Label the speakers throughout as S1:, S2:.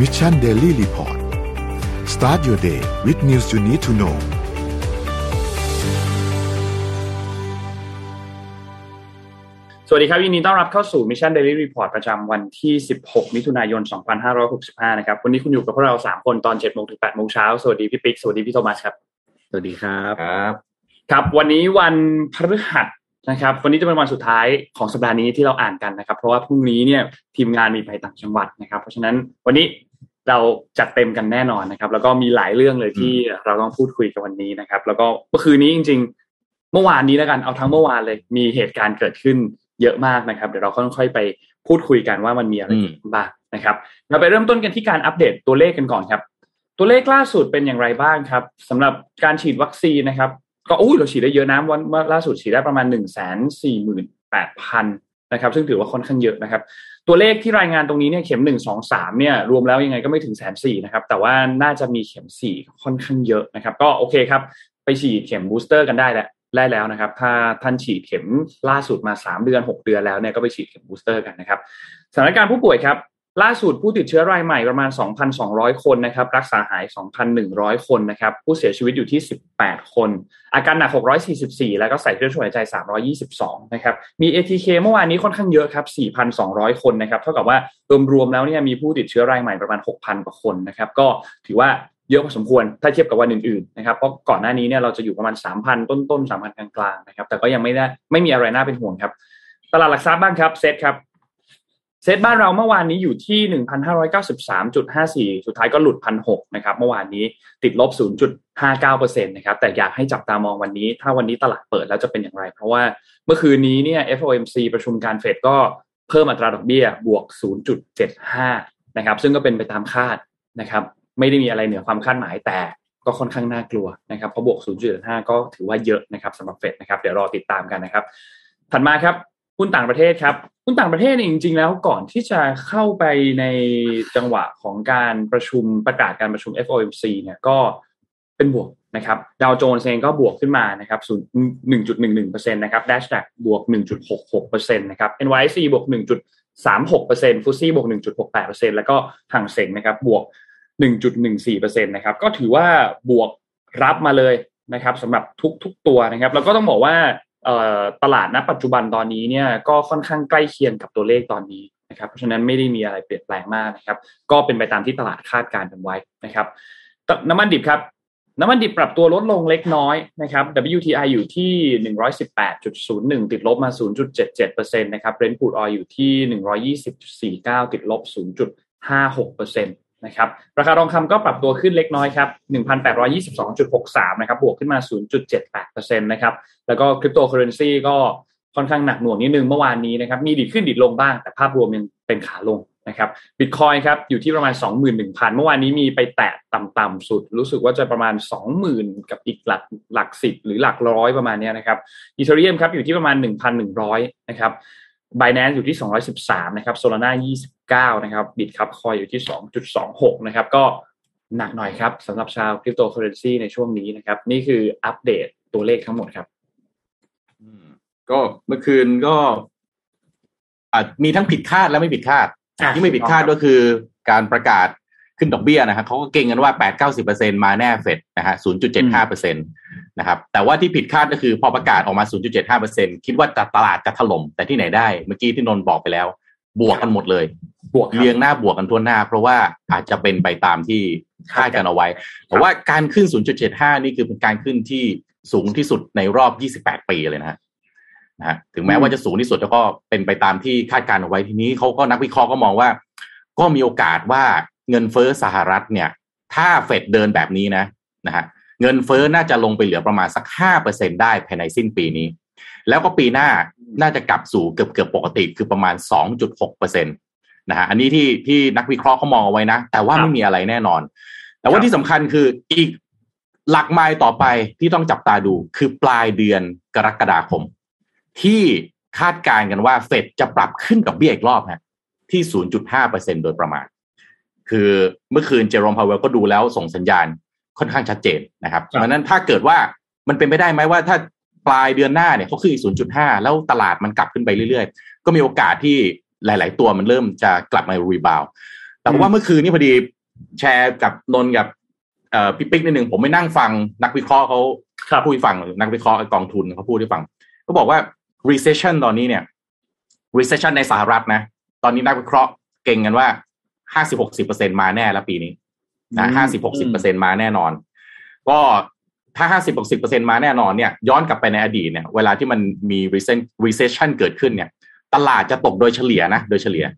S1: Mission Daily Report Start your day with news you need to know
S2: สวัสดีครับยินดีต้อนรับเข้าสู่ Mission Daily Report ประจำวันที่16มิถุนายน2565นะครับวันนี้คุณอยู่กับพวกเรา3คนตอน 7:00 น. ถึง 8:00 น. เช้าสวัสดีพี่ปิ๊กสวัสดีพี่โทมัสครับ
S3: สวัสดีครับ
S2: ครับวันนี้วันพฤหัสนะครับวันนี้จะเป็นวันสุดท้ายของสัปดาห์นี้ที่เราอ่านกันนะครับเพราะว่าพรุ่งนี้เนี่ยทีมงานมีไปต่างจังหวัดนะครับเพราะฉะนั้นวันนี้เราจัดเต็มกันแน่นอนนะครับแล้วก็มีหลายเรื่องเลยที่เราต้องพูดคุยกันวันนี้นะครับแล้วก็เมื่อคืนนี้จริงๆเมื่อวานนี้แล้วกันเอาทั้งเมื่อวานเลยมีเหตุการณ์เกิดขึ้นเยอะมากนะครับเดี๋ยวเราค่อยๆไปพูดคุยกันว่ามันมีอะไรบ้างนะครับเราไปเริ่มต้นกันที่การอัปเดตตัวเลขกันก่อนครับตัวเลขล่าสุดเป็นอย่างไรบ้างครับสำหรับการฉีดวัคซีนนะครับก็เราฉีดได้เยอะนะวันล่าสุดฉีดได้ประมาณ 148,000 นะครับซึ่งถือว่าค่อนข้างเยอะนะครับตัวเลขที่รายงานตรงนี้เนี่ยเข็ม1 2 3เนี่ยรวมแล้วยังไงก็ไม่ถึง 140,000 นะครับแต่ว่าน่าจะมีเข็ม4ค่อนข้างเยอะนะครับก็โอเคครับไปฉีดเข็มบูสเตอร์กันได้แล้วนะครับถ้าท่านฉีดเข็มล่าสุดมา3 เดือน 6 เดือนแล้วเนี่ยก็ไปฉีดเข็มบูสเตอร์กันนะครับสถานการณ์ผู้ป่วยครับล่าสุดผู้ติดเชื้อรายใหม่ประมาณ 2,200 คนนะครับรักษาหาย 2,100 คนนะครับผู้เสียชีวิตอยู่ที่18 คนอาการหนัก644แล้วก็ใส่เครื่องช่วยหายใจ322นะครับมี ATK เมื่อวานนี้ค่อนข้างเยอะครับ 4,200 คนนะครับเท่ากับว่ารวมๆแล้วเนี่ยมีผู้ติดเชื้อรายใหม่ประมาณ 6,000 กว่าคนนะครับก็ถือว่าเยอะพอสมควรถ้าเทียบกับวันอื่นๆนะครับเพราะก่อนหน้านี้เนี่ยเราจะอยู่ประมาณ 3,000 ต้นๆ 3,000 กลางๆนะครับแต่ก็ยังไม่มีอะไรน่าเป็นห่วงครับตลาดหลักทรัพย์บ้างครับเซ็ตครับเซ็ตบ้านเราเมื่อวานนี้อยู่ที่ 1,593.54 สุดท้ายก็หลุด 1,600 นะครับเมื่อวานนี้ติดลบ 0.59% นะครับแต่อยากให้จับตามองวันนี้ถ้าวันนี้ตลาดเปิดแล้วจะเป็นอย่างไรเพราะว่าเมื่อคืนนี้เนี่ย FOMC ประชุมการเฟดก็เพิ่มอัตราดอกเบี้ยบวก 0.75 นะครับซึ่งก็เป็นไปตามคาดนะครับไม่ได้มีอะไรเหนือความคาดหมายแต่ก็ค่อนข้างน่ากลัวนะครับเพราะบวก 0.75 ก็ถือว่าเยอะนะครับสำหรับเฟดนะครับเดี๋ยวรอติดตามกันนะครับถัดมาครับหุ้นต่างประเทศครับหุ้นต่างประเทศจริงๆแล้วก่อนที่จะเข้าไปในจังหวะของการประกาศการประชุม FOMC เนี่ยก็เป็นบวกนะครับดาวโจนส์เองก็บวกขึ้นมานะครับ 1.11% นะครับ Nasdaq บวก 1.66% นะครับ NYSE บวก 1.36% FTSE บวก 1.68% แล้วก็ห่างเส็งนะครับบวก 1.14% นะครับก็ถือว่าบวกรับมาเลยนะครับสำหรับทุกตัวนะครับแล้วก็ต้องบอกว่าตลาดณปัจจุบันตอนนี้เนี่ยก็ค่อนข้างใกล้เคียงกับตัวเลขตอนนี้นะครับเพราะฉะนั้นไม่ได้มีอะไรเปลี่ยนแปลงมากนะครับก็เป็นไปตามที่ตลาดคาดการณ์กันไว้นะครับน้ำมันดิบครับน้ำมันดิบปรับตัวลดลงเล็กน้อยนะครับ WTI อยู่ที่ 118.01 ติดลบมา 0.77% นะครับ Brent crude oil อยู่ที่ 120.49 ติดลบ 0.56% นะครับราคาทองคำก็ปรับตัวขึ้นเล็กน้อยครับ 1,822.63 นะครับบวกขึ้นมา 0.78% นะครับแล้วก็คริปโตเคอเรนซีก็ค่อนข้างหนักหน่วงนิดนึงเมื่อวานนี้นะครับมีดีขึ้นดีลงบ้างแต่ภาพรวมยังเป็นขาลงนะครับ Bitcoin ครับอยู่ที่ประมาณ 21,000 เมื่อวานนี้มีไปแตะต่ำๆสุดรู้สึกว่าจะประมาณ 20,000 กับอีกหลัก10หรือหลักร้อยประมาณนี้นะครับ Ethereum ครับอยู่ที่ประมาณ 1,100 นะครับ Binance อยู่ที่213นะครับ Solana 29นะครับ Bitcoin อยู่ที่ 2.26 นะครับก็หนักหน่อยครับสำหรับชาวคริปโตเคอเรนซีในช่วงนี้นะครับนี่คืออัปเดตตัวเลขทั้งหมดครับ
S3: ก็เมื่อคืนก็มีทั้งผิดคาดและไม่ผิดคาดที่ไม่ผิดคาดก็คือการประกาศขึ้นดอกเบี้ยนะครับเขาก็เก่งกันว่า 8-90% มาแน่เฟดนะฮะ 0.75% นะครับแต่ว่าที่ผิดคาดก็คือพอประกาศออกมา 0.75% คิดว่าตลาดจะถล่มแต่ที่ไหนได้เมื่อกี้ที่นนท์บอกไปแล้วบวกกันหมดเลยบวกเรียงหน้าบวกกันทั่วหน้าเพราะว่าอาจจะเป็นไปตามที่คาดกันเอาไว้แต่ว่าการขึ้น 0.75 นี่คือเป็นการขึ้นที่สูงที่สุดในรอบ28 ปีเลยนะฮะถึงแม้ว่าจะสูงที่สุดแล้วก็เป็นไปตามที่คาดการเอาไว้ทีนี้เขาก็นักวิเคราะห์ก็มองว่าก็มีโอกาสว่าเงินเฟ้อสหรัฐเนี่ยถ้าเฟดเดินแบบนี้นะฮะเงินเฟ้อน่าจะลงไปเหลือประมาณสัก 5% ได้ภายในสิ้นปีนี้แล้วก็ปีหน้าน่าจะกลับสู่เกือบปกติคือประมาณ 2.6% นะฮะอันนี้ที่นักวิเคราะห์เขามองเอาไว้นะแต่ว่าไม่มีอะไรแน่นอนแต่ว่าที่สำคัญคืออีกหลักไมล์ต่อไปที่ต้องจับตาดูคือปลายเดือนกรกฎาคมที่คาดการณ์กันว่าเฟดจะปรับขึ้นดอกเบี้ยอีกรอบฮะที่ 0.5% โดยประมาณคือเมื่อคืนเจอโรมพาวเวลก็ดูแล้วส่งสัญญาณค่อนข้างชัดเจนนะครับเพราะฉะนั้นถ้าเกิดว่ามันเป็นไปได้ไหมว่าถ้าปลายเดือนหน้าเนี่ยเขาขึ้นอีก 0.5 แล้วตลาดมันกลับขึ้นไปเรื่อยๆก็มีโอกาสที่หลายๆตัวมันเริ่มจะกลับมารีบาวด์แต่ว่าเมื่อคืนนี้พอดีแชร์กับนนท์กับพี่ปิ๊กนิดนึงผมไม่นั่งฟังนักวิเคราะห์เขาพูดให้ฟังนักวิเคราะห์กองทุนเขาพูดให้ฟังเขาบอกว่า recession ตอนนี้เนี่ย recession ในสหรัฐนะตอนนี้นักวิเคราะห์เก่งกันว่า 50-60% มาแน่แล้วปีนี้นะ 50-60% มาแน่นอนก็ถ้า 50-60% มาแน่นอนเนี่ยย้อนกลับไปในอดีตเนี่ยเวลาที่มันมี recession เกิดขึ้นเนี่ยตลาดจะตกโดยเฉลี่ยนะโดยเฉลี่ย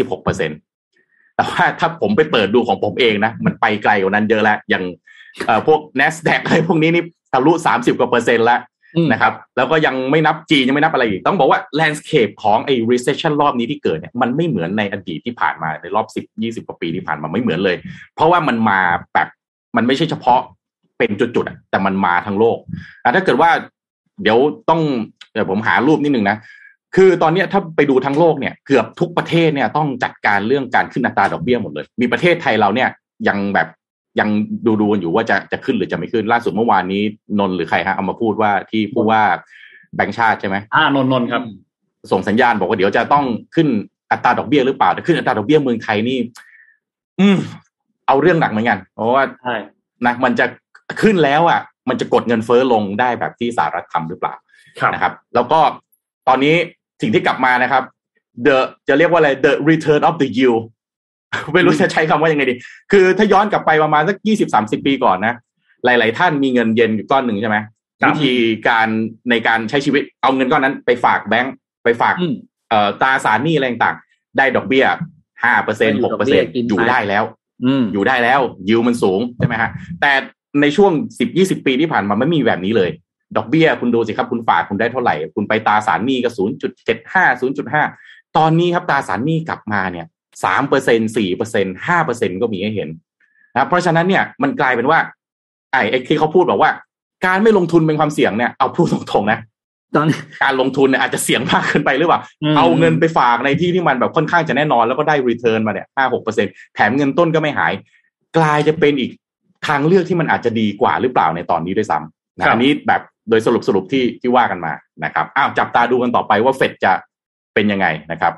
S3: 26%แต่ว่าถ้าผมไปเปิดดูของผมเองนะมันไปไกลกว่านั้นเยอะแล้วอย่างพวก NASDAQ อะไรพวกนี้นี่ทะลุ30%กว่าแล้วนะครับแล้วก็ยังไม่นับจีนยังไม่นับอะไรอีกต้องบอกว่า landscape ของไอ้ recession รอบนี้ที่เกิดเนี่ยมันไม่เหมือนในอดีตที่ผ่านมาในรอบ10-20 กว่าปีที่ผ่านมาไม่เหมือนเลยเพราะว่ามันมาแบบมันไม่ใช่เฉพาะเป็นจุดๆแต่มันมาทั้งโลกถ้าเกิดว่าเดี๋ยวผมหารูปนิดนึงนะคือตอนนี้ถ้าไปดูทั้งโลกเนี่ยเกือบทุกประเทศเนี่ยต้องจัดการเรื่องการขึ้นอัตราดอกเบี้ยหมดเลยมีประเทศไทยเราเนี่ยยังดูอยู่ว่าจะขึ้นหรือจะไม่ขึ้นล่าสุดเมื่อวานนี้นนท์หรือใครฮะเอามาพูดว่าที่พูดว่าแบงก์ชาติใช่ไหม
S2: นนท์ครับ
S3: ส่งสัญญาณบอกว่าเดี๋ยวจะต้องขึ้นอัตราดอกเบี้ยหรือเปล่าแต่ขึ้นอัตราดอกเบี้ยเมืองไทยนี่เอาเรื่องหนักเหมือนกันเพราะว่านะมันจะขึ้นแล้วอ่ะมันจะกดเงินเฟ้อลงได้แบบที่สหรัฐทำหรือเปล่านะครับแล้วก็ตอนนี้สิ่งที่กลับมานะครับจะเรียกว่าอะไร the return of the yield ไม่รู้จะใช้คำว่ายังไงดีคือถ้าย้อนกลับไปประมาณสัก 20-30 ปีก่อนนะหลายๆท่านมีเงินเย็นอยู่ก้อนหนึ่งใช่ไหมวิธีการในการใช้ชีวิตเอาเงินก้อนนั้นไปฝากแบงก์ไปฝากตราสารหนี้อะไรต่างๆได้ดอกเบี้ย 5% 6% อยู่ได้แล้วอยู่ได้แล้วยิวมันสูงใช่ไหมฮะแต่ในช่วง 10-20 ปีที่ผ่านมาไม่มีแบบนี้เลยดอกเบี้ยคุณดูสิครับคุณฝากคุณได้เท่าไหร่คุณไปตราสารหนี้ก็ 0.75 0.5 ตอนนี้ครับตราสารหนี้กลับมาเนี่ย 3% 4% 5% ก็มีให้เห็นนะเพราะฉะนั้นเนี่ยมันกลายเป็นว่าไอ้ที่เขาพูดบอกว่าการไม่ลงทุนเป็นความเสี่ยงเนี่ยเอาพูดตรงๆนะ
S4: ตอน
S3: การลงทุนเนี่ยอาจจะเสี่ยงมากเกินไปหรือเปล่าเอาเงินไปฝากในที่ที่มันแบบค่อนข้างจะแน่นอนแล้วก็ได้รีเทิร์นมาเนี่ย 5-6% แถมเงินต้นก็ไม่หายกลายจะเป็นอีกทางเลือกที่มันอาจจะดีกว่าหรือเปล่าในตอนนี้ด้วยซ้ำนะอันนี้แบบโดยสรุปที่ว่ากันมานะครับจับตาดูกันต่อไปว่าเฟดจะเป็นยังไงนะครับ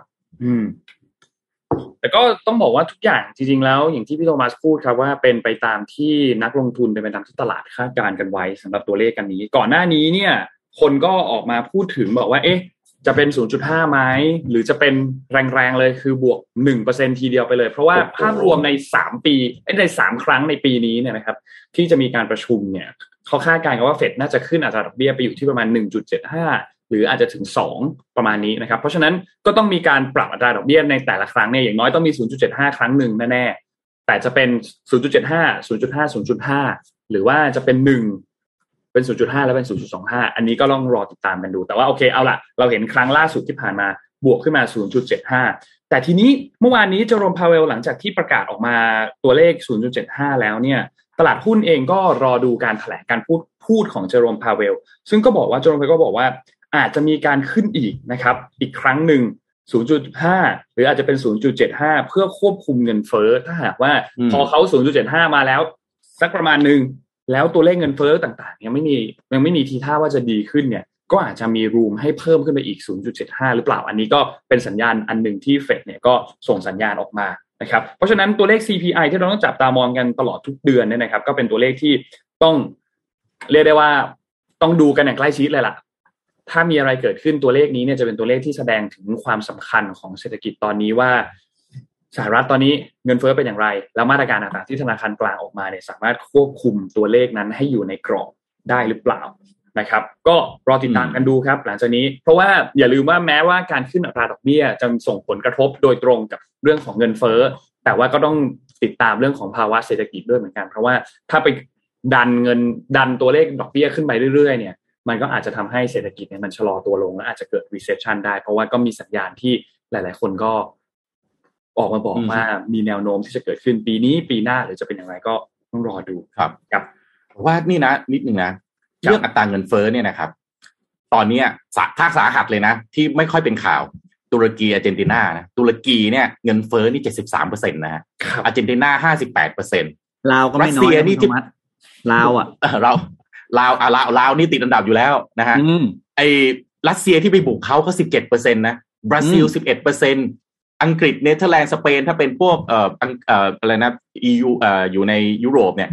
S2: แต่ก็ต้องบอกว่าทุกอย่างจริงๆแล้วอย่างที่พี่โทมัสพูดครับว่าเป็นไปตามที่นักลงทุนเป็นไปตามที่ตลาดคาดการณ์กันไว้สำหรับตัวเลขกันนี้ก่อนหน้านี้เนี่ยคนก็ออกมาพูดถึงบอกว่าจะเป็น 0.5 ไหมหรือจะเป็นแรงๆเลยคือบวก 1% ทีเดียวไปเลยเพราะว่าภาพรวมใน3ปีใน3ครั้งในปีนี้เนี่ยนะครับที่จะมีการประชุมเนี่ยเขาคาดการณ์กันว่าเฟดน่าจะขึ้นอัตราดอกเบี้ยไปอยู่ที่ประมาณ 1.75 หรืออาจจะถึง2ประมาณนี้นะครับเพราะฉะนั้นก็ต้องมีการปรับอัตราดอกเบี้ยในแต่ละครั้งเนี่ยอย่างน้อยต้องมี 0.75 ครั้งหนึ่งแน่ๆแต่จะเป็น 0.75 0.5 0.5 หรือว่าจะเป็น1เป็น 0.5 แล้วเป็น 0.25 อันนี้ก็ต้องรอติดตามกันดูแต่ว่าโอเคเอาล่ะเราเห็นครั้งล่าสุดที่ผ่านมาบวกขึ้นมา 0.75 แต่ทีนี้เมื่อวานนี้เจอโรมพาเวลหลังจากที่ประกาศออกมาตัวเลข 0.75 แล้วเนี่ยตลาดหุ้นเองก็รอดูการแถลงการพูดของเจอโรมพาเวลซึ่งก็บอกว่าเจอโรมพาเวลก็บอกว่าอาจจะมีการขึ้นอีกนะครับอีกครั้งหนึ่ง 0.5 หรืออาจจะเป็น 0.75 เพื่อควบคุมเงินเฟ้อถ้าหากว่าพอเขา 0.75 มาแล้วสักประมาณนึงแล้วตัวเลขเงินเฟ้อต่างๆยังไม่มีทีท่าว่าจะดีขึ้นเนี่ยก็อาจจะมีรูมให้เพิ่มขึ้นไปอีก 0.75 หรือเปล่าอันนี้ก็เป็นสัญญาณอันหนึ่งที่เฟดเนี่ยก็ส่งสัญญาณออกมานะครับเพราะฉะนั้นตัวเลข CPI ที่เราต้องจับตามองกันตลอดทุกเดือนเนี่ยนะครับก็เป็นตัวเลขที่ต้องเรียกได้ว่าต้องดูกันอย่างใกล้ชิดเลยล่ะถ้ามีอะไรเกิดขึ้นตัวเลขนี้เนี่ยจะเป็นตัวเลขที่แสดงถึงความสำคัญของเศรษฐกิจตอนนี้ว่าสหรัฐตอนนี้เงินเฟ้อเป็นอย่างไรแล้วมาตรการต่างๆที่ธนาคารกลางออกมาเนี่ยสามารถควบคุมตัวเลขนั้นให้อยู่ในกรอบได้หรือเปล่านะครับก็รอติดตามกันดูครับหลังจากนี้เพราะว่าอย่าลืมว่าแม้ว่าการขึ้นอัตราดอกเบี้ยจะส่งผลกระทบโดยตรงกับเรื่องของเงินเฟ้อแต่ว่าก็ต้องติดตามเรื่องของภาวะเศรษฐกิจด้วยเหมือนกันเพราะว่าถ้าไปดันตัวเลขดอกเบี้ยขึ้นไปเรื่อยๆเนี่ยมันก็อาจจะทำให้เศรษฐกิจเนี่ยมันชะลอตัวลงและอาจจะเกิด recession ได้เพราะว่าก็มีสัญญาณที่หลายๆคนก็ออกมาบอกว่ามีแนวโน้มที่จะเกิดขึ้นปีนี้ปีหน้าหรือจะเป็นอย่างไรก็ต้องรอดู
S3: ครับว่านี่นะนิดนึงนะเรื่องอัตราเงินเฟ้อเนี่ยนะครับตอนนี้ภาคสาหัสเลยนะที่ไม่ค่อยเป็นข่าวตุรกีอาร์เจนตินานะตุรกีเนี่ยเงินเฟ้อนี่ 73% นะฮะอาร์เจนตินา 58%
S4: ลาวก็ไม่น้อยรัสเซียนี่ลาว
S3: ลาวนี่ติดอันดับอยู่แล้วนะฮะไอ้รัสเซียที่ไปบุกเขาก็ 17% นะบราซิล 11% อังกฤษเนเธอร์แลนด์สเปนถ้าเป็นพวกอะไรนะ EU อยู่ในยุโรปเนี่ย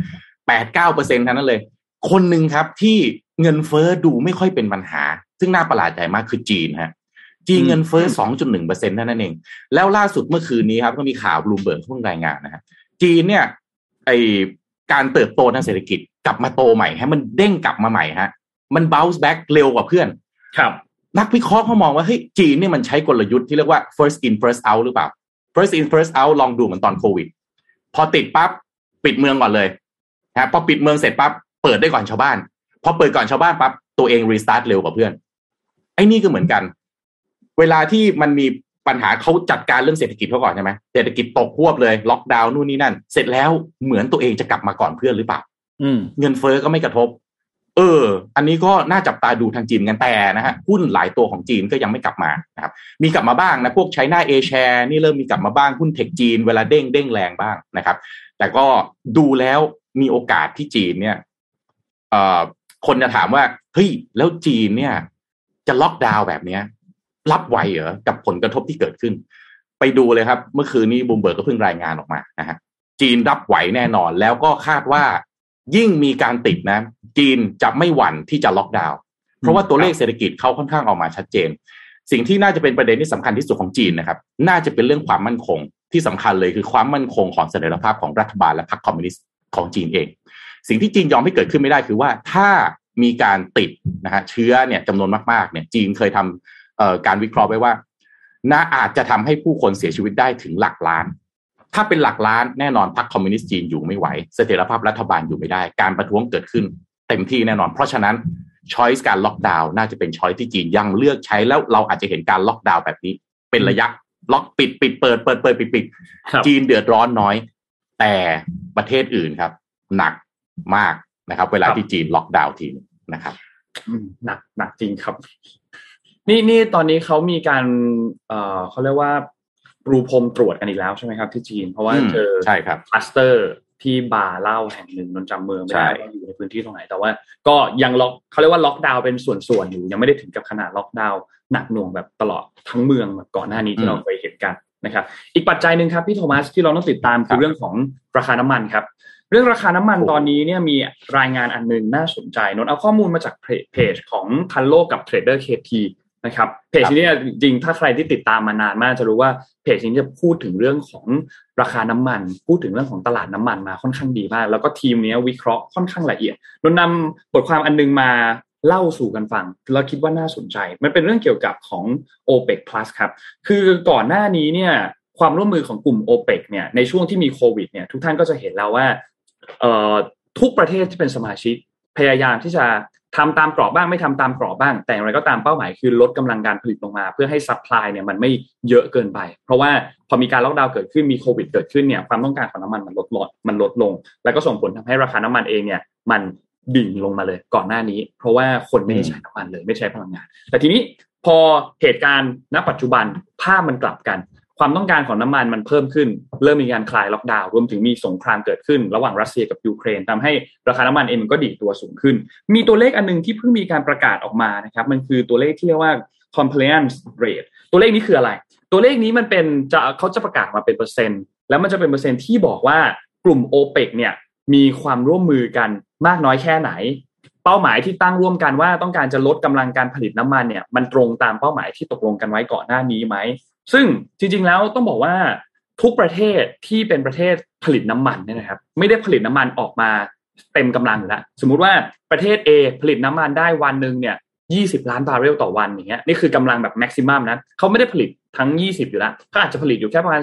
S3: 8-9% ทั้งนั้นเลยคนหนึ่งครับที่เงินเฟ้อดูไม่ค่อยเป็นปัญหาซึ่งน่าประหลาดใจมากคือจีนฮะจีนเงินเฟ้อ 2.1% เท่านั้นเองแล้วล่าสุดเมื่อคืนนี้ครับก็มีข่าวบลูมเบิร์กเพิ่งรายงานนะฮะจีนเนี่ยการเติบโตทางเศรษฐกิจกลับมาโตใหม่ฮะมันเด้งกลับมาใหม่ฮะมัน bounce back เร็วกว่าเพื่อน
S2: ครับ
S3: นักวิเคราะห์เขามองว่าเฮ้ยจีนเนี่ยมันใช้กลยุทธ์ที่เรียกว่า first in first out หรือเปล่า first in first out ลองดูเหมือนตอนโควิดพอติดปั๊บปิดเมืองก่อนเลยนะพอปิดเมืองเสร็จปั๊บเปิดได้ก่อนชาวบ้านพอเปิดก่อนชาวบ้านปั๊บตัวเองรีสตาร์ทเร็วกว่าเพื่อนไอ้นี่ก็เหมือนกันเวลาที่มันมีปัญหาเขาจัดการเรื่องเศรษฐกิจเขาก่อนใช่ไหมเศรษฐกิจตกควบเลยล็อกดาวน์นู่นนี่นั่นเสร็จแล้วเหมือนตัวเองจะกลับมาก่อนเพื่อนหรือเปล่าเงินเฟ้อก็ไม่กระทบอันนี้ก็น่าจับตาดูทางจีนกันแต่นะฮะหุ้นหลายตัวของจีนก็ยังไม่กลับมานะครับมีกลับมาบ้างนะพวก China A Share นี่เริ่มมีกลับมาบ้างหุ้นเทคจีนเวลาเด้งแรงบ้างนะครับแต่ก็ดูแล้วมีโอกาสที่จีนเนี่ยคนจะถามว่าเฮ้ยแล้วจีนเนี่ยจะล็อกดาวน์แบบนี้รับไหวเหรอกับผลกระทบที่เกิดขึ้นไปดูเลยครับเมื่อคืนนี้บูมเบิร์กก็เพิ่งรายงานออกมานะฮะจีนรับไหวแน่นอนแล้วก็คาดว่ายิ่งมีการติดนะจีนจะไม่หวั่นที่จะล็อกดาวน์เพราะว่าตัวเลขเศรษฐกิจเขาค่อนข้างออกมาชัดเจนสิ่งที่น่าจะเป็นประเด็นที่สำคัญที่สุดของจีนนะครับน่าจะเป็นเรื่องความมั่นคงที่สำคัญเลยคือความมั่นคงของเสถียรภาพของรัฐบาลและพรรคคอมมิวนิสต์ของจีนเองสิ่งที่จีนยอมให้เกิดขึ้นไม่ได้คือว่าถ้ามีการติดนะฮะเชื้อเนี่ยจำนวนมากๆเนี่ยจีนเคยทำการวิเคราะห์ไว้ว่าอาจจะทำให้ผู้คนเสียชีวิตได้ถึงหลักล้านถ้าเป็นหลักล้านแน่นอนพรรคคอมมิวนิสต์จีนอยู่ไม่ไหวเสถียรภาพรัฐบาลอยู่ไม่ได้การประท้วงเกิดขึ้นเต็มที่แน่นอนเพราะฉะนั้นช้อยส์การล็อกดาวน์น่าจะเป็นช้อยส์ที่จีนยังเลือกใช้แล้วเราอาจจะเห็นการล็อกดาวน์แบบนี้เป็นระยะล็อกปิดเปิดปิดจีนเดือดร้อนน้อยแต่ประเทศอื่นครับหนักมากนะครับเวลาที่จีนล็อกดาวน์ทีนะครับ
S2: หนักจริงครับนี่ตอนนี้เขามีการเขาเรียกว่าปูพรมตรวจกันอีกแล้วใช่ไหมครับที่จีนเพราะว่าเจอคลัสเตอร์ที่บาร์เหล้าแห่งหนึ่งนนจำเมืองไม่ได้ว่าอยู่ในพื้นที่ตรงไหนแต่ว่าก็ยังล็อกเขาเรียกว่าล็อกดาวน์เป็นส่วนๆอยู่ยังไม่ได้ถึงกับขนาดล็อกดาวน์หนักหน่วงแบบตลอดทั้งเมืองแบบก่อนหน้านี้ที่เราเคยเห็นกันนะครับอีกปัจจัยนึงครับพี่โทมัสที่เราต้องติดตามคือเรื่องของราคาน้ำมันครับเรื่องราคาน้ำมันตอนนี้เนี่ยมีรายงานอันนึงน่าสนใจนนเอาข้อมูลมาจากเพจของทันโลกกับ Trader KT นะครับเพจนี้จริงๆถ้าใครที่ติดตามมานานมากจะรู้ว่าเพจนี้จะพูดถึงเรื่องของราคาน้ำมันพูดถึงเรื่องของตลาดน้ำมันมาค่อนข้างดีมากแล้วก็ทีมนี้วิเคราะห์ค่อนข้างละเอียดนำบทความอันนึงมาเล่าสู่กันฟังเราคิดว่าน่าสนใจมันเป็นเรื่องเกี่ยวกับของ OPEC Plus ครับคือก่อนหน้านี้เนี่ยความร่วมมือของกลุ่ม OPEC เนี่ยในช่วงที่มีโควิดเนี่ยทุกท่านก็จะเห็นแล้วว่าทุกประเทศที่เป็นสมาชิกพยายามที่จะทำตามกรอบบ้างไม่ทำตามกรอบบ้างแต่อย่างไรก็ตามเป้าหมายคือลดกำลังการผลิตลงมาเพื่อให้ซัพพลายเนี่ยมันไม่เยอะเกินไปเพราะว่าพอมีการล็อกดาวน์เกิดขึ้นมีโควิดเกิดขึ้นเนี่ยความต้องการของน้ำมันมันลดลงแล้วก็ส่งผลทำให้ราคาน้ำมันเองเนี่ยมันดิ่งลงมาเลยก่อนหน้านี้เพราะว่าคนไม่ได้ใช้น้ำมันเลยไม่ใช้พลังงานแต่ทีนี้พอเหตุการณ์ณปัจจุบันภาพมันกลับกันความต้องการของน้ำมันมันเพิ่มขึ้นเริ่มมีการคลายล็อกดาวน์รวมถึงมีสงครามเกิดขึ้นระหว่างรัสเซียกับยูเครนทำให้ราคาน้ำมันเองมันก็ดิ่งตัวสูงขึ้นมีตัวเลขอันนึงที่เพิ่งมีการประกาศออกมานะครับมันคือตัวเลขที่เรียกว่า compliance rate ตัวเลขนี้คืออะไรตัวเลขนี้มันเป็นเขาจะประกาศมาเป็นเปอร์เซ็นต์แล้วมันจะเป็นเปอร์เซ็นต์ที่บอกว่ากลุ่ม OPEC เนี่ยมีความร่วมมือกันมากน้อยแค่ไหนเป้าหมายที่ตั้งร่วมกันว่าต้องการจะลดกำลังการผลิตน้ำมันเนี่ยมันตรงตามเป้าหมายที่ตกลงกันไว้ก่อนหน้านี้ไหมซึ่งจริงๆแล้วต้องบอกว่าทุกประเทศที่เป็นประเทศผลิตน้ำมันเนี่ยนะครับไม่ได้ผลิตน้ำมันออกมาเต็มกำลังอยู่แล้วสมมุติว่าประเทศ A ผลิตน้ำมันได้วันนึงเนี่ย20 ล้านบาร์เรลต่อวันอย่างเงี้ยนี่คือกำลังแบบแม็กซิมัมนะเขาไม่ได้ผลิตทั้ง20อยู่แล้วเขาอาจจะผลิตอยู่แค่ประมาณ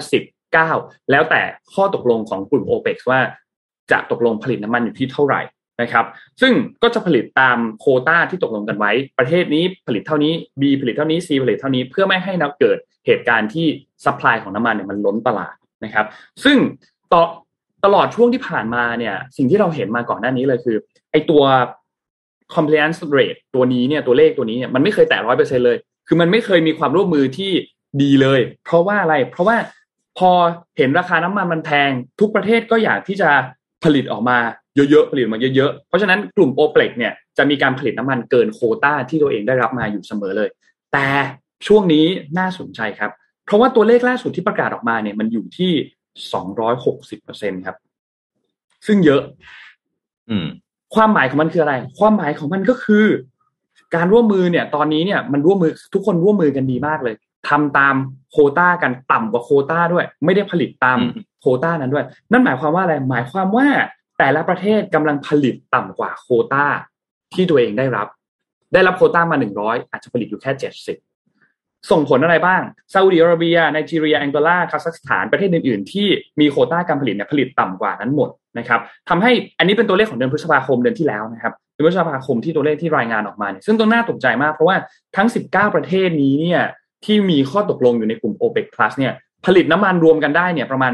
S2: 19แล้วแต่ข้อตกลงของกลุ่ม OPEC ว่าจะตกลงผลิตน้ำมันอยู่ที่เท่าไหร่นะครับซึ่งก็จะผลิตตามโควต้าที่ตกลงกันไว้ประเทศนี้ผลิตเท่านี้ B ผลิตเท่านี้ C ผลิตเท่านี้เพื่อไม่ให้เกิดเหตุการณ์ที่ซัพพลายของน้ำมันเนี่ยมันล้นตลาดนะครับซึ่งตลอดช่วงที่ผ่านมาเนี่ยสิ่งที่เราเห็นมาก่อนหน้านี้เลยคือไอ้ตัว compliance rate ตัวนี้เนี่ยตัวเลขตัวนี้เนี่ยมันไม่เคยแตะ 100% เลยคือมันไม่เคยมีความร่วมมือที่ดีเลยเพราะว่าอะไรเพราะว่าพอเห็นราคาน้ำมันมันแพงทุกประเทศก็อยากที่จะผลิตออกมาเยอะๆผลิตมาเยอะๆเพราะฉะนั้นกลุ่ม OPEC เนี่ยจะมีการผลิตน้ำมันเกินโควต้าที่ตัวเองได้รับมาอยู่เสมอเลยแต่ช่วงนี้น่าสนใจครับเพราะว่าตัวเลขล่าสุดที่ประกาศออกมาเนี่ยมันอยู่ที่ 260% ครับซึ่งเยอะความหมายของมันคืออะไรความหมายของมันก็คือการร่วมมือเนี่ยตอนนี้เนี่ยมันร่วมมือทุกคนร่วมมือกันดีมากเลยทำตามโควต้ากันต่ำกว่าโควต้าด้วยไม่ได้ผลิตตามโควต้านั้นด้วยนั่นหมายความว่าอะไรหมายความว่าแต่ละประเทศกำลังผลิตต่ำกว่าโควต้าที่ตัวเองได้รับโควต้ามา100อาจจะผลิตอยู่แค่70ส่งผลอะไรบ้างซาอุดิอาระเบียไนจีเรียแองโกลาคาซัคสถานประเทศอื่นๆที่มีโควต้าการผลิตเนี่ยผลิตต่ำกว่านั้นหมดนะครับทำให้อันนี้เป็นตัวเลขของเดือนพฤษภาคมเดือนที่แล้วนะครับเดือนพฤษภาคมที่ตัวเลขที่รายงานออกมาเนี่ยซึ่งตรงน่าตกใจมากเพราะว่าทั้ง19ประเทศนี้เนี่ยที่มีข้อตกลงอยู่ในกลุ่ม OPEC Plus เนี่ยผลิตน้ำมันรวมกันได้เนี่ยประมาณ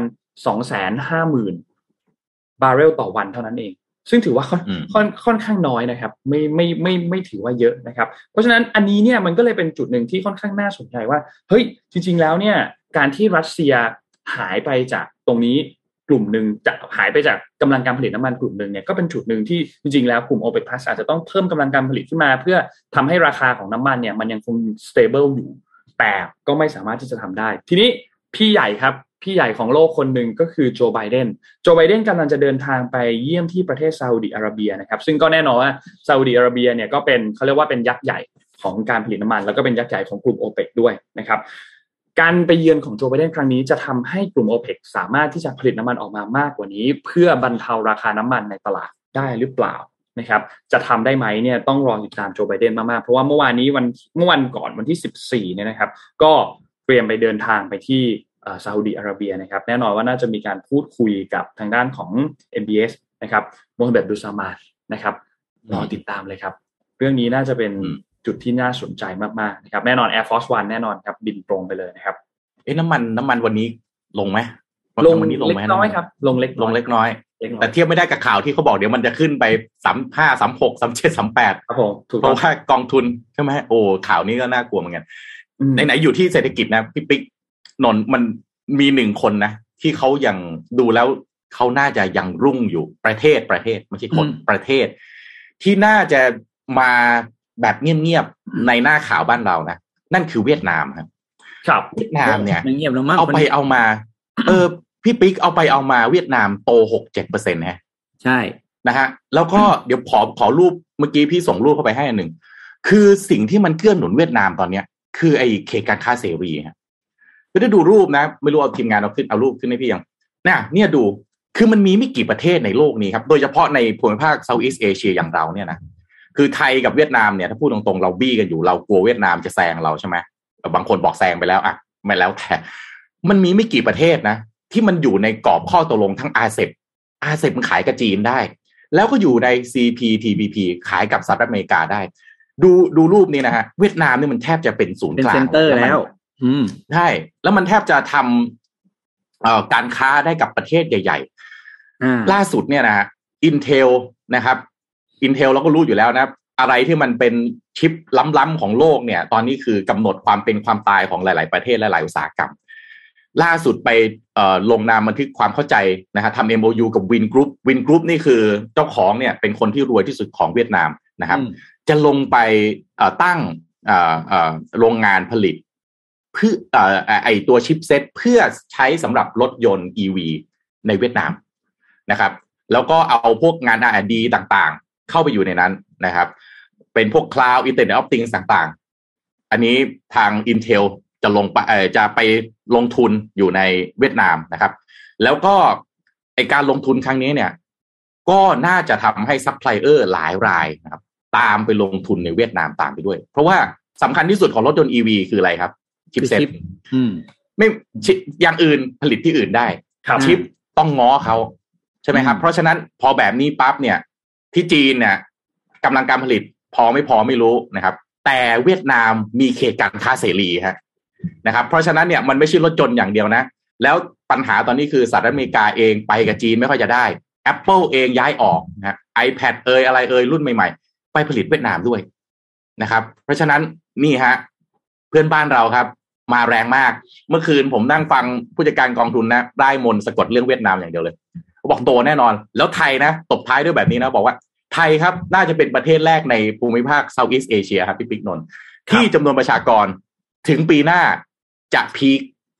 S2: 250,000 บาร์เรลต่อวันเท่านั้นเองซึ่งถือว่าค่อนข้างน้อยนะครับไม่ถือว่าเยอะนะครับเพราะฉะนั้นอันนี้เนี่ยมันก็เลยเป็นจุดหนึ่งที่ค่อนข้างน่าสนใจว่าเฮ้ยจริงๆแล้วเนี่ยการที่รัสเซียหายไปจากตรงนี้กลุ่มหนึ่งจะหายไปจากกำลังการผลิตน้ำมันกลุ่มหนึ่งเนี่ยก็เป็นจุดหนึ่งที่จริงๆแล้วกลุ่ม OPEC Plus อาจจะต้องเพิ่มกำลังการผลิตขึ้นมาเพื่อทำให้ราคาของน้ำมันเนี่ยมันยังคง stable อยู่แต่ก็ไม่สามารถที่จะทำได้ทีนี้พี่ใหญ่ครับพี่ใหญ่ของโลกคนหนึ่งก็คือโจไบเดนกำลังจะเดินทางไปเยี่ยมที่ประเทศซาอุดิอาระเบียนะครับซึ่งก็แน่นอนว่าซาอุดิอาระเบียเนี่ยก็เป็นเขาเรียกว่าเป็นยักษ์ใหญ่ของการผลิตน้ำมันแล้วก็เป็นยักษ์ใหญ่ของกลุ่ม OPEC ด้วยนะครับการไปเยือนของโจไบเดนครั้งนี้จะทำให้กลุ่ม OPEC สามารถที่จะผลิตน้ำมันออกมามากกว่านี้เพื่อบรรเทาราคาน้ำมันในตลาดได้หรือเปล่านะครับจะทำได้ไหมเนี่ยต้องรอติดตามโจไบเดนมากๆเพราะว่าเมื่อวันก่อนวันที่14เนี่ยนะครับก็เตรียมไปเดินทางไปที่ซาอุดิอาระเบียนะครับแน่นอนว่าน่าจะมีการพูดคุยกับทางด้านของ MBS นะครับโมฮัมเหม็ด บูซามานนะครับรอติดตามเลยครับเรื่องนี้น่าจะเป็นจุดที่น่าสนใจมากๆนะครับแน่นอน Air Force One แน่นอนครับบินตรงไปเลยนะครับ
S3: น้ำมันวันนี้ลงไหม
S2: ลงเล็กน้อยครับลงเล็ก
S3: น้อยแต่เทียบไม่ได้กับข่าวที่เขาบอกเดี๋ยวมันจะขึ้นไป35 36 37 38
S2: ครับผม
S3: เพราะว่ากองทุนใช่ไหมโอ้ข่าวนี้ก็น่ากลัวเหมือนกันไหนๆอยู่ที่เศรษฐกิจนะพี่ปิ๊กนนมันมี1คนนะที่เขายังดูแล้วเขาน่าจะยังรุ่งอยู่ประเทศไม่ใช่คนประเทศที่น่าจะมาแบบเงียบๆในหน้าข่าวบ้านเรานะนั่นคือเวียดนาม
S2: ครับ
S3: เวียดนามเนี่ย
S4: เงียบแล้วมั้ง
S3: เอาไปเอามาพี่ปิ๊กเอาไปเอามาเวียดนามโต 6-7% ฮะ
S4: ใช่
S3: นะฮะแล้วก็เดี๋ยวขอรูปเมื่อกี้พี่ส่งรูปเข้าไปให้อันหนึ่งคือสิ่งที่มันเกื้อหนุนเวียดนามตอนเนี้ยคือไอ้เขตการค้าเสรีฮะไม่ได้ดูรูปนะไม่รู้เอาทีมงานเอารูปขึ้นให้พี่ยังเนี่ยดูคือมันมีไม่กี่ประเทศในโลกนี้ครับโดยเฉพาะในภูมิภาคเซาท์อีสต์เอเชียอย่างเราเนี่ยนะคือไทยกับเวียดนามเนี่ยถ้าพูดตรงๆเราบี้กันอยู่เรากลัวเวียดนามจะแซงเราใช่ไหมบางคนบอกแซงไปแล้วไม่แล้วแต่มันมีไม่กี่ประเทศนะที่มันอยู่ในกรอบข้อตกลงทั้งอาเซียนมันขายกับจีนได้แล้วก็อยู่ใน CPTPP ขายกับสหรัฐอเมริกาได้ดูรูปนี้นะฮะเวียดนามนี่มันแทบจะเป็นศูนย์กลาง
S4: เป็นเซ็นเตอร์แล้ว
S3: ใช่แล้วมันแทบจะทำการค้าได้กับประเทศใหญ่ๆล่าสุดเนี่ยนะ Intel นะครับ Intel เราก็รู้อยู่แล้วนะอะไรที่มันเป็นชิปล้ำๆของโลกเนี่ยตอนนี้คือกำหนดความเป็นความตายของหลายๆประเทศและหลายอุตสาหกรรมล่าสุดไปลงนามบันทึกความเข้าใจนะฮะทำ MOU กับ Win Group นี่คือเจ้าของเนี่ยเป็นคนที่รวยที่สุดของเวียดนามนะครับจะลงไปตั้งโรงงานผลิตเพื่อไอตัวชิปเซ็ตเพื่อใช้สำหรับรถยนต์ EV ในเวียดนามนะครับแล้วก็เอาพวกงาน R&D ต่างๆเข้าไปอยู่ในนั้นนะครับเป็นพวก Cloud Internet of Things ต่างๆอันนี้ทาง Intel จะไปลงทุนอยู่ในเวียดนามนะครับแล้วก็ไอการลงทุนครั้งนี้เนี่ยก็น่าจะทำให้ซัพพลายเออร์หลายรายนะครับตามไปลงทุนในเวียดนามตามไปด้วยเพราะว่าสำคัญที่สุดของรถยนต์ EV คืออะไรครับชิปเซ็ตไม่อย่างอื่นผลิตที่อื่นได้ชิปต้องง้อเขาใช่ไหมครับเพราะฉะนั้นพอแบบนี้ปั๊บเนี่ยที่จีนเนี่ยกำลังการผลิตพอไม่รู้นะครับแต่เวียดนามมีเขตการค้าเสรีนะครับเพราะฉะนั้นเนี่ยมันไม่ใช่รถยนต์อย่างเดียวนะแล้วปัญหาตอนนี้คือสหรัฐอเมริกาเองไปกับจีนไม่ค่อยจะได้ Apple เองย้ายออกนะ iPad อะไรรุ่นใหม่ๆไปผลิตเวียดนามด้วยนะครับเพราะฉะนั้นนี่ฮะเพื่อนบ้านเราครับมาแรงมากเมื่อคืนผมนั่งฟังผู้จัดการกองทุนนะได้มนต์สะกดเรื่องเวียดนามอย่างเดียวเลยบอกโตแน่นอนแล้วไทยนะตบท้ายด้วยแบบนี้นะบอกว่าไทยครับน่าจะเป็นประเทศแรกในภูมิภาคเซาท์อีสต์เอเชียครับพี่ปิ๊กนนท์ที่จำนวนประชากรถึงปีหน้าจะพีค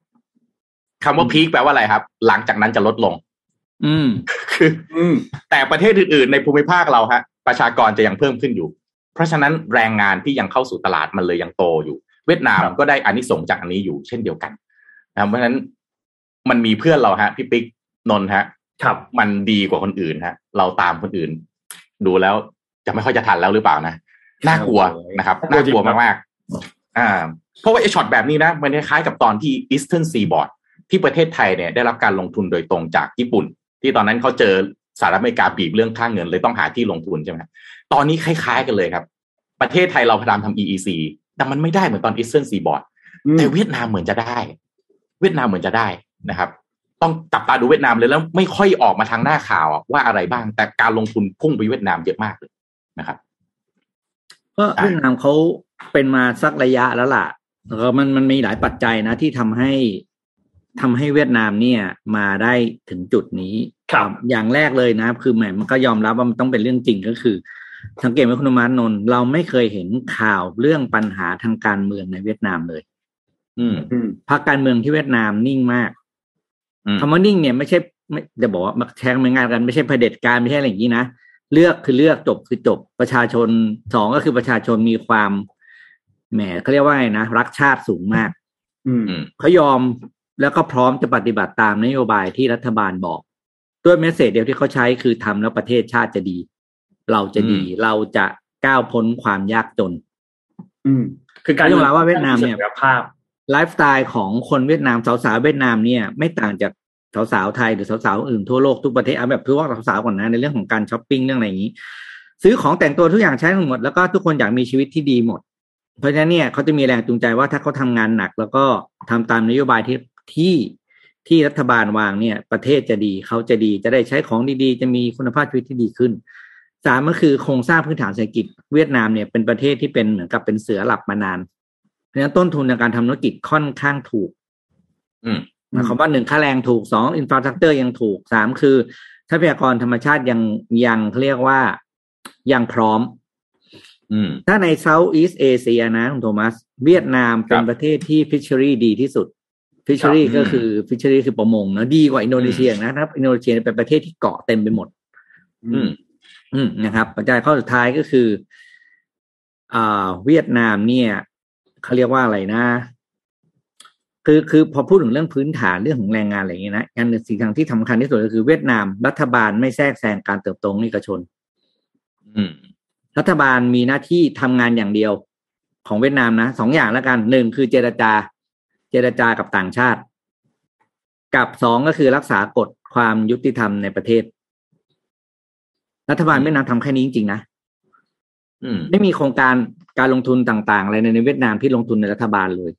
S3: คำว่าพีคแปลว่าอะไรครับหลังจากนั้นจะลดลงคือแต่ประเทศอื่นๆในภูมิภาคเราฮะประชากรจะยังเพิ่มขึ้นอยู่เพราะฉะนั้นแรงงานที่ยังเข้าสู่ตลาดมันเลยยังโตอยู่เวียดนามก็ได้อานิสงส์จากอันนี้อยู่เช่นเดียวกันนะเพราะฉะนั้นมันมีเพื่อนเราฮะพี่ปิ๊กนนท์ฮะครับมันดีกว่าคนอื่นฮะเราตามคนอื่นดูแล้วจะไม่ค่อยจะทันแล้วหรือเปล่านะน่ากลัวนะครับน่ากลัวมากๆเพราะว่าไอ้ช็อตแบบนี้นะมันคล้ายๆกับตอนที่ Eastern Seaboard ที่ประเทศไทยเนี่ยได้รับการลงทุนโดยตรงจากญี่ปุ่นที่ตอนนั้นเขาเจอสหรัฐอเมริกาบีบเรื่องค่าเงินเลยต้องหาที่ลงทุนใช่ไหมตอนนี้คล้ายๆกันเลยครับประเทศไทยเราพยายามทำ EEC แต่มันไม่ได้เหมือนตอน Eastern Seaboard แต่เวียดนามเหมือนจะได้นะครับต้องจับตาดูเวียดนามเลยแล้วไม่ค่อยออกมาทางหน้าข่าวว่าอะไรบ้างแต่การลงทุนพุ่งไปเวียดนามเยอะมากเลยนะครับ
S4: ก็เวียดนามเขาเป็นมาสักระยะแล้วล่ะแล้วก็มันมีหลายปัจจัยนะที่ทำให้เวียดนามเนี่ยมาได้ถึงจุดนี้อย่างแรกเลยนะคือแหมมันก็ยอมรับว่ามันต้องเป็นเรื่องจริงก็คือสังเกตไหมคุณมาร์นนท์เราไม่เคยเห็นข่าวเรื่องปัญหาทางการเมืองในเวียดนามเลยพรรคการเมืองที่เวียดนามนิ่งมากคำว่านิ่งเนี่ยไม่ใช่จะบอกว่าแทงมืองานกันไม่ใช่เผด็จการไม่ใช่อะไรอย่างนี้นะเลือกคือเลือกจบคือจบประชาชนสองก็คือประชาชนมีความแหมเขาเรียกว่าไงนะรักชาติสูงมากเขายอมแล้วก็พร้อมจะปฏิบัติตามนโยบายที่รัฐบาลบอกด้วยเมสเสจเดียวที่เขาใช้คือทำแล้วประเทศชาติจะดีเราจะดีเราจะก้าวพ้นความยากจน
S2: คือการ
S4: ยอมรับว่าเวียดนามเนี่ยไลฟ์สไตล์ของคนเวียดนามสาวๆเวียดนามเนี่ยไม่ต่างจากสาวๆไทยหรือสาวๆอื่นทั่วโลกทุกประเทศเอาแบบทั่วสาวๆก่อนนะในเรื่องของการช้อปปิ้งเรื่องอะไรอย่างนี้ซื้อของแต่งตัวทุกอย่างใช้ทั้งหมดแล้วก็ทุกคนอยากมีชีวิตที่ดีหมดเพราะฉะนั้นเนี่ยเขาจะมีแรงจูงใจว่าถ้าเขาทำงานหนักแล้วก็ทำตามนโยบายที่รัฐบาลวางเนี่ยประเทศจะดีเขาจะดีจะได้ใช้ของดีๆจะมีคุณภาพชีวิตที่ดีขึ้นสามก็คือโครงสร้างพื้นฐานเศรษฐกิจเวียดนามเนี่ยเป็นประเทศที่เป็นเหมือนกับเป็นเสือหลับมานานเพราะฉะนั้นต้นทุนในการทำธุรกิจค่อนข้างถูกหมายความว่า1ค่าแรงถูก2อินฟราสตรัคเจอร์ยังถูก3คือทรัพยากรธรรมชาติยังเขาเรียกว่ายังพร้อมถ้าใน Southeast Asia นะคุณโทมัสเวียดนามเป็นประเทศที่ fishery ดีที่สุด fishery ก็คือ fishery คือประมงนะดีกว่าอินโดนีเซียนะครับอินโดนีเซียเป็นประเทศที่เกาะเต็มไปหมดนะครับปัจจัยข้อสุดท้ายก็คือเวียดนามเนี่ยเขาเรียกว่าอะไรนะคือพอพูดถึงเรื่องพื้นฐานเรื่องของแรงงานอะไรอย่างเงี้ยนะอันหนึ่งสิ่งที่สำคัญที่สุดก็คือเวียดนามรัฐบาลไม่แทรกแซงการเติบโตของเอกชนรัฐบาลมีหน้าที่ทำงานอย่างเดียวของเวียดนามนะ2อย่างแล้วกัน1คือเจรจากับต่างชาติกับ2ก็คือรักษากฎความยุติธรรมในประเทศรัฐบาลเวียดนามทำแค่นี้จริงๆนะไม่มีโครงการลงทุนต่างๆอะไรในเวียดนามที่ลงทุนในรัฐบาลเลย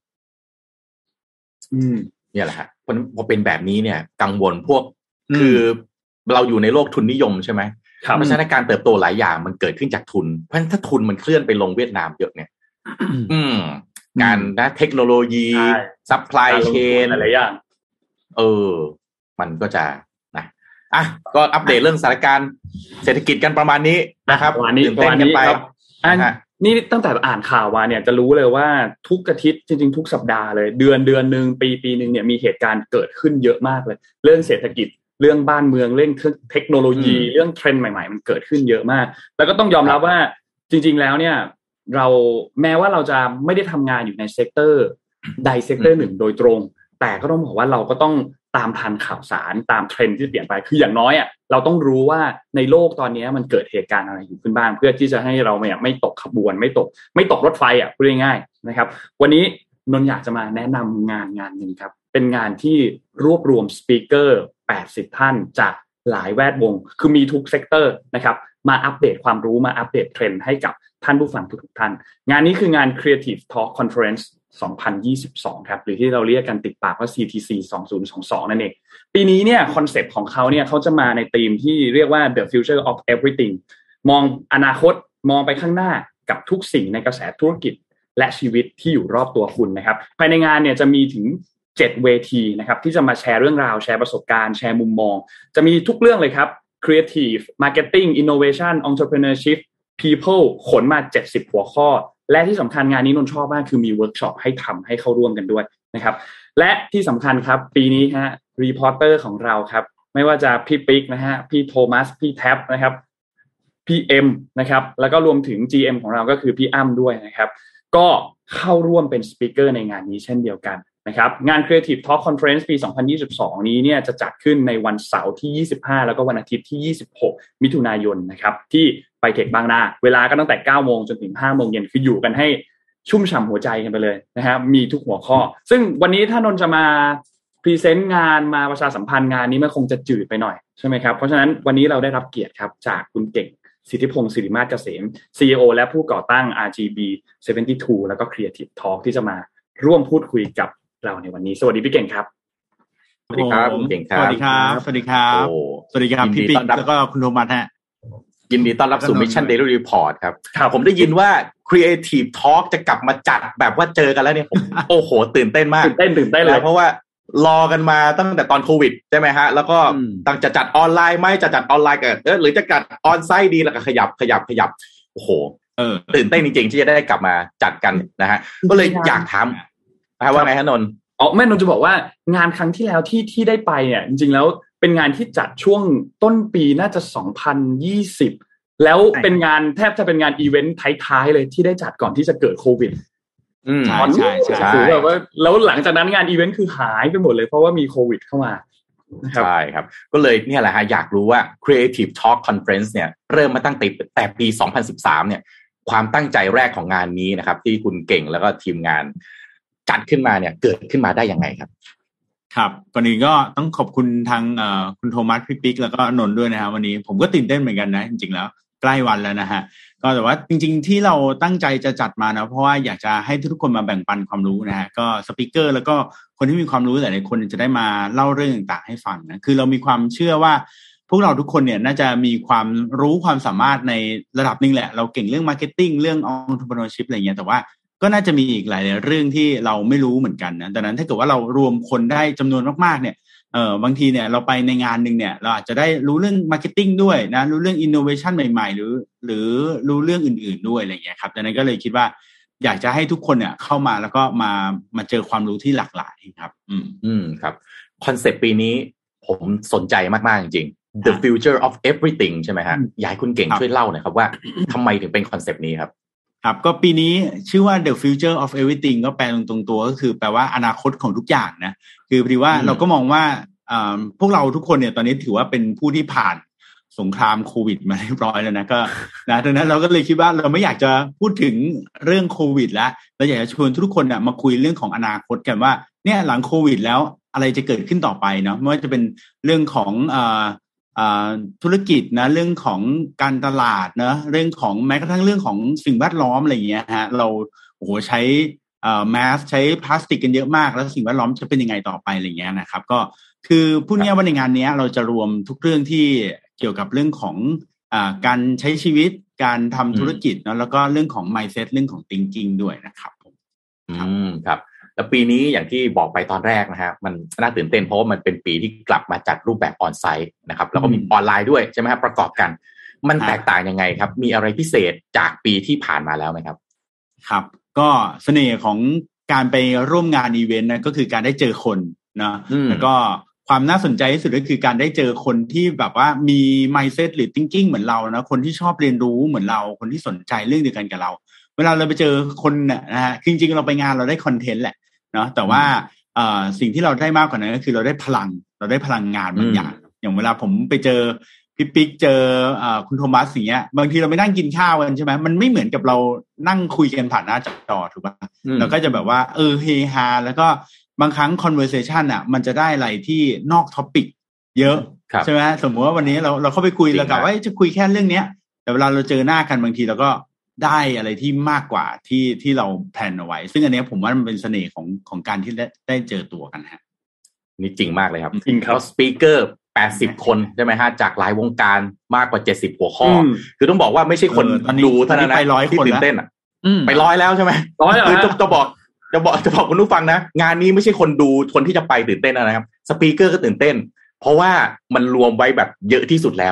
S3: เนี่ยแหละฮะพอเป็นแบบนี้เนี่ยกังวลพวกคือเราอยู่ในโลกทุนนิยมใช่ไหมเพราะฉะนั้นการเติบโตหลายอย่างมันเกิดขึ้นจากทุนเพราะฉะนั้นถ้าทุนมันเคลื่อนไปลงเวียดนามเยอะเนี่ยการนะเทคโนโลยีซัพพลายเชน
S2: อะไรอย่าง
S3: มันก็จะนะก็อัปเดตเรื่องสถานการณ์เศรษฐกิจกันประมาณนี้นะครับตื่นเต้นกันไป
S2: นี่ตั้งแต่อ่านข่าวมาเนี่ยจะรู้เลยว่าทุกอาทิตย์จริงๆทุกสัปดาห์เลยเดือนนึงปีนึงเนี่ยมีเหตุการณ์เกิดขึ้นเยอะมากเลยเรื่องเศรษฐกิจเรื่องบ้านเมืองเรื่องเทคโนโลยีเรื่องเทรนด์ใหม่ๆมันเกิดขึ้นเยอะมากแล้วก็ต้องยอมรับว่าจริงๆแล้วเนี่ยเราแม้ว่าเราจะไม่ได้ทำงานอยู่ในเซกเตอร์ใดเซกเตอร์หนึ่งโดยตรงแต่ก็ต้องบอกว่าเราก็ต้องตามทันข่าวสารตามเทรนด์ที่เปลี่ยนไปคืออย่างน้อยเราต้องรู้ว่าในโลกตอนนี้มันเกิดเหตุการณ์อะไรอยู่ขึ้นบ้างเพื่อที่จะให้เราไม่ตกขบวนไม่ตกรถไฟพูดง่ายๆนะครับวันนี้นนท์อยากจะมาแนะนำงานหนึ่งครับเป็นงานที่รวบรวมสปีกเกอร์80ท่านจากหลายแวดวงคือมีทุกเซกเตอร์นะครับมาอัปเดตความรู้มาอัปเดตเทรนด์ให้กับท่านผู้ฟังทุกท่านงานนี้คืองาน Creative Talk Conference 2022ครับหรือที่เราเรียกกันติดปากว่า CTC 2022นั่นเองปีนี้เนี่ยคอนเซปต์ของเขาเนี่ยเขาจะมาในธีมที่เรียกว่า The Future of Everything มองอนาคตมองไปข้างหน้ากับทุกสิ่งในกระแสธุรกิจและชีวิตที่อยู่รอบตัวคุณนะครับภายในงานเนี่ยจะมีถึง7เวทีนะครับที่จะมาแชร์เรื่องราวแชร์ประสบการณ์แชร์มุมมองจะมีทุกเรื่องเลยครับ Creative Marketing Innovation Entrepreneurship People ขนมา70หัวข้อและที่สำคัญงานนี้นนชอบมากคือมีเวิร์กช็อปให้ทำให้เข้าร่วมกันด้วยนะครับและที่สำคัญครับปีนี้ฮะรีพอร์เตอร์ของเราครับไม่ว่าจะพี่ปิ๊กนะฮะพี่โทมัสพี่แท็บนะครับพี่เอ็มนะครับแล้วก็รวมถึง GM ของเราก็คือพี่อ้ำด้วยนะครับก็เข้าร่วมเป็นสปีกเกอร์ในงานนี้เช่นเดียวกันนะครับงาน Creative Talk Conference ปี 2022 นี้เนี่ยจะจัดขึ้นในวันเสาร์ที่25แล้วก็วันอาทิตย์ที่26มิถุนายนนะครับที่ไปเทคบางนาเวลาก็ตั้งแต่ 9 โมงจนถึง 5 โมงเย็นคืออยู่กันให้ชุ่มฉ่ำหัวใจกันไปเลยนะครับมีทุกหัวข้อซึ่งวันนี้ถ้านนท์จะมาพรีเซนต์งานมาประชาสัมพันธ์งานนี้มันคงจะจืดไปหน่อยใช่ไหมครับเพราะฉะนั้นวันนี้เราได้รับเกียรติครับจากคุณเก่งสิทธิพงศ์ศิริมาศเกษม CEO และผู้ก่อตั้ง RGB 72 แล้วก็ Creative Talk ที่จะมาร่วมพูดคุยกับเราในวันนี้สวัสดีพี่เก่งครับ
S3: สวัสดีครับเก่งครับ
S4: สวัสดีครับสวัสดีครับสวัสดีครับพี่ปิ๊กแล้วก็คุณโทมัสฮะ
S3: ยินดีต้อนรับสู่ Mission Daily Report ครับผมได้ยินว่า Creative Talk จะกลับมาจัดแบบว่าเจอกันแล้วเนี่ยผมโอ้โหตื่นเต้นมาก
S2: ตื่นเต้นเลย
S3: เพราะว่ารอกันมาตั้งแต่ตอนโควิดใช่ไหมฮะแล้วก็ตั้งจะจัดออนไลน์ไหมจะจัดออนไลน์กันหรือจะจัดออนไซต์ดีแล้วก็ขยับโอ้โหตื่นเต้นจริงๆที่จะได้กลับมาจัดกันนะฮะก็เลยอยากถามว่าไงฮะนนท์
S2: แม่นนท์จะบอกว่างานครั้งที่แล้วที่ได้ไปเนี่ยจริงๆแล้วเป็นงานที่จัดช่วงต้นปีน่าจะ2020แล้วเป็นงานแทบจะเป็นงานอีเวนต์ท้ายๆเลยที่ได้จัดก่อนที่จะเกิดโควิด
S4: ใช่
S2: คือแบบว่าแล้วหลังจากนั้นงานอีเวนต์คือหายไปหมดเลยเพราะว่ามีโควิดเข้ามา
S3: ใช่ครับก็เลยเนี่ยแหละฮะอยากรู้ว่า Creative Talk Conference เนี่ยเริ่มมาตั้งแต่ปี 2013 เนี่ยความตั้งใจแรกของงานนี้นะครับที่คุณเก่งแล้วก็ทีมงานจัดขึ้นมาเนี่ยเกิดขึ้นมาได้ยังไงครับ
S4: ครับก่อนอื่นก็ต้องขอบคุณทางคุณโทมัสพี่ปิ๊กแล้วก็นนท์ด้วยนะครับวันนี้ผมก็ตื่นเต้นเหมือนกันนะจริงๆแล้วใกล้วันแล้วนะฮะก็แต่ว่าจริงๆที่เราตั้งใจจะจัดมานะเพราะว่าอยากจะให้ทุกคนมาแบ่งปันความรู้นะฮะก็สปีกเกอร์แล้วก็คนที่มีความรู้หลายๆคนจะได้มาเล่าเรื่องต่างๆให้ฟังนะคือเรามีความเชื่อว่าพวกเราทุกคนเนี่ยน่าจะมีความรู้ความสามารถในระดับนึงแหละเราเก่งเรื่องมาร์เก็ตติ้งเรื่อง entrepreneurship อะไรเงี้ยแต่ว่าก็น่าจะมีอีกหลายเรื่องที่เราไม่รู้เหมือนกันนะดังนั้นถ้าเกิดว่าเรารวมคนได้จำนวนมากๆเนี่ยบางทีเนี่ยเราไปในงานนึงเนี่ยเราอาจจะได้รู้เรื่องมาร์เก็ตติ้งด้วยนะรู้เรื่องอินโนเวชันใหม่ๆหรือรู้เรื่องอื่นๆด้วยอะไรอย่างเงี้ยครับดังนั้นก็เลยคิดว่าอยากจะให้ทุกคนเนี่ยเข้ามาแล้วก็มาเจอความรู้ที่หลากหลายครับ
S3: ครับคอนเซปต์ปีนี้ผมสนใจมากๆจริงๆ The Future of Everything ใช่ไหมฮะอยากให้คุณเก่งช่วยเล่าหน่อยครับว่าทำไมถึงเป็นคอนเซปต์นี้ครับ
S4: ครับก็ปีนี้ชื่อว่า The Future of Everything ก็แปลตรงตัวก็คือแปลว่าอนาคตของทุกอย่างนะคือพอดีว่าเราก็มองว่าพวกเราทุกคนเนี่ยตอนนี้ถือว่าเป็นผู้ที่ผ่านสงครามโควิดมาเรียบร้อยแล้วนะก็นะดังนั้นเราก็เลยคิดว่าเราไม่อยากจะพูดถึงเรื่องโควิดแล้วเราอยากจะชวนทุกคนมาคุยเรื่องของอนาคตกันว่าเนี่ยหลังโควิดแล้วอะไรจะเกิดขึ้นต่อไปเนาะไม่ว่าจะเป็นเรื่องของธุรกิจนะเรื่องของการตลาดนะเรื่องของแม้กระทั่งเรื่องของสิ่งแวดล้อมอะไรอย่างเงี้ยฮะเราใช้แมสใช้พลาสติกกันเยอะมากแล้วสิ่งแวดล้อมจะเป็นยังไงต่อไปอะไรอย่างเงี้ยนะครับก็คือพูดง่ายว่าในงานนี้เราจะรวมทุกเรื่องที่เกี่ยวกับเรื่องของการใช้ชีวิตการทำธุรกิจนะแล้วก็เรื่องของ mindset เรื่องของ thinking ด้วยนะครับ
S3: ครับแล้วปีนี้อย่างที่บอกไปตอนแรกนะฮะมันน่าตื่นเต้นเพราะว่ามันเป็นปีที่กลับมาจัดรูปแบบออนไซต์นะครับแล้วก็มีออนไลน์ด้วยใช่ไหมครับประกอบกันมันแตกต่างยังไงครับมีอะไรพิเศษจากปีที่ผ่านมาแล้วไหมครับ
S4: ครับก็เสน่ห์ของการไปร่วมงานอีเวนต์นะก็คือการได้เจอคนนะแล้วก็ความน่าสนใจที่สุดก็คือการได้เจอคนที่แบบว่ามี mindset หรือ thinking เหมือนเรานะคนที่ชอบเรียนรู้เหมือนเราคนที่สนใจเรื่องเดียวกันกับเราเวลาเราไปเจอคนนะฮะจริงๆเราไปงานเราได้คอนเทนต์แหละเนาะแต่ว่าสิ่งที่เราได้มากกว่านั้นก็คือเราได้พลังงานบางอย่างเวลาผมไปเจอพี่ปิ๊กเจอคุณโทมัสอย่างเงี้ยบางทีเราไปนั่งกินข้าวกันใช่ไหมมันไม่เหมือนกับเรานั่งคุยกันผ่านหน้าจอถูกป่ะเราก็จะแบบว่าเฮฮาแล้วก็บางครั้ง conversation มันจะได้อะไรที่นอกท็อปิกเยอะใช่ไหมสมมติว่าวันนี้เราเข้าไปคุยแล้วกับว่าจะคุยแค่เรื่องเนี้ยแต่เวลาเราเจอหน้ากันบางทีเราก็ได้อะไรที่มากกว่าที่เราแพลนเอาไว้ซึ่งอันนี้ผมว่ามันเป็นเสน่ห์ของการที่ได้เจอตัวกันฮะ
S3: นี่จริงมากเลยครับจริงครับสปีกเกอร์80 คนใช่ไหมฮะจากหลายวงการมากกว่า70หัวข้อคือต้องบอกว่าไม่ใช่คนดูเท่านั้นนะที่ตื่นเต้นไป100แล้วใช่ไหมคือจะบอกคุณผู้ฟังนะงานนี้ไม่ใช่คนดูคนที่จะไปตื่นเต้นนะครับสปีกเกอร์ก็ตื่นเต้นเพราะว่ามันรวมไว้แบบเยอะที่สุดแล้วอะ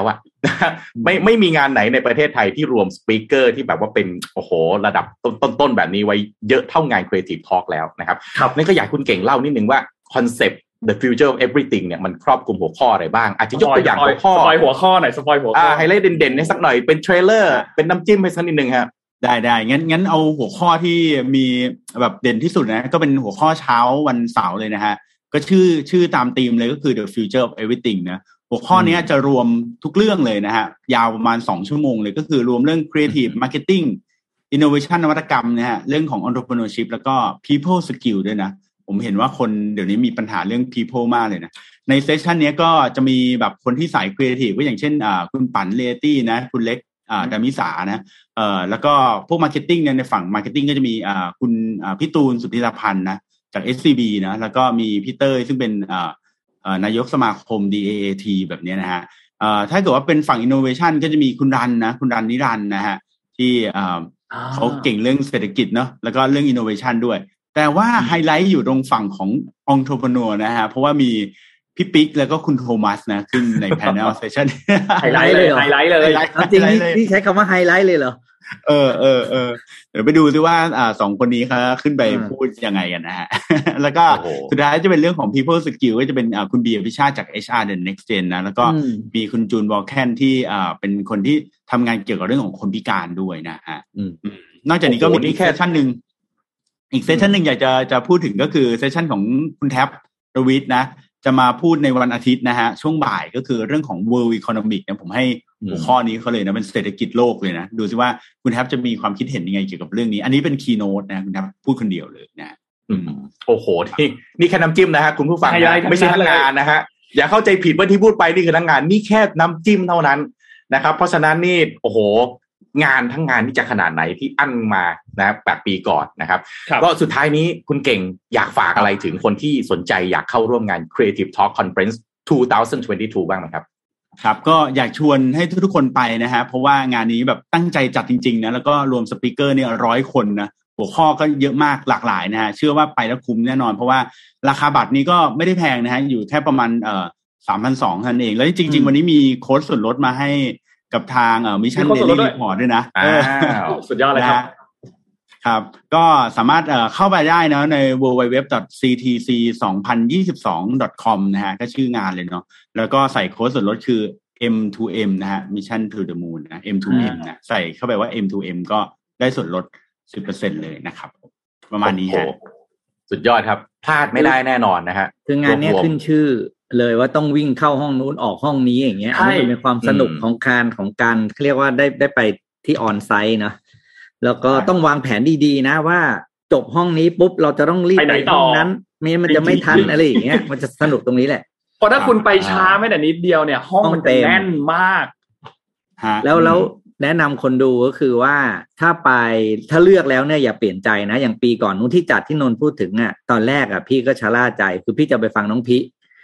S3: ไม่มีงานไหนในประเทศไทยที่รวมสปีกเกอร์ที่แบบว่าเป็นโอ้โหระดับต้นแบบนี้ไว้เยอะเท่างาน Creative Talk แล้วนะครับนี่ก็อยากคุณเก่งเล่านิดนึงว่าคอนเซปต์ The Future of Everything เนี่ยมันครอบคลุมหัวข้ออะไรบ้างอาจจะยกตัวอย่างหัวข้อ
S2: สปอยหัวข้อหน่อยสปอยหัวข้อ
S3: ไฮไลท์เด่นๆให้สักหน่อยเป็นเทรลเลอร์เป็นน้ำจิ้มให้สักนิดนึงครับ
S5: ได้งั้นเอาหัวข้อที่มีแบบเด่นที่สุดนะก็เป็นหัวข้อเช้าวันเสาร์เลยนะฮะก็ชื่อตามธีมเลยก็คือ The Future of Everything นะหัวข้อนี้จะรวมทุกเรื่องเลยนะฮะยาวประมาณ2ชั่วโมงเลยก็คือรวมเรื่อง Creative Marketing Innovation นวัตกรรมนะฮะเรื่องของ Entrepreneurship แล้วก็ People Skill ด้วยนะผมเห็นว่าคนเดี๋ยวนี้มีปัญหาเรื่อง People มากเลยนะในเซสชันนี้ก็จะมีแบบคนที่สาย Creative ก็อย่างเช่นคุณปั่นเลตี้นะคุณเล็กดามิสานะแล้วก็พวก Marketing เนี่ยในฝั่ง Marketing ก็จะมีคุณพี่ตูนสุทธิรพันธ์นะจาก SCB นะแล้วก็มีพี่เต้ยซึ่งเป็นนายกสมาคม DAAT แบบนี้นะฮะถ้าเกิดว่าเป็นฝั่ง Innovation ก็จะมีคุณรันนิรันดร์นะฮะที่เขาเก่งเรื่องเศรษฐกิจเนาะแล้วก็เรื่อง Innovation ด้วยแต่ว่าไฮไลท์อยู่ตรงฝั่งของ Entrepreneur นะฮะเพราะว่ามีพี่ปิ๊กแล้วก็คุณโทมัสนะขึ้นใน panel session
S2: ไฮไลท์เลย
S4: จริงนี่ใช้คำว่าไฮไลท์เลยเหรอ
S5: เดี๋ยวไปดูซิว่า2คนนี้เขาขึ้นไปพูดยังไงกันนะฮะแล้วก็สุดท้ายจะเป็นเรื่องของ people skill ก็จะเป็นคุณบีอภิชาติจาก HR The Next Gen นะแล้วก็มีคุณจูนวอลแคนที่เป็นคนที่ทำงานเกี่ยวกับเรื่องของคนพิการด้วยนะฮะนอกจากนี้ก็มีอีกเซสชั่นหนึ่งอยากจะพูดถึงก็คือเซสชั่นของคุณแท็บรวิทย์นะจะมาพูดในวันอาทิตย์นะฮะช่วงบ่ายก็คือเรื่องของ World Economic เนี่ยผมให้หัวข้อนี้เขาเลยนะเป็นเศรษฐกิจโลกเลยนะดูซิว่าคุณแทบจะมีความคิดเห็นยังไงเกี่ยวกับเรื่องนี้อันนี้เป็นคีย์โน้ตนะคุณแทบพูดคนเดียวเลยนะ
S3: โอ้โหนี่แค่น้ำจิ้มนะฮะคุณผู้ฟังไม่ใช่ทั้งงานนะฮะอย่าเข้าใจผิดว่าที่พูดไปนี่คือทั้งงานนี่แค่น้ำจิ้มเท่านั้นนะครับเพราะฉะนั้นนี่โอ้โหงานทั้งงานที่จะขนาดไหนที่อั้นมานะแบบปีก่อนนะครับก็สุดท้ายนี้คุณเก่งอยากฝากอะไรถึงคนที่สนใจอยากเข้าร่วมงาน Creative Talk Conference 2022 บ้างไหมครับ
S5: ครับก็อยากชวนให้ทุกคนไปนะฮะเพราะว่างานนี้แบบตั้งใจจัดจริงๆนะแล้วก็รวมสปีกเกอร์เนี่ย100 คนนะหัวข้อก็เยอะมากหลากหลายนะฮะเชื่อว่าไปแล้วคุ้มแน่นอนเพราะว่าราคาบัตรนี้ก็ไม่ได้แพงนะฮะอยู่แค่ประมาณ3,200 เท่านั้นเองแล้วจริงๆวันนี้มีโค้ดส่วนลดมาให้กับทางMission Daily Report ด้วยนะ
S2: สุดยอดเลย
S5: ครับก็สามารถเข้าไปได้นะใน www.ctc2022.com นะฮะก็ชื่องานเลยเนาะแล้วก็ใส่โค้ดส่วนลดคือ M2M นะฮะ Mission to the Moon นะ M2M นะใส่เข้าไปว่า M2M ก็ได้ส่วนลด 10% เลยนะครับประมาณนี้ฮะ
S3: สุดยอดครับพลาดไม่ได้แน่นอนนะฮะ
S4: คืองานนี้ขึ้นชื่อเลยว่าต้องวิ่งเข้าห้องนู้นออกห้องนี้อย่างเงี้ยมันเป็นความสนุกของการเรียกว่าได้ไปที่ออนไซต์นะแล้วก็ต้องวางแผนดีๆนะว่าจบห้องนี้ปุ๊บเราจะต้องรีบไปห้องนั้นมันจะไม่ทันอะไรอย่างเงี้ยมันจะสนุกตรงนี้แหละ
S2: เพราะถ้าคุณไปช้าไม่แต่นิดเดียวเนี่ยห้องมันแน่นมาก
S4: แล้วแนะนำคนดูก็คือว่าถ้าเลือกแล้วเนี่ยอย่าเปลี่ยนใจนะอย่างปีก่อนนู้นที่จัดที่นนท์พูดถึงอ่ะตอนแรกอ่ะพี่ก็ชะล่าใจคือพี่จะไปฟังน้องพี่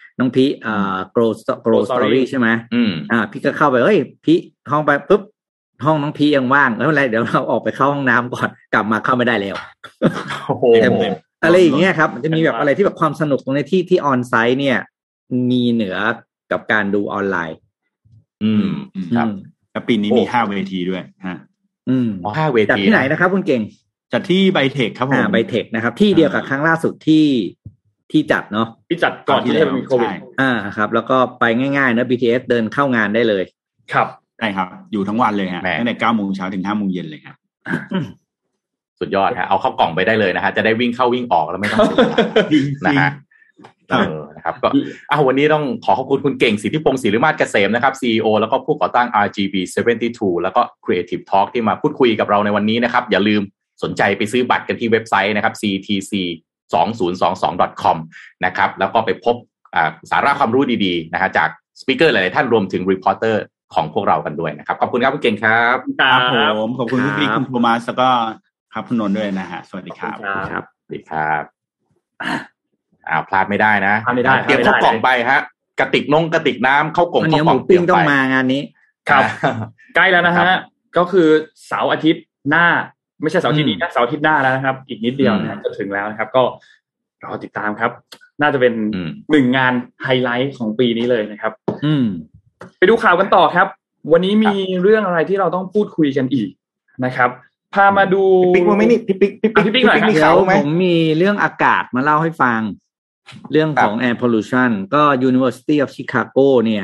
S4: grow story ใช่ไหมพี่ก็เข้าไปพี่ห้องไปปุ๊บห้องน้องพี่ยังว่างแล้วอะไรเดี๋ยวเราออกไปเข้าห้องน้ำก่อนกลับมาเข้าไม่ได้แล้วอะไรอย่างเงี้ยครับมันจะมีแบบอะไรที่แบบความสนุกตรงในที่ออนไซต์เนี่ยมีเหนือกับการดูออนไลน์
S5: ครับแล้วปีนี้มี5 เวทีด้วยฮะ
S3: 5 เวที
S4: จัดที่ไหนนะครับคุณเก่ง
S5: จัดที่ไบเทคครับผม
S4: ไบเทคนะครับที่เดียวกับครั้งล่าสุดที่จัดเนาะ
S2: ที่จัดก่อนที่จะมีโควิด
S4: ครับแล้วก็ไปง่ายๆนะ BTS เดินเข้างานได้เลย
S2: ครับ
S5: ใช่ครับอยู่ทั้งวันเลยฮะตั้งแต่ 9 โมงเช้าถึง 5 โมงเย็นเลยครับ
S3: สุดยอดฮะเอาเข้ากล่องไปได้เลยนะฮะจะได้วิ่งเข้าวิ่งออกแล้วไม่ต้องเสียนะฮะนะครับก็วันนี้ต้องขอบคุณคุณเก่งสิทธิพงศ์ศิริมาศเกษมนะครับ CEO แล้วก็ผู้ก่อตั้ง RGB72 แล้วก็ Creative Talk ที่มาพูดคุยกับเราในวันนี้นะครับอย่าลืมสนใจไปซื้อบัตรกันที่เว็บไซต์นะครับ ctc2022.com นะครับแล้วก็ไปพบสาระความรู้ดีๆนะฮะจากสปีกเกอร์หลายๆท่านรวมถึงรีพอร์เตอร์ของพวกเรากันด้วยนะครับขอบคุณครับคุณเก่งครับ
S5: ครับผมขอบคุณคุณปิ๊กคุณโทมัสแล้วก็ครับคุณนนท์ด้วยนะฮะสวัสดีครับ
S3: สวัสดีครับพลาดไม่ได้นะเตรียมเข้ากล่องไปฮะกระติกน้ำเข้ากล่อง
S4: เข้ากล่องต้องมางานนี้
S2: ครับใกล้แล้วนะฮะก็คือเสาร์อาทิตย์หน้าไม่ใช่เสาร์อาทิตย์นี้นะเสาร์อาทิตย์หน้าแล้วนะครับอีกนิดเดียวนะจะถึงแล้วนะครับก็รอติดตามครับน่าจะเป็น1 งานไฮไลท์ของปีนี้เลยนะครับไปดูข่าวกันต่อครับวันนี้มีเรื่องอะไรที่เราต้องพูดคุยกันอีกนะครับพามาดู
S3: ปิ๊กมาไหมนี่พี่ปิ๊ก
S2: หน่อย
S4: เดี๋ยวผมมีเรื่องอากาศมาเล่าให้ฟังเรื่องของ air pollution ก็ University of Chicago เนี่ย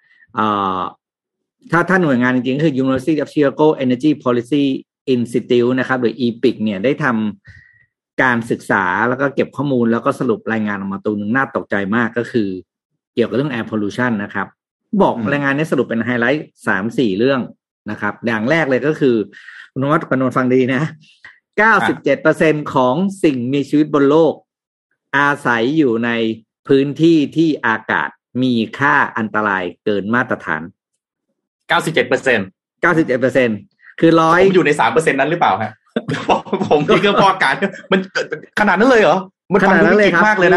S4: ถ้าหน่วยงานจริงๆก็คือ University of Chicago Energy Policy Institute นะครับหรือ EPIC เนี่ยได้ทำการศึกษาแล้วก็เก็บข้อมูลแล้วก็สรุปรายงานออกมาตัวนึงน่าตกใจมากก็คือเกี่ยวกับเรื่อง air pollution นะครับบอกรายงานนี้สรุปเป็นไฮไลท์ 3-4 เรื่องนะครับอย่างแรกเลยก็คือคุณนวัดกนนฟังดีนะ 97% ของสิ่งมีชีวิตบนโลกอาศัยอยู่ในพื้นที่ที่อากาศมีค่าอันตรายเกินมาตรฐาน 97% คือ100
S3: ผมอยู่ใน 3% นั้นหรือเปล่าฮะ ผมที่เครื่องฟอกอากาศมันขนาดนั้นเลยเหรอมันฟังดูวิกฤตมากเลยนะ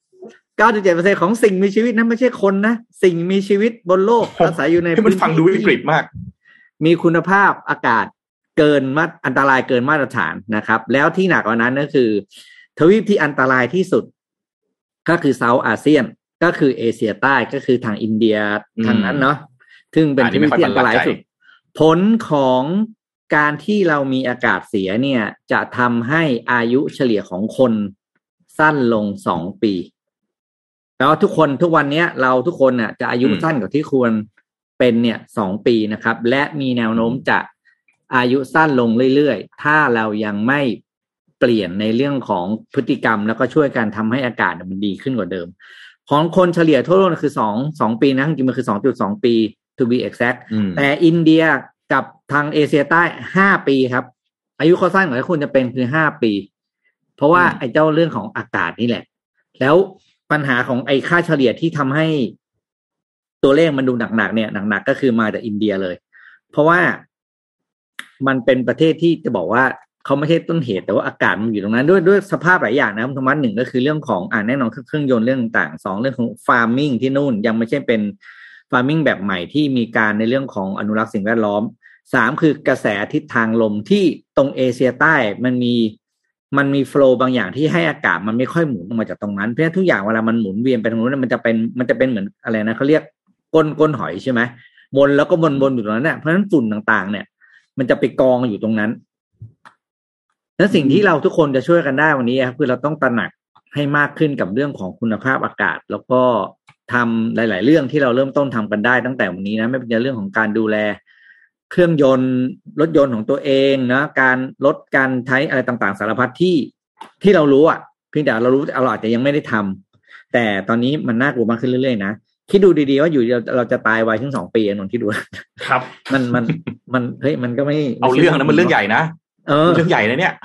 S4: 97% ของสิ่งมีชีวิตนั้นไม่ใช่คนนะสิ่งมีชีวิตบนโลกอาศัยอยู่ใน
S3: พื้นที่มันฟังดูวิกฤตมาก
S4: มีคุณภาพอากาศเกินอันตรายเกินมาตรฐานนะครับแล้วที่หนักกว่านั้นก็คือทวีปที่อันตรายที่สุดก็คือเซาท์อาเซียนก็คือเอเชียใต้ก็คือทางอินเดียทางนั้นเนาะซึ่งเป็นทวีปที่อันตรายสุดผลของการที่เรามีอากาศเสียเนี่ยจะทำให้อายุเฉลี่ยของคนสั้นลง2 ปีแล้วทุกวันนี้เราทุกคนน่ะจะอายุสั้นกว่าที่ควรเป็นเนี่ย2 ปีนะครับและมีแนวโน้มจะอายุสั้นลงเรื่อยๆถ้าเรายังไม่เปลี่ยนในเรื่องของพฤติกรรมแล้วก็ช่วยกันทำให้อากาศมันดีขึ้นกว่าเดิมของคนเฉลี่ยทั่วโลกคือ2 ปีนะจริงๆมันคือ 2.2 ปี to be exact แต่อินเดียกับทางเอเชียใต้5 ปีครับอายุเขาสั้นกว่าที่ควรจะเป็นคือ5 ปีเพราะว่าไอ้เจ้าเรื่องของอากาศนี่แหละแล้วปัญหาของไอ้ค่าเฉลี่ยที่ทำให้ตัวเลขมันดูหนักๆเนี่ยหนักๆก็คือมาจากอินเดียเลยเพราะว่ามันเป็นประเทศที่จะบอกว่าเขาไม่ใช่ต้นเหตุแต่ว่าอากาศมันอยู่ตรงนั้นด้วยสภาพหลายอย่างนะธรรมะ1ก็คือเรื่องของแน่นอนเครื่องยนต์เรื่องต่าง2เรื่องของฟาร์มมิ่งที่นู่นยังไม่ใช่เป็นฟาร์มมิ่งแบบใหม่ที่มีการในเรื่องของอนุรักษ์สิ่งแวดล้อม3คือกระแสทิศทางลมที่ตรงเอเชียใต้มันมีโฟลว์บางอย่างที่ให้อากาศมันไม่ค่อยหมุนออกมาจากตรงนั้นเพราะฉะนั้นทุกอย่างเวลามันหมุนเวียนไปตรงนู้นมันจะเป็นเหมือนอะไรนะเขาเรียกก้นหอยใช่ไหมวนแล้วก็วนอยู่ตรงนั้นเนี่ยเพราะฉะนั้นฝุ่นต่างๆเนี่ยมันจะไปกองอยู่ตรงนั้นและสิ่งที่เราทุกคนจะช่วยกันได้วันนี้คือเราต้องตระหนักให้มากขึ้นกับเรื่องของคุณภาพอากาศแล้วก็ทำหลายๆเรื่องที่เราเริ่มต้นทำกันได้ตั้งแต่วันนี้นะไม่เป็นเรื่องของการดูแลเครื่องยนต์รถยนต์ของตัวเองนะการลดการใช้อะไรต่างๆสารพัดที่เรารู้เพียงแต่เรารู้เราอาจจะยังไม่ได้ทำแต่ตอนนี้มันน่ากลัวมากขึ้นเรื่อยๆนะคิดดูดีๆว่าอยู่เราจะตายวัยถึง2 ปีนนท์คิดดู
S2: ครับ
S4: มันเฮ้ยมันก็ไม่
S3: เอาเรื่องนะมันเรื่องใหญ่นะเรื่องใหญ่นะเนี่ย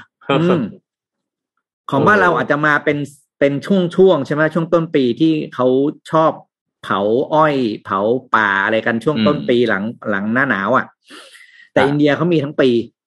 S4: ของบ้านเราอาจจะมาเป็นช่วงใช่ไหมช่วงต้นปีที่เขาชอบเผาอ้อยเผาป่าอะไรกันช่วงต้นปีหลังหน้าหนาวแต่อินเดียเขามีทั้งปี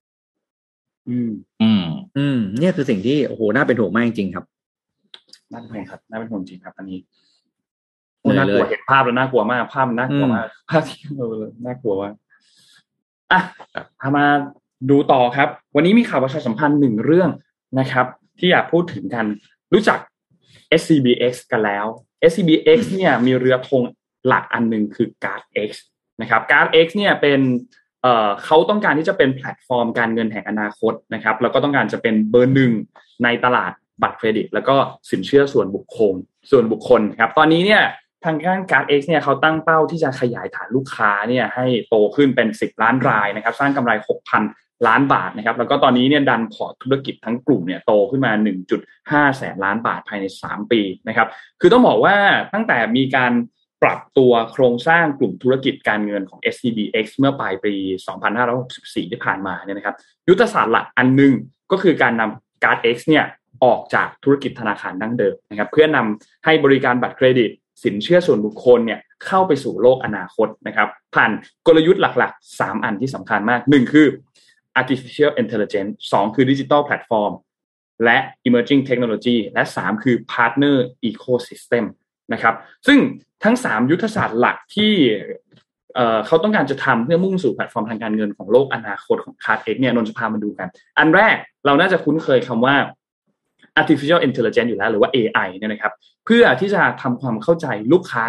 S4: เนี่ยคือสิ่งที่โอ้โหน่าเป็นห่วงมากจริงๆครับ
S2: น่าเป็นห่วงครับน่าเป็นห่วงจริงครับอันนี้น่ากลัวเห็นภาพแล้วน่ากลัวมากภาพมันน่ากลัวมากภาพที่น่ากลัวว่าพามาดูต่อครับวันนี้มีข่าวประชาสัมพันธ์1 เรื่องนะครับที่อยากพูดถึงกันรู้จัก SCBX กันแล้ว SCBX เนี่ยมีเรือธงหลักอันนึงคือ GuardX นะครับ GuardX เนี่ยเป็นเขาต้องการที่จะเป็นแพลตฟอร์มการเงินแห่งอนาคตนะครับแล้วก็ต้องการจะเป็นเบอร์ 1ในตลาดบัตรเครดิตแล้วก็สินเชื่อส่วนบุคคลครับตอนนี้เนี่ยทางด้าน GuardX เนี่ยเขาตั้งเป้าที่จะขยายฐานลูกค้าเนี่ยให้โตขึ้นเป็น10 ล้านรายนะครับสร้างกำไร 6,000 ล้านบาทนะครับแล้วก็ตอนนี้เนี่ยดันพอร์ตธุรกิจทั้งกลุ่มเนี่ยโตขึ้นมา 1.5 แสนล้านบาทภายใน3 ปีนะครับคือต้องบอกว่าตั้งแต่มีการปรับตัวโครงสร้างกลุ่มธุรกิจการเงินของ SCBX เมื่อปลายปี 2564 ที่ผ่านมาเนี่ยนะครับยุทธศาสตร์หลักอันนึงก็คือการนำ GuardX เนี่ยออกจากธุรกิจธนาคารดั้งเดิมนะครับเพื่อนำให้บริการบัตรเครดิตสินเชื่อส่วนบุคคลเนี่ยเข้าไปสู่โลกอนาคตนะครับผ่านกลยุทธ์หลักๆ3 อันที่สำคัญมาก1คือ artificial intelligence 2คือ digital platform และ emerging technology และ3คือ partner ecosystem นะครับซึ่งทั้ง3ยุทธศาสตร์หลักที่เขาต้องการจะทำเพื่อมุ่งสู่แพลตฟอร์มทางการเงินของโลกอนาคตของ GuardX เนี่ยนนท์จะพามาดูกันอันแรกเราน่าจะคุ้นเคยคำว่า artificial intelligence อยู่แล้วหรือว่า AI เนี่ยนะครับเพื่อที่จะทำความเข้าใจลูกค้าใน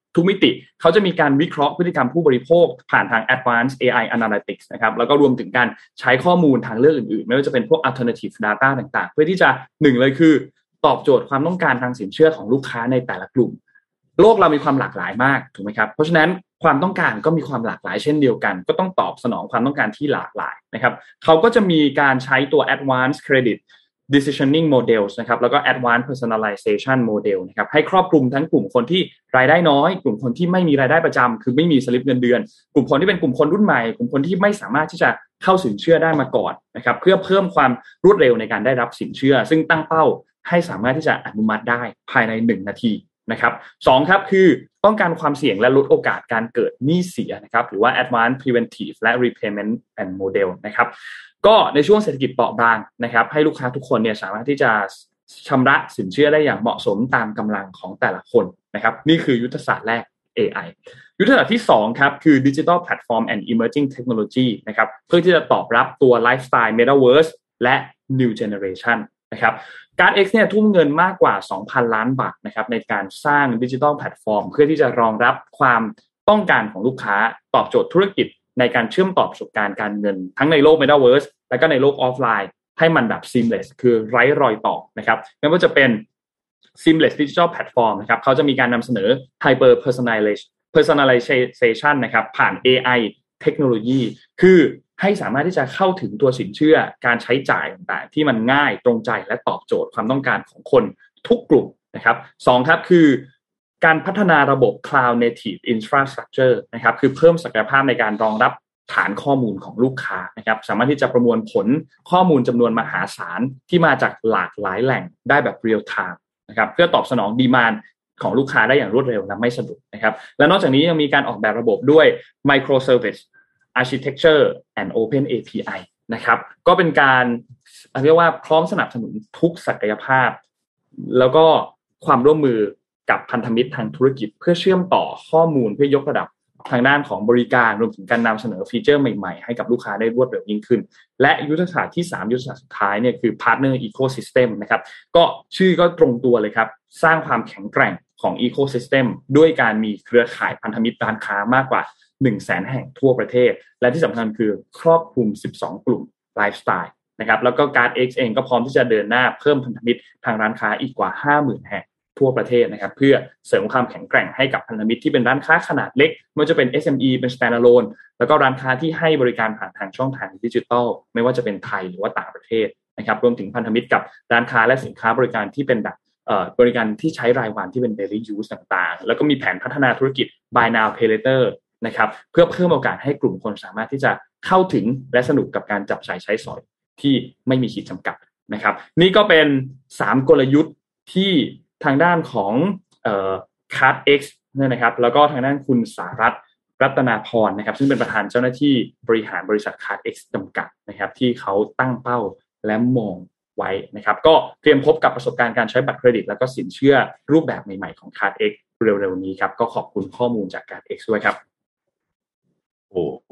S2: ทุกมิติเขาจะมีการวิเคราะห์พฤติกรรมผู้บริโภคผ่านทาง Advanced AI Analytics นะครับแล้วก็รวมถึงการใช้ข้อมูลทางเลือกอื่นๆไม่ว่าจะเป็นพวก Alternative Data ต่างๆเพื่อที่จะหนึ่งเลยคือตอบโจทย์ความต้องการทางสินเชื่อของลูกค้าในแต่ละกลุ่มโลกเรามีความหลากหลายมากถูกไหมครับเพราะฉะนั้นความต้องการก็มีความหลากหลายเช่นเดียวกันก็ต้องตอบสนองความต้องการที่หลากหลายนะครับเขาก็จะมีการใช้ตัว Advanced Credit Decisioning Models นะครับแล้วก็ Advanced Personalization Model นะครับให้ครอบคลุมทั้งกลุ่มคนที่รายได้น้อยกลุ่มคนที่ไม่มีรายได้ประจำคือไม่มีสลิปเงินเดือนกลุ่มคนที่เป็นกลุ่มคนรุ่นใหม่กลุ่มคนที่ไม่สามารถที่จะเข้าสินเชื่อได้มาก่อนนะครับเพื่อเพิ่มความรวดเร็วในการได้รับสินเชื่อซึ่งตั้งเป้าให้สามารถที่จะอนุมัติได้ภายใน1นาทีนะครับ2ครับคือป้องกันความเสี่ยงและลดโอกาสการเกิดหนี้เสียนะครับหรือว่า Advanced Preventive และ Repayment and Model นะครับก็ในช่วงเศรษฐกิจเปราะบางนะครับให้ลูกค้าทุกคนเนี่ยสามารถที่จะชำระสินเชื่อได้อย่างเหมาะสมตามกำลังของแต่ละคนนะครับนี่คือยุทธศาสตร์แรก AI ยุทธศาสตร์ที่2ครับคือ Digital Platform and Emerging Technology นะครับเพื่อที่จะตอบรับตัว Lifestyle Metaverse และ New Generation นะครับCard-X เนี่ยทุ่มเงินมากกว่า 2,000 ล้านบาทนะครับในการสร้าง Digital Platform เพื่อที่จะรองรับความต้องการของลูกค้าตอบโจทย์ธุรกิจในการเชื่อมต่อประสบการณ์การเงินทั้งในโลก Metaverse และก็ในโลกออฟไลน์ให้มันแบบ seamless คือไร้รอยต่อนะครับไม่ว่าจะเป็น seamless digital platform นะครับเขาจะมีการนำเสนอ hyper personalization นะครับผ่าน AI เทคโนโลยีคือให้สามารถที่จะเข้าถึงตัวสินเชื่อการใช้จ่ายต่างๆที่มันง่ายตรงใจและตอบโจทย์ความต้องการของคนทุกกลุ่มนะครับ2ครับคือการพัฒนาระบบ Cloud Native Infrastructure นะครับคือเพิ่มศักยภาพในการรองรับฐานข้อมูลของลูกค้านะครับสามารถที่จะประมวลผลข้อมูลจำนวนมหาศาลที่มาจากหลากหลายแหล่งได้แบบ real time นะครับเพื่อตอบสนองดีมานด์ของลูกค้าได้อย่างรวดเร็วและไม่สะดุดนะครับและนอกจากนี้ยังมีการออกแบบระบบด้วย Microservice Architecture and Open API นะครับก็เป็นการเรียกว่าพร้อมสนับสนุนทุกศักยภาพแล้วก็ความร่วมมือกับพันธมิตรทางธุรกิจเพื่อเชื่อมต่อข้อมูลเพื่อยกระดับทางด้านของบริการรวมถึงการนำเสนอฟีเจอร์ใหม่ๆให้กับลูกค้าได้รวดเร็วยิ่งขึ้นและยุทธศาสตร์ที่3ยุทธศาสตร์สุดท้ายเนี่ยคือ Partner Ecosystem นะครับก็ชื่อก็ตรงตัวเลยครับสร้างความแข็งแกร่งของ Ecosystem ด้วยการมีเครือข่ายพันธมิตรร้านค้ามากกว่า 100,000 แห่งทั่วประเทศและที่สำคัญคือครอบคลุม12กลุ่มไลฟ์สไตล์นะครับแล้วก็ Card-X เองก็พร้อมที่จะเดินหน้าเพิ่มพันธมิตรทางร้านค้าอีกกว่า 50,000 แห่งทั่วประเทศนะครับเพื่อเสริมความแข็งแกร่งให้กับพันธมิตรที่เป็นร้านค้าขนาดเล็กไม่ว่าจะเป็น SME เป็น standalone แล้วก็ร้านค้าที่ให้บริการผ่านทางช่องทางดิจิทัลไม่ว่าจะเป็นไทยหรือว่าต่างประเทศนะครับรวมถึงพันธมิตรกับร้านค้าและสินค้าบริการที่เป็นแบบบริการที่ใช้รายวันที่เป็น daily use ต่างๆแล้วก็มีแผนพัฒนาธุรกิจ buy now pay later นะครับเพื่อเพิ่มโอกาสให้กลุ่มคนสามารถที่จะเข้าถึงและสนุกกับการจับจ่ายใช้สอยที่ไม่มีขีดจำกัดนะครับนี่ก็เป็น3กลยุทธ์ที่ทางด้านของCard-X เนี่ยนะครับแล้วก็ทางด้านคุณสารัตน์รัตนาพรนะครับซึ่งเป็นประธานเจ้าหน้าที่บริหารบริษัท Card-X จำกัดนะครับที่เขาตั้งเป้าและมองไว้นะครับก็เตรียมพบกับประสบการณ์การใช้บัตรเครดิตแล้วก็สินเชื่อรูปแบบใหม่ๆของ Card-X เร็วๆนี้ครับก็ขอบคุณข้อมูลจาก Card-X ด้วยครับ
S3: โอ้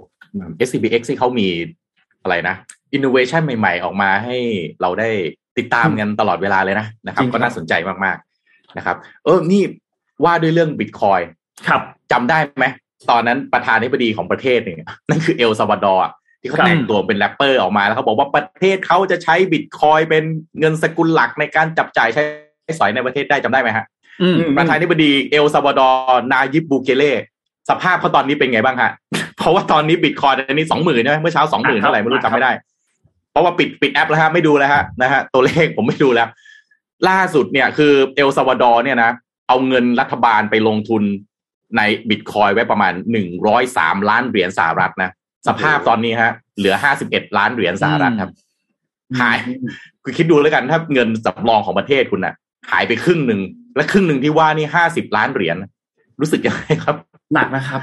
S3: SCBX ที่เขามีอะไรนะ innovation ใหม่ๆออกมาให้เราได้ติดตามกันตลอดเวลาเลยนะครับก็น่าสนใจมากๆนะครับนี่ว่าด้วยเรื่อง Bitcoin
S2: ครับ
S3: จำได้ไหมตอนนั้นประธานาธิบดีของประเทศเนี่ยนั่นคือเอลซัลวาดอร์ที่เขาแต่งตัวเป็นแรปเปอร์ออกมาแล้วเขาบอกว่าประเทศเขาจะใช้ Bitcoin เป็นเงินสกุลหลักในการจับจ่ายใช้สอยในประเทศได้จำได้ไหมฮะประธานาธิบดีเอลซัลวาดอร์นายิบบูเกเล่สภาพเขาตอนนี้เป็นไงบ้างฮะเพราะว่าตอนนี้ Bitcoin อันนี้ 20,000 ใช่ไหมเมื่อเช้า 20,000 เท่าไหร่ไม่รู้จำไม่ได้เพราะว่าปิดแอปแล้วฮะไม่ดูแล้วฮะนะฮะตัวเลขผมไม่ดูแล้วล่าสุดเนี่ยคือเอลซัลวาดอร์เนี่ยนะเอาเงินรัฐบาลไปลงทุนใน Bitcoin ไว้ประมาณ103 ล้านเหรียญสหรัฐนะสภาพตอนนี้ฮะเหลือ51ล้านเหรียญสหรัฐครับหายคือคิดดูแล้วกันถ้าเงินสำรองของประเทศคุณน่ะหายไปครึ่งนึงและครึ่งนึงที่ว่านี่50ล้านเหรียญรู้สึกยังไงครับ
S2: หนักนะครับ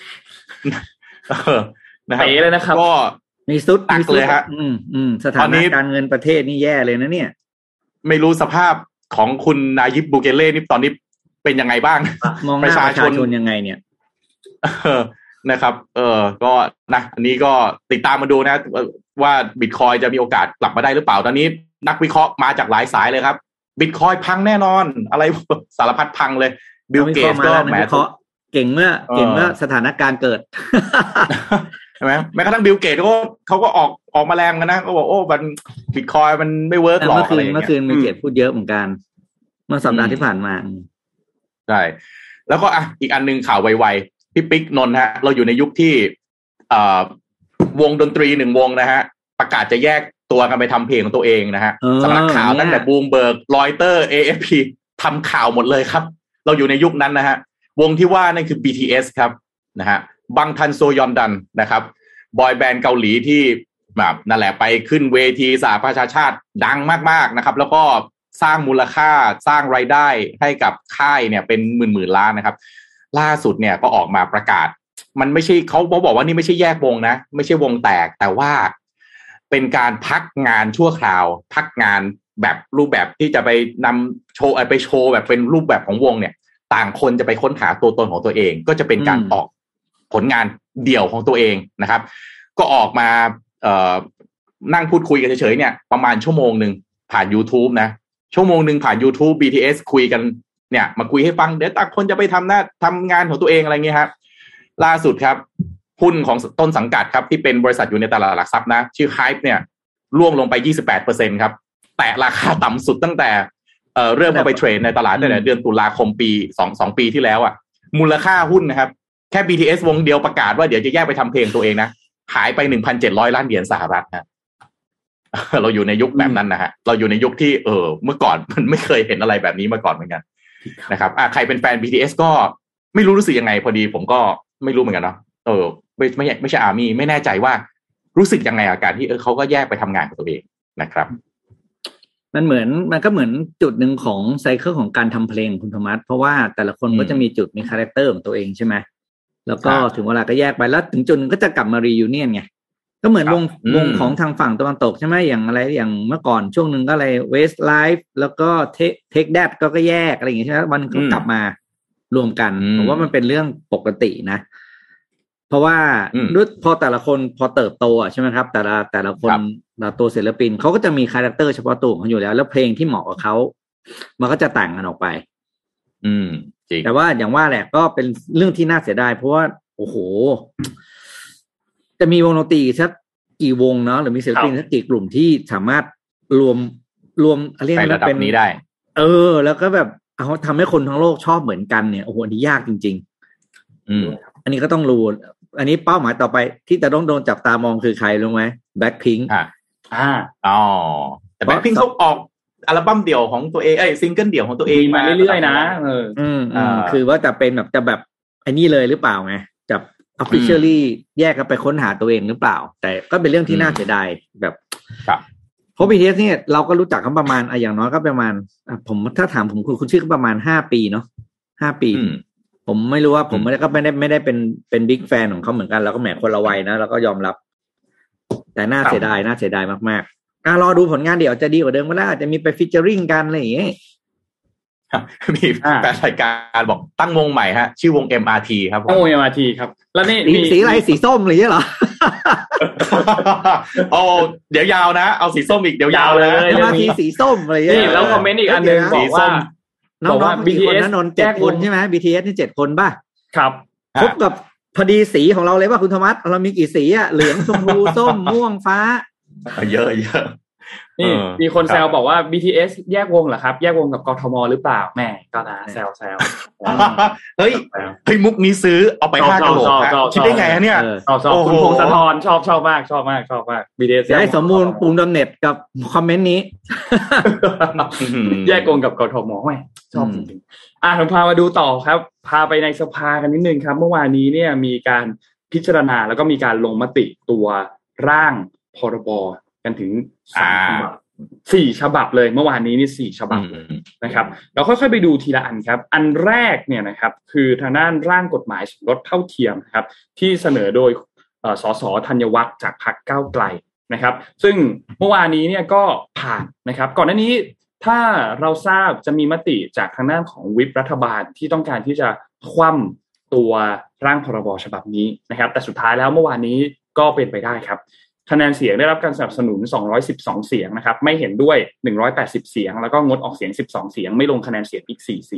S3: นะครับ
S2: เป๋เลยนะครับ
S4: ก็มีสุด
S3: เลยฮะ
S4: สถานะการเงินประเทศนี่แย่เลยนะเนี่ย
S3: ไม่รู้สภาพของคุณนายิบบูเกเล่นี่ตอนนี้เป็นยังไงบ้าง
S4: มองหน้าประชาชนยังไงเนี่ย
S3: นะครับก็นะอันนี้ก็ติดตามมาดูนะว่า Bitcoin จะมีโอกาสกลับมาได้หรือเปล่าตอนนี้นักวิเคราะห์มาจากหลายสายเลยครับ Bitcoin พังแน่นอนอะไรสารพัดพังเลยบิลเกตก็แหม
S4: เก่งเมื่อสถานการณ์เกิด
S3: ใช่ไหมแม้กระทั่งบิลเกตเขาก็ออกมาแรงกันนะก็บอกโอ้มันบิตคอยมันไม่เวิร์กหรอกอะไรอย่างเงี้ย
S4: เมื่อคืนบิลเกตพูดเยอะเหมือนกันเมื่อสัปดาห์ที่ผ่านมา
S3: ใช่แล้วก็อีกอันนึงข่าวไวๆพี่ปิ๊กนนท์ฮะเราอยู่ในยุคที่วงดนตรี1วงนะฮะประกาศจะแยกตัวกันไปทำเพลงของตัวเองนะฮะสำนักข่าวตั้งแต่บูมเบิร์กรอยเตอร์ AFP ทำข่าวหมดเลยครับเราอยู่ในยุคนั้นนะฮะวงที่ว่านั่นคือ BTS ครับนะฮะบังทันโซยอนดันนะครับบอยแบนด์เกาหลีที่แบบนั่นแหละไปขึ้นเวทีสหประชาชาติดังมากๆนะครับแล้วก็สร้างมูลค่าสร้างรายได้ให้กับค่ายเนี่ยเป็นหมื่นล้านนะครับล่าสุดเนี่ยก็ออกมาประกาศมันไม่ใช่เขาบอกว่านี่ไม่ใช่แยกวงนะไม่ใช่วงแตกแต่ว่าเป็นการพักงานชั่วคราวพักงานแบบรูปแบบที่จะไปนำโชว์ไปโชว์แบบเป็นรูปแบบของวงเนี่ยต่างคนจะไปค้นหาตัวตนของตัวเองก็จะเป็นการออกผลงานเดี่ยวของตัวเองนะครับก็ออกมานั่งพูดคุยกันเฉยๆเนี่ยประมาณชั่วโมงนึงผ่าน YouTube นะชั่วโมงนึงผ่าน YouTube BTS คุยกันเนี่ยมาคุยให้ฟังเดี๋ยวต่างคนจะไปทำงานของตัวเองอะไรเงี้ยครับล่าสุดครับหุ้นของต้นสังกัดครับที่เป็นบริษัทอยู่ในตลาดหลักทรัพย์นะชื่อ Hype เนี่ยร่วงลงไป 28% ครับแตะราคาต่ำสุดตั้งแต่เริ่มเอาไปเทรดในตลาดตั้งแต่เดือนตุลาคมปี2ปีที่แล้วอ่ะมูลค่าหุ้นนะครับแค่ BTS วงเดียวประกาศว่าเดี๋ยวจะแยกไปทำเพลงตัวเองนะหายไป 1,700 ล้านเหรียญสหรัฐนะเราอยู่ในยุคแบบนั้นนะฮะเราอยู่ในยุคที่เมื่อก่อนมันไม่เคยเห็นอะไรแบบนี้มาก่อนเหมือนกันนะครับใครเป็นแฟน BTS ก็ไม่รู้สึกยังไงพอดีผมก็ไม่รู้เหมือนกันเนาะไม่ใช่อาร์มี่ไม่แน่ใจว่ารู้สึกยังไงอาการที่เขาก็แยกไปทำงานของตัวเองนะครับ
S4: มันก็เหมือนจุดหนึ่งของไซเคิลของการทำเพลงคุณธรรมะเพราะว่าแต่ละคนก็จะมีจุดมีคาแรคเตอร์ของตัวเองใช่ไหมแล้วก็ถึงเวลาก็แยกไปแล้วถึงจุดนึงก็จะกลับมารียูเนียนไงก็เหมือนวงของทางฝั่งตะวันตกใช่ไหมอย่างอะไรอย่างเมื่อก่อนช่วงนึงก็อะไร Westlife แล้วก็Take That ก็แยกอะไรอย่างเงี้ยใช่ไหมวันก็กลับมารวมกันผมว่ามันเป็นเรื่องปกตินะเพราะว่าด้วยพอแต่ละคนพอเติบโตใช่ไหมครับแต่ละคนตัวศิลปินเขาก็จะมีคาแรคเตอร์เฉพาะตัวของเขาอยู่แล้วเพลงที่เหมาะกับเขามันก็จะต่างกันออกไป
S3: จริง
S4: แต่ว่าอย่างว่าแหละก็เป็นเรื่องที่น่าเสียดายเพราะว่าโอ้โหจะมีวงดนตรีสักกี่วงเนาะหรือมีศิลปินสักกี่กลุ่มที่สามารถรวมเรียกว่าเป็น
S3: นี้ได้
S4: แล้วก็แบบเอาทำให้คนทั้งโลกชอบเหมือนกันเนี่ยโอ้โหอันนี้ยากจริงๆอันนี้ก็ต้องรู้อันนี้เป้าหมายต่อไปที่จะต้องโดนจับตามองคือใครรู้ไหม Blackpink
S3: แต่ Blackpink เขาออกอัลบั้มเดี่ยวของตัวเองซิงเกิลเดี่ยวของตัวเอง
S2: มาเรื่อยๆนะ
S4: คือว่าจะเป็นแบบจะแบบไอ้นี่เลยหรือเปล่าไงจับ officially แยกกันไปค้นหาตัวเองหรือเปล่าแต่ก็เป็นเรื่องที่น่าเสียดายแบบเพราะ BTS เนี่ยเราก็รู้จักกันประมาณอย่างน้อยก็ประมาณผมถ้าถามผมคุณชื่อก็ประมาณ5 ปีเนาะ5 ปีผมไม่รู้ว่าผมไม่ได้เป็นบิ๊กแฟนของเขาเหมือนกันแล้วก็แหมคนละวัยนะแล้วก็ยอมรับแต่น่าเสียดายมากๆรอดูผลงานเดี๋ยวจะดีกว่าเดิมก็ได้อาจจะมีไปฟีเจอริ่งกันอะไรอย่างเงี้ย
S3: มีแฟนรายการบอกตั้งวงใหม่ฮะชื่อวง MRT ครับ
S2: ตั้งวง MRT ครับแล้วนี่
S4: สีอะไรสีส้มหรือเหรอ
S3: เดี๋ยวยาวนะเอาสีส้มอีกเดี๋ยวยาวเลย
S4: MRT สีส้มอะไรอย่างเงี้ย
S2: แล้วคอมเมนต์อีกอันนึงบอกว่า
S4: น้องๆ BTS นนท์7 คนใช่ไหม BTS นี่7 คนป่ะ
S2: ครับ
S4: ครบกับพอดีสีของเราเลยป่ะคุณธรรมะเรามีกี่สีอ่ะเหลืองชมพูส้มม่วงฟ้า
S3: เยอะ
S2: นี่มีคนแซวบอกว่า BTS แยกวงเหรอครับแยกวงกับกทมหรือเปล่าแม่ก็นะแซว
S3: เฮ้ยมุกนี้ซื้อเอาไป5 กะโหลกคิดได้ไงเนี่ย
S2: คุณพงศธรชอบมากBTS
S4: ได้สมมูลปูมดอมเน็ตกับคอมเมนต์นี้
S2: แยกวงกับกทมแม่ชอบจริงๆผมพามาดูต่อครับพาไปในสภากันนิดนึงครับเมื่อวานนี้เนี่ยมีการพิจารณาแล้วก็มีการลงมติตัวร่างพรบกันถึง4 ฉบับเลยเมื่อวานนี้นี่4 ฉบับนะครับเราค่อยๆไปดูทีละอันครับอันแรกเนี่ยนะครับคือทางด้านร่างกฎหมายสมรสเท่าเทียมครับที่เสนอโดยสสธัญวัฒน์จากพรรคก้าวไกลนะครับซึ่งเมื่อวานนี้เนี่ยก็ผ่านนะครับก่อนหน้านี้ถ้าเราทราบจะมีมติจากทางด้านของวิปรัฐบาลที่ต้องการที่จะคว่ำตัวร่างพรบฉบับนี้นะครับแต่สุดท้ายแล้วเมื่อวานนี้ก็เป็นไปได้ครับคะแนนเสียงได้รับการสนับสนุน212 เสียงนะครับไม่เห็นด้วย180 เสียงแล้วก็งดออกเสียง12 เสียงไม่ลงคะแนนเสียงอีก4 เสียง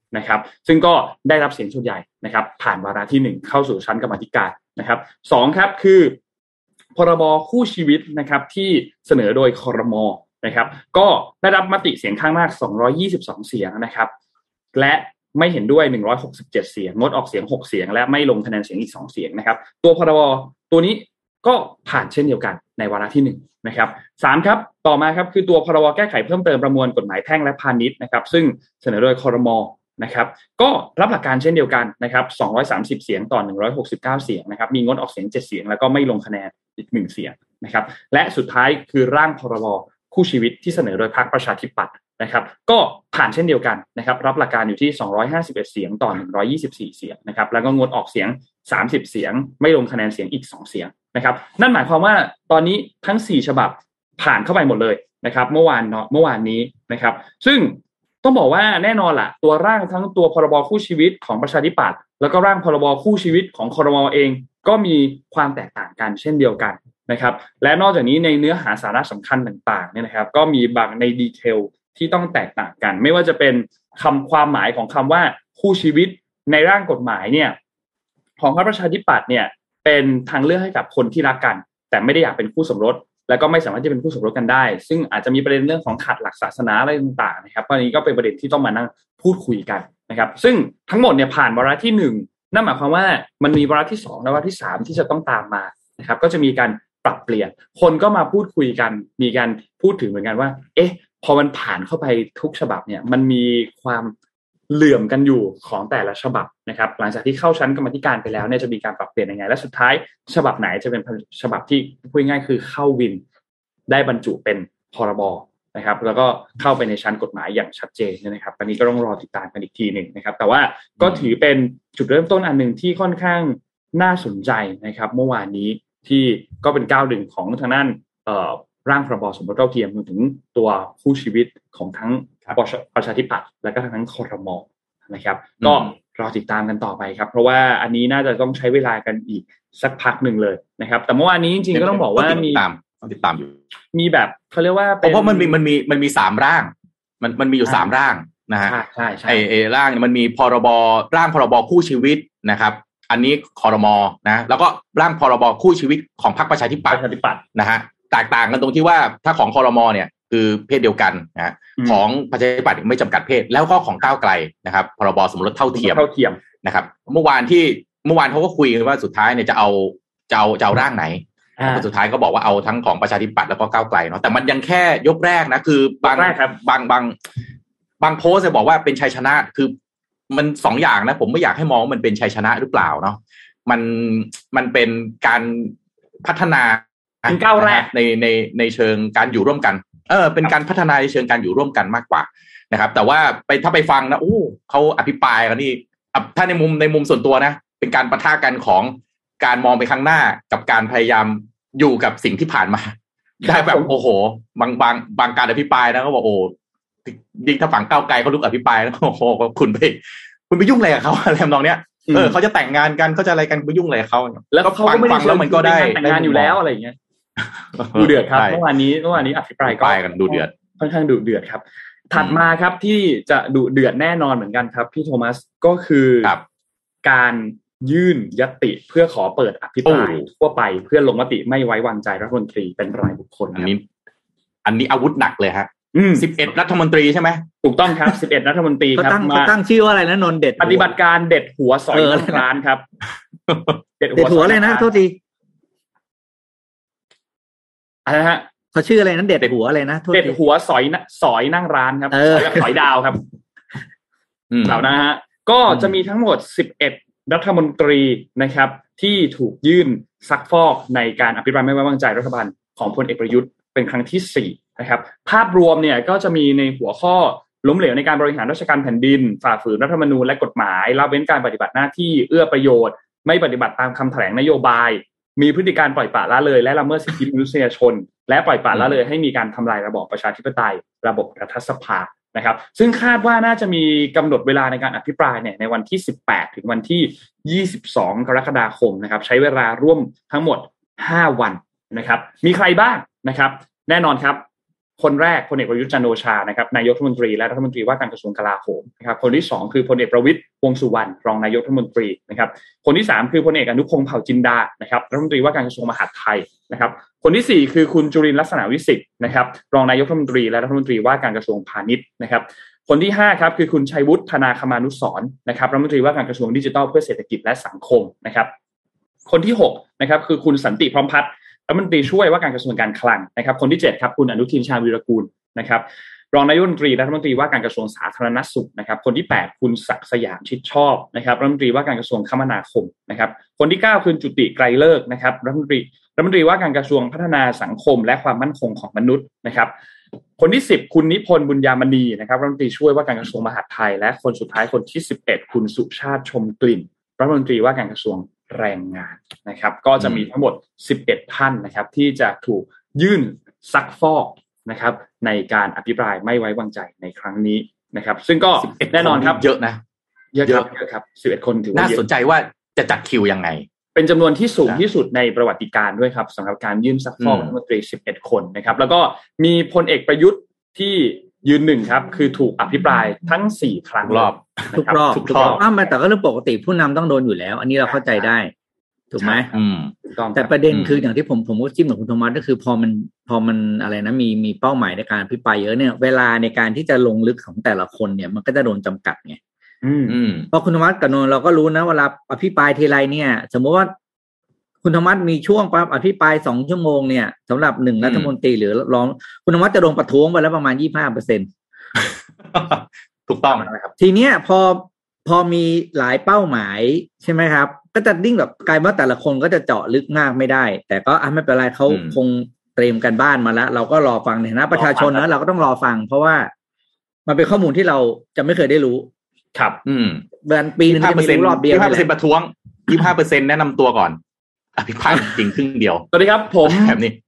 S2: นะครับซึ่งก็ได้รับเสียงส่วนใหญ่นะครับผ่านวาระที่1เข้าสู่ชั้นกรรมาธิการนะครับ2ครับคือพรบคู่ชีวิตนะครับที่เสนอโดยครม.นะครับก็ได้รับมติเสียงข้างมาก222เสียงนะครับและไม่เห็นด้วย167เสียงงดออกเสียง6เสียงและไม่ลงคะแนนเสียงอีก2เสียงนะครับตัวพรบตัวนี้ก็ผ่านเช่นเดียวกันในวาระที่1นะครับ3ครับต่อมาครับคือตัวพรบแก้ไขเพิ่มเติมประมวลกฎหมายแพ่งและพาณิชย์นะครับซึ่งเสนอโดยครม.นะครับก็รับหลักการเช่นเดียวกันนะครับ230เสียงต่อ169เสียงนะครับมีงดออกเสียง7เสียงแล้วก็ไม่ลงคะแนนอีก1เสียงนะครับและสุดท้ายคือร่างพรบคู่ชีวิตที่เสนอโดยพรรคประชาธิปัตย์นะครับก็ผ่านเช่นเดียวกันนะครับรับหลักการอยู่ที่251เสียงต่อ124เสียงนะครับแล้วก็งดออกเสียง30เสียงไม่ลงคะแนนเสียงอีก2เสียงนะครับนั่นหมายความว่าตอนนี้ทั้ง4ฉบับผ่านเข้าไปหมดเลยนะครับเมื่อวานนี้นะครับซึ่งต้องบอกว่าแน่นอนล่ะตัวร่างทั้งตัวพรบคู่ชีวิตของประชาธิปัตย์แล้วก็ร่างพรบคู่ชีวิตของครม.เองก็มีความแตกต่างกันเช่นเดียวกันนะครับและนอกจากนี้ในเนื้อหาสาระสำคัญต่างๆเนี่ยนะครับก็มีบางในดีเทลที่ต้องแตกต่างกันไม่ว่าจะเป็นความหมายของคำว่าคู่ชีวิตในร่างกฎหมายเนี่ยของพรรคประชาธิปัตย์เนี่ยเป็นทางเลือกให้กับคนที่รักกันแต่ไม่ได้อยากเป็นคู่สมรสแล้วก็ไม่สามารถจะเป็นคู่สมรสกันได้ซึ่งอาจจะมีประเด็นเรื่องของขัดหลักศาสนาอะไรต่างๆนะครับอันนี้ก็เป็นประเด็นที่ต้องมานั่งพูดคุยกันนะครับซึ่งทั้งหมดเนี่ยผ่านวาระที่1นั่นหมายความว่ามันมีวาระที่2และวาระที่3ที่จะต้องตามมานะครับก็จะมีการปรับเปลี่ยนคนก็มาพูดคุยกันมีการพูดถึงเหมือนกันว่าพอมันผ่านเข้าไปทุกฉบับเนี่ยมันมีความเหลื่อมกันอยู่ของแต่ละฉบับนะครับหลังจากที่เข้าชั้นกรรมาธิการไปแล้วเนี่ยจะมีการปรับเปลี่ยนยังไงและสุดท้ายฉบับไหนจะเป็นฉบับที่พูดง่ายคือเข้าวินได้บรรจุเป็นพรบนะครับแล้วก็เข้าไปในชั้นกฎหมายอย่างชัดเจนนะครับอันนี้ก็ต้องรอติดตามกันอีกทีนึงนะครับแต่ว่าก็ถือเป็นจุดเริ่มต้นอันนึงที่ค่อนข้างน่าสนใจนะครับเมื่อวานนี้ที่ก็เป็นก้าวหนึ่งของทางด้านร่างพรบสมรสเท่าเทียมรวมถึงตัวคู่ชีวิตของทั้งประชาธิปัตย์และก็ทั้งครม.นะครับก็รอติดตามกันต่อไปครับเพราะว่าอันนี้น่าจะต้องใช้เวลากันอีกสักพักหนึ่งเลยนะครับแต่เมื่อวานนี้จริงๆก็ต้องบอกว่ามี
S3: ติดตามอยู่
S2: มีแบบเขาเรียกว่า
S3: เพราะมันมี3ร่างมันมีอยู่3ร่างนะฮะ
S2: ใช่
S3: ไอ้ร่างมันมีร่างพรบคู่ชีวิตนะครับอันนี้ครม.นะแล้วก็ร่างพรบคู่ชีวิตของพรรคประชาธิปัตย์นะฮะแตกต่างกันตรงที่ว่าถ้าของครม.เนี่ยคือเพศเดียวกันนะของประชาธิปัตย์ไม่จำกัดเพศแล้วก็ของก้าวไกลนะครับพรบสมรสเท่าเทียมนะครับเมื่อวานเขาก็คุยกันว่าสุดท้ายเนี่ยจะเอาร่างไหนสุดท้ายก็บอกว่าเอาทั้งของประชาธิปัตย์แล้วก็ก้าวไกลเนาะแต่มันยังแค่ยกแรกนะคือบางโพสต์จะบอกว่าเป็นชัยชนะคือมัน2อย่างนะผมไม่อยากให้มองว่ามันเป็นชัยชนะหรือเปล่าเนาะมันเป็นการพัฒนา
S2: ก้าวแรก
S3: ในเชิงการอยู่ร่วมกันเป็นการพัฒนาในเชิงการอยู่ร่วมกันมากกว่านะครับแต่ว่าถ้าไปฟังนะเขาอภิปรายกันนี่ถ้าในมุมส่วนตัวนะเป็นการปะทะกันของการมองไปข้างหน้ากับการพยายามอยู่กับสิ่งที่ผ่านมาได้แบบโอ้โหบางการอภิปรายนะก็บอกโอ้ยิ่งถ้าฝั่งก้าวไกลเขาลุกอภิปรายแล้วโอ้โหคุณไปยุ่งอะไรกับเขาอะไรทำนองเนี้ยเขาจะแต่งงานกันเขาจะอะไรกันไปยุ่งอะไรกับเขา
S2: แล้วเขาก็ไม่ได้
S3: แล้วมันก็ได้
S2: แต่งงานอยู่แล้วอะไรอย่างเงี้ยดูเดือดครับเมื่อวานนี้อภิปราย
S3: กันดูเดือด
S2: ค่อนข้างดุเดือดครับถัดมาครับที่จะดุเดือดแน่นอนเหมือนกันครับพี่โทมัสก็คือการยื่นญัตติเพื่อขอเปิดอภิปรายทั่วไปเพื่อลงมติไม่ไว้วางใจรัฐมนตรีเป็นรายบุคคล
S3: อันนี้อาวุธหนักเลยฮะ11รัฐมนตรีใช่ไหม
S2: ถูกต้องครับ11รัฐมนตรีครับ
S4: มาตั้งชื่อว่าอะไรนะนนท์เด็ด
S2: ปฏิบัติการเด็ดหัวสอยร้านครับ
S4: เด็ดหัวเลยนะโทษที
S2: อะไรฮะ
S4: เขาชื่ออะไรนั้นเด็ดหัวอะไรนะ
S2: เด็ดหัวสอยนั่งร้านครับสอยดาวครับเหล่านะฮะก็จะมีทั้งหมด11รัฐมนตรีนะครับที่ถูกยื่นซักฟอกในการอภิปรายไม่ไว้วางใจรัฐบาลของพลเอกประยุทธ์เป็นครั้งที่4นะครับภาพรวมเนี่ยก็จะมีในหัวข้อล้มเหลวในการบริหารราชการแผ่นดินฝ่าฝืนรัฐธรรมนูญและกฎหมายละเว้นการปฏิบัติหน้าที่เอื้อประโยชน์ไม่ปฏิบัติตามคำแถลงนโยบายมีพฤติการปล่อยปละละเลยและละเมิดสิทธิมนุษยชนและปล่อยปละละเลยให้มีการทำลายระบอบประชาธิปไตยระบบรัฐสภานะครับซึ่งคาดว่าน่าจะมีกำหนดเวลาในการอภิปรายเนี่ยในวันที่18ถึงวันที่22กรกฎาคมนะครับใช้เวลาร่วมทั้งหมด5วันนะครับมีใครบ้างนะครับแน่นอนครับคนแรกพลเอกประยุทธ์จันทร์โอชานะครับนายกรัฐมนตรีและรัฐมนตรีว่าการกระทรวงกลาโหมนะครับคนที่2คือพลเอกประวิตรวงษ์สุวรรณรองนายกรัฐมนตรีนะครับคนที่3คือพลเอกอนุพงษ์เผ่าจินดานะครับรัฐมนตรีว่าการกระทรวงมหาดไทยนะครับคนที่4คือคุณจุรินทร์ลักษณะวิสิทธิ์นะครับรองนายกรัฐมนตรีและรัฐมนตรีว่าการกระทรวงพาณิชย์นะครับคนที่5ครับคือคุณชัยวุฒิธนาคมานุสรณ์นะครับรัฐมนตรีว่าการกระทรวงดิจิทัลเพื่อเศรษฐกิจและสังคมนะครับคนที่6นะครับคือคุณสันติพร้อมพัฒน์รัฐมนตรีช่วยว่าการกระทรวงการคลังนะครับคนที่7ครับคุณอนุทินชาญวีรกูลนะครับรองนายกรัฐมนตรีและรัฐมนตรีว่าการกระทรวงสาธารณสุขนะครับคนที่8คุณศักดิ์สยามชิดชอบนะครับรัฐมนตรีว่าการกระทรวงคมนาคมนะครับคนที่9คือจุติไกรเลิกษ์นะครับรัฐมนตรีว่าการกระทรวงพัฒนาสังคมและความมั่นคงของมนุษย์นะครับคนที่10คุณนิพนธ์บุญญามณีนะครับรัฐมนตรีช่วยว่าการกระทรวงมหาดไทยและคนสุดท้ายคนที่11คุณสุชาติชมกลิ่นรัฐมนตรีว่าการกระทรวงแรงงานนะครับก็จะมีทั้งหมด11ท่านนะครับที่จะถูกยื่นซักฟอกนะครับในการอภิปรายไม่ไว้วางใจในครั้งนี้นะครับซึ่งก็แน่นอนครับ
S3: เยอะนะ
S2: เยอะครับ11คนถือว่า
S3: น่าสนใจว่าจะจัดคิวยังไง
S2: เป็นจำนวนที่สูงที่สุดในประวัติการด้วยครับสำหรับการยื่นซักฟอกรัฐมนตรี11คนนะครับแล้วก็มีพลเอกประยุทธ์ที่ยืน1ครับคือถูกอภิปรายทั้ง4ครั้ง
S4: ทุกรอบแต่ก็เรื่องปกติผู้นำต้องโดนอยู่แล้วอันนี้เราเข้าใจได้ถูกไหมแต่ประเด็นคืออย่างที่ผมก็จิ้มกับคุณโทมัสก็คือพอมันอะไรนะมีเป้าหมายในการอภิปรายเยอะเนี่ยเวลาในการที่จะลงลึกของแต่ละคนเนี่ยมันก็จะโดนจำกัดไงเพราะคุณโทมัสกับนนท์เราก็รู้นะเวลาอภิปรายทีไรเนี่ยสมมติว่าคุณโทมัสมีช่วงปั๊บอภิปราย2 ชั่วโมงเนี่ยสำหรับ1รัฐมนตรีหรือรองคุณโทมัสจะลงประท้วงไปแล้วประมาณ 25%
S3: ถูกต้องนะครับ
S4: ทีเนี้ยพอมีหลายเป้าหมายใช่ไหมครับก็จะดิ้งแบบกลายว่าแต่ละคนก็จะเจาะลึกมากไม่ได้แต่ก็ไม่เป็นไรเขาคงเตรียมกันบ้านมาแล้วเราก็รอฟังในฐานะประชาชนนะเราก็ต้องรอฟังเพราะว่ามันเป็นข้อมูลที่เราจะไม่เคยได้รู้
S2: ครับ
S4: เดือนปีนึงจะมีรอบเดียว
S3: 25% ประท้วง 25% แนะนำตัวก่อนอภิปรายจริงครึ่งเดียว
S2: สวัสดีครับผม
S3: แบบนี้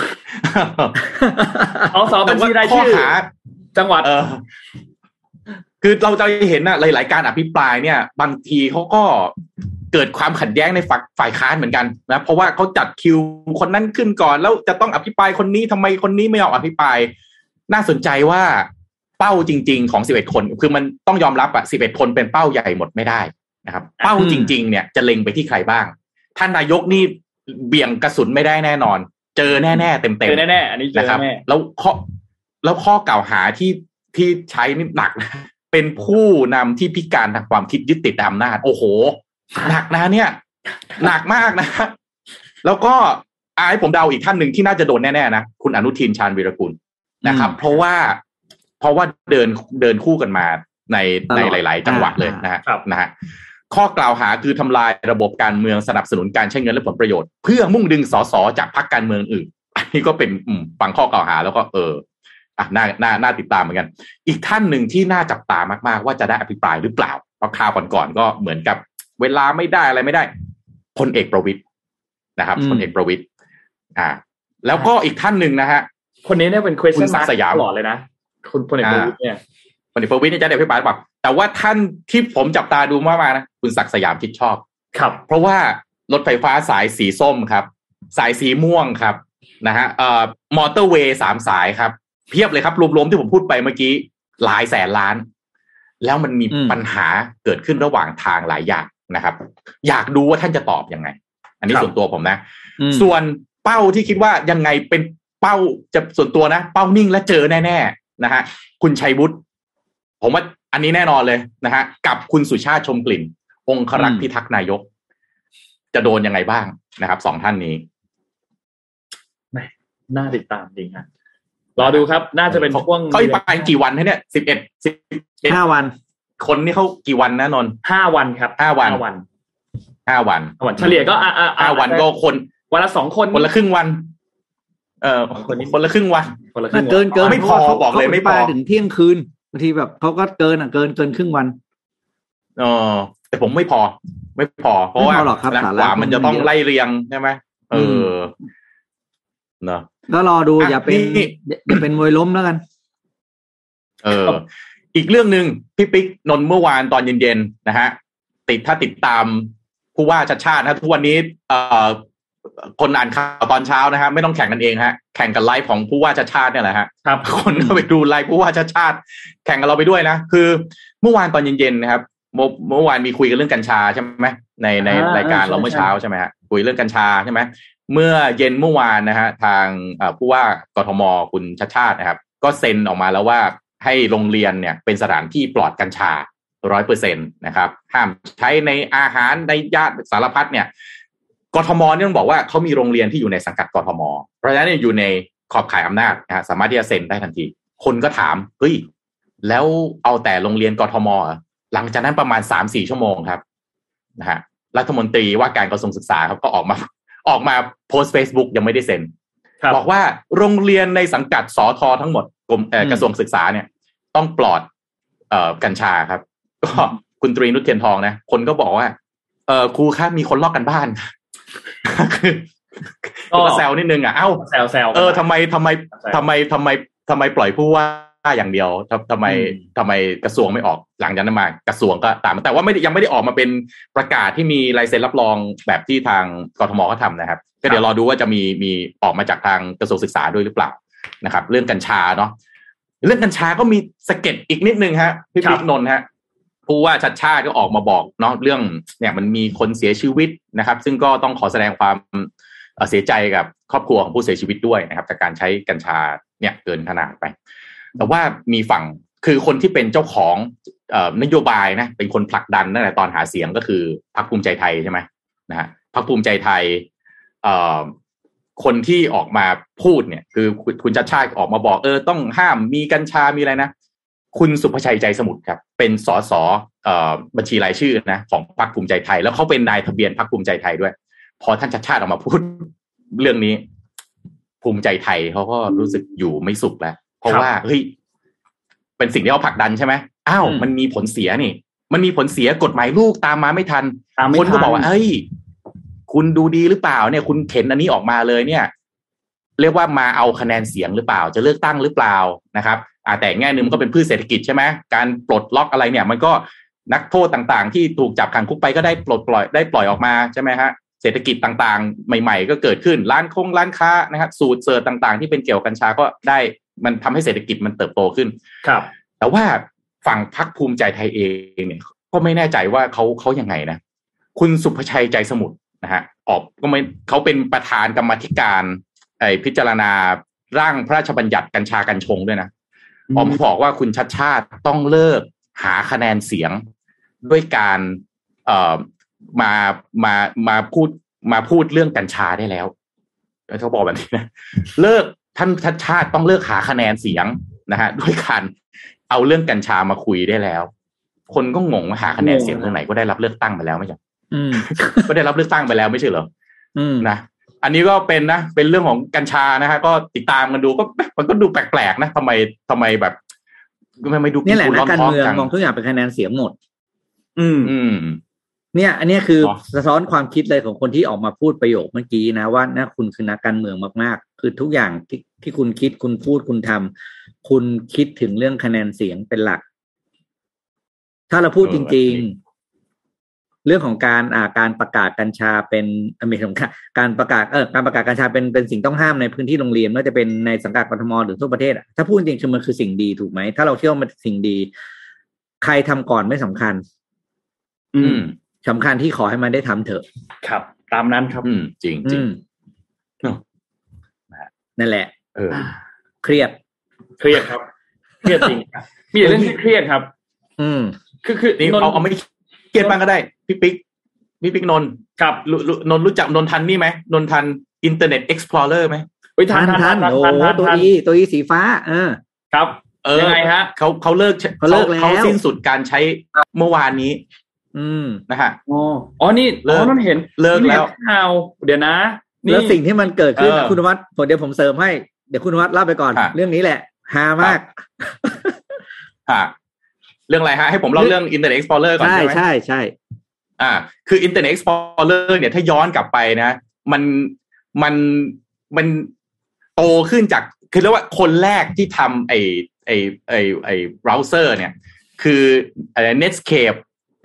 S2: สบัญชีรายชื่อจังหวัด
S3: คือเราจะเห็นนะหลายๆการอภิปรายเนี่ยบางทีเขาก็เกิดความขัดแย้งในฝ่ายค้านเหมือนกันนะเพราะว่าเขาจัดคิวคนนั้นขึ้นก่อนแล้วจะต้องอภิปรายคนนี้ทำไมคนนี้ไม่อภิปรายน่าสนใจว่าเป้าจริงๆของ11คนคือมันต้องยอมรับ11คนเป็นเป้าใหญ่หมดไม่ได้นะครับเป้าจริงๆเนี่ยจะเล็งไปที่ใครบ้างท่านนายกนี่เบี่ยงกระสุนไม่ได้แน่นอนเจอแน่ๆเต็มๆ
S2: เจอแน่ๆอันนี้เจอแน่
S3: แล้วข้อกล่าวหาที่ใช้นี่หนักเป็นผู้นำที่พิการทางความคิดยึดติดอำนาจโอ้โหหนักนะเนี่ยหนักมากนะแล้วก็ให้ผมเดาอีกท่านหนึ่งที่น่าจะโดนแน่ๆนะคุณอนุทินชาญวีรกูลนะครับเพราะว่าเดินคู่กันมาในหลายๆจังหวัดเลยนะฮะข้อกล่าวหาคือทำลายระบบการเมืองสนับสนุนการใช้เงินและผลประโยชน์เพื่อมุ่งดึงสสจากพรรคการเมืองอื่นอันนี้ก็เป็นฟังข้อกล่าวหาแล้วก็น่าติดตามเหมือนกันอีกท่านหนึ่งที่น่าจับตามากๆว่าจะได้อภิปรายหรือเปล่าเพราะคราวก่อนๆก็เหมือนกับเวลาไม่ได้อะไรไม่ได้พลเอกประวิตรนะครับพลเอกประวิตรแล้วก็อีกท่านหนึ่งนะฮะ
S2: คนนี้เนี่ยเป็น question mark ตลอดเลยนะคุณพลเอกประวิตรเนี่ย
S3: พลเอกประวิตรเนี่ยจะได้อภิปรายหรือเปล่าแต่ว่าท่านที่ผมจับตาดูมากๆนะคุณศักดิ์สยามชิดชอบ
S2: ครับ
S3: เพราะว่ารถไฟฟ้าสายสีส้มครับสายสีม่วงครับนะฮะมอเตอร์เวย์3 สายครับเพียบเลยครับรวมๆที่ผมพูดไปเมื่อกี้หลายแสนล้านแล้วมันมีปัญหาเกิดขึ้นระหว่างทางหลายอย่างนะครับอยากดูว่าท่านจะตอบยังไงอันนี้ส่วนตัวผมนะส่วนเป้าที่คิดว่ายังไงเป็นเป้าจะส่วนตัวนะเป้านิ่งและเจอแน่ๆนะฮะคุณชัยวุฒิผมว่าอันนี้แน่นอนเลยนะฮะกับคุณสุชาติชมกลิ่นองครักษ์พิทักษ์นายกจะโดนยังไงบ้างนะครับ2 ท่านนี้
S2: น่าติดตามจริงฮะรอดูครับน่าจะเป็นช่วง
S3: เขาไปกี่วันเนี่ย
S4: 5 วัน
S3: คนนี่เขากี่วันนะนนท์
S2: 5 วันครับ
S3: 5 วัน
S2: เฉลี่ยก็
S3: 5 วันก็คน
S2: วันละ2 คน
S3: คนละครึ่งวันคนละครึ่งวัน
S4: เกิน
S3: ไม่พอบอกเลยไม่พอ
S4: ถึงเที่ยงคืนบางทีแบบเขาก็เกินครึ่งวัน
S3: แต่ผมไม่พอเพราะว่ากว่ามันจะต้องไล่เรียงใช่ไหมเนาะ
S4: ก็รอดูอย่าเป็นมวยล้มแล้วกัน
S3: อีกเรื่องนึงพี่ปิ๊กนนท์เมื่อวานตอนเย็นๆนะฮะถ้าติดตามผู้ว่าชาติชาตินะทุกวันนี้คนอ่านข่าวตอนเช้านะฮะไม่ต้องแข่งกันเองฮะแข่งกันไลฟ์ของผู้ว่าชาติชาติเนี่ยแหละฮะ
S2: ครับ
S3: คนก็ไปดูไลฟ์ผู้ว่าชาติชาติแข่งกับเราไปด้วยนะคือเมื่อวานตอนเย็นๆนะครับเมื่อวานมีคุยกันเรื่องกัญชาใช่ไหมในรายการเราเมื่อเช้าใช่ไหมฮะคุยเรื่องกัญชาใช่ไหมเมื่อเย็นเมื่อวานนะฮะทางผู้ว่ากทมคุณชาติชาตินะครับก็เซ็นออกมาแล้วว่าให้โรงเรียนเนี่ยเป็นสถานที่ปลอดกัญชา 100% นะครับห้ามใช้ในอาหารในยาสารพัดเนี่ยกทมเนี่ยต้องบอกว่าเขามีโรงเรียนที่อยู่ในสังกัดกทมเพราะฉะนั้นอยู่ในขอบข่ายอำนาจนะฮะสามารถที่จะเซ็นได้ทันทีคนก็ถามเฮ้ยแล้วเอาแต่โรงเรียนกทมหลังจากนั้นประมาณ 3-4 ชั่วโมงครับนะฮะรัฐมนตรีว่าการกระทรวงศึกษาครับก็ออกมาโพสต์ Facebook ยังไม่ได้เซ็นบอกว่าโรงเรียนในสังกัดสททั้งหมดกระทรวงศึกษาเนี่ยต้องปลอดกัญชาครับก็คุณตรีนุชเทียนทองนะคนก็บอกว่าครูครับมีคนลอกกันบ้านคือก็แซวนิดนึงเอ้า
S2: แซว
S3: ทำไมปล่อยผู้ว่าอย่างเดียวทำไมกระทรวงไม่ออกหลังจากนั้นมากระทรวงก็ตามแต่ว่ายังไม่ได้ออกมาเป็นประกาศที่มีลายเซ็นรับรองแบบที่ทางกทมเขาทำนะครับก็เดี๋ยวรอดูว่าจะมีออกมาจากทางกระทรวงศึกษาด้วยหรือเปล่านะครับเรื่องกัญชาเนาะเรื่องกัญชาก็มีสะเก็ดอีกนิดนึงฮะพี่ปิ๊กนนท์ฮะผู้ว่าชัดชาติก็ออกมาบอกเนาะเรื่องเนี่ยมันมีคนเสียชีวิตนะครับซึ่งก็ต้องขอแสดงความเสียใจกับครอบครัวของผู้เสียชีวิตด้วยนะครับจากการใช้กัญชาเนี่ยเกินขนาดไปแต่ว่ามีฝั่งคือคนที่เป็นเจ้าของนโยบายนะเป็นคนผลักดันตั้งแต่ตอนหาเสียงก็คือพรรคภูมิใจไทยใช่ไหมนะฮะพรรคภูมิใจไทยคนที่ออกมาพูดเนี่ยคือคุณชัชชาติออกมาบอกต้องห้ามมีกัญชามีอะไรนะคุณสุภชัยใจสมุทรครับเป็นสสบัญชีรายชื่อนะของพรรคภูมิใจไทยแล้วเขาเป็นนายทะเบียนพรรคภูมิใจไทยด้วยพอท่านชัชชาติออกมาพูดเรื่องนี้ภูมิใจไทยเขาก็รู้สึกอยู่ไม่สุขแล้วเพราะว่าเฮ้ยเป็นสิ่งที่เขาผลักดันใช่ไหมอ้าวมันมีผลเสียนี่มันมีผลเสียกฎหมายลูกตามมาไม่ทันคนก็บอกว่าเฮ้ยคุณดูดีหรือเปล่าเนี่ยคุณเข็นอันนี้ออกมาเลยเนี่ยเรียกว่ามาเอาคะแนนเสียงหรือเปล่าจะเลือกตั้งหรือเปล่านะครับแต่แง่นึงมันก็เป็นพืชเศรษฐกิจใช่ไหมการปลดล็อกอะไรเนี่ยมันก็นักโทษต่างๆที่ถูกจับขังคุกไปก็ได้ปลดออกมาใช่ไหมฮะเศรษฐกิจต่างๆใหม่ๆก็เกิดขึ้นร้านค้านะครับสูตรเสิร์ชต่างๆที่เป็นเกี่ยวกับกัญชาก็ได้มันทำให้เศรษฐกิจมันเติบโตขึ้น
S2: ครับ
S3: แต่ว่าฝั่งพรรคภูมิใจไทยเองเนี่ยก็ไม่แน่ใจว่าเขายังไงนะคุณสุภชัยใจสมุทรนะฮะก็ไม่เขาเป็นประธานกรรมาธิการพิจารณาร่างพระราชบัญญัติกัญชากัญชงด้วยนะออกมาบอกว่าคุณชัชชาติต้องเลิกหาคะแนนเสียงด้วยการมาพูดเรื่องกัญชาได้แล้วเขาบอกแบบนี้นะเลิกท่านชัชชาติต้องเลิกหาคะแนนเสียงนะฮะด้วยการเอาเรื่องกัญชามาคุยได้แล้วคนก็งงว่าหาคะแนนเสียงตรงไหนก็ได้รับเลือกตั้งไปแล้วไม่ใช่ก็ได้รับเลือกตั้งไปแล้วไม่ใช่เหรอนะอันนี้ก็เป็นเรื่องของกัญชานะฮะก็ติดตามกันดูก็มันก็ดูแปลกๆนะทำไมแบบไม่ดู
S4: นี่แหละนักการเมืองมองทุกอย่างเป็นคะแนนเสียงหมดเนี่ยอันนี้คือสะท้อนความคิดเลยของคนที่ออกมาพูดประโยคเมื่อกี้นะว่าน่าคุณคือนักการเมืองมากๆคือทุกอย่างที่คุณคิดคุณพูดคุณทำคุณคิดถึงเรื่องคะแนนเสียงเป็นหลักถ้าเราพูดจริงๆเรื่องของการประกาศกัญชาเป็นไม่ใช่การประกาศกัญชาเป็นสิ่งต้องห้ามในพื้นที่โรงเรียนไม่ว่าจะเป็นในสังกัดกทมหรือทั่วประเทศถ้าพูดจริงคือมันคือสิ่งดีถูกไหมถ้าเราเชื่อว่ามันสิ่งดีใครทำก่อนไม่สำคัญสำคัญที่ขอให้มันได้ทำเถอะ
S2: ครับตามนั้นครับ
S3: จริงจริง
S4: นั่นแหละเครียด
S2: ครับเครียดจริงมีเรื่องที่เครียดครับคือ
S3: นี่เอาไม่เครียดบ้างก็ได้พี่ปิ๊กนนท์
S2: ครับ
S3: นนท์รู้จักนนทันนี่ไหมนนทัน Internet Explorer ไหม
S4: ทันโอ้ตัวอีสีฟ้า
S2: ครับยังไงฮะ
S3: เขาเลิกเขาสิ้นสุดการใช้เมื่อวานนี้นะฮะ
S2: อ๋อนี่นั่นเห็น
S3: เลิกแล้ว
S2: เดี๋ยวนะ
S4: แล้วสิ่งที่มันเกิดขึ้นคุณวัฒน์เดี๋ยวผมเสริมให้เดี๋ยวคุณวัฒน์เล่าไปก่อนเรื่องนี้แหละฮามาก
S3: เรื่องอะไรฮะให้ผมเล่าเรื่อง Internet Explorer ก่อนใช่ไหม
S4: ใช่
S3: คือ Internet Explorer เนี่ยถ้าย้อนกลับไปนะมันโตขึ้นจากคือเรียกว่าคนแรกที่ทำไอ้เบราว์เซอร์เนี่ยคือNetscape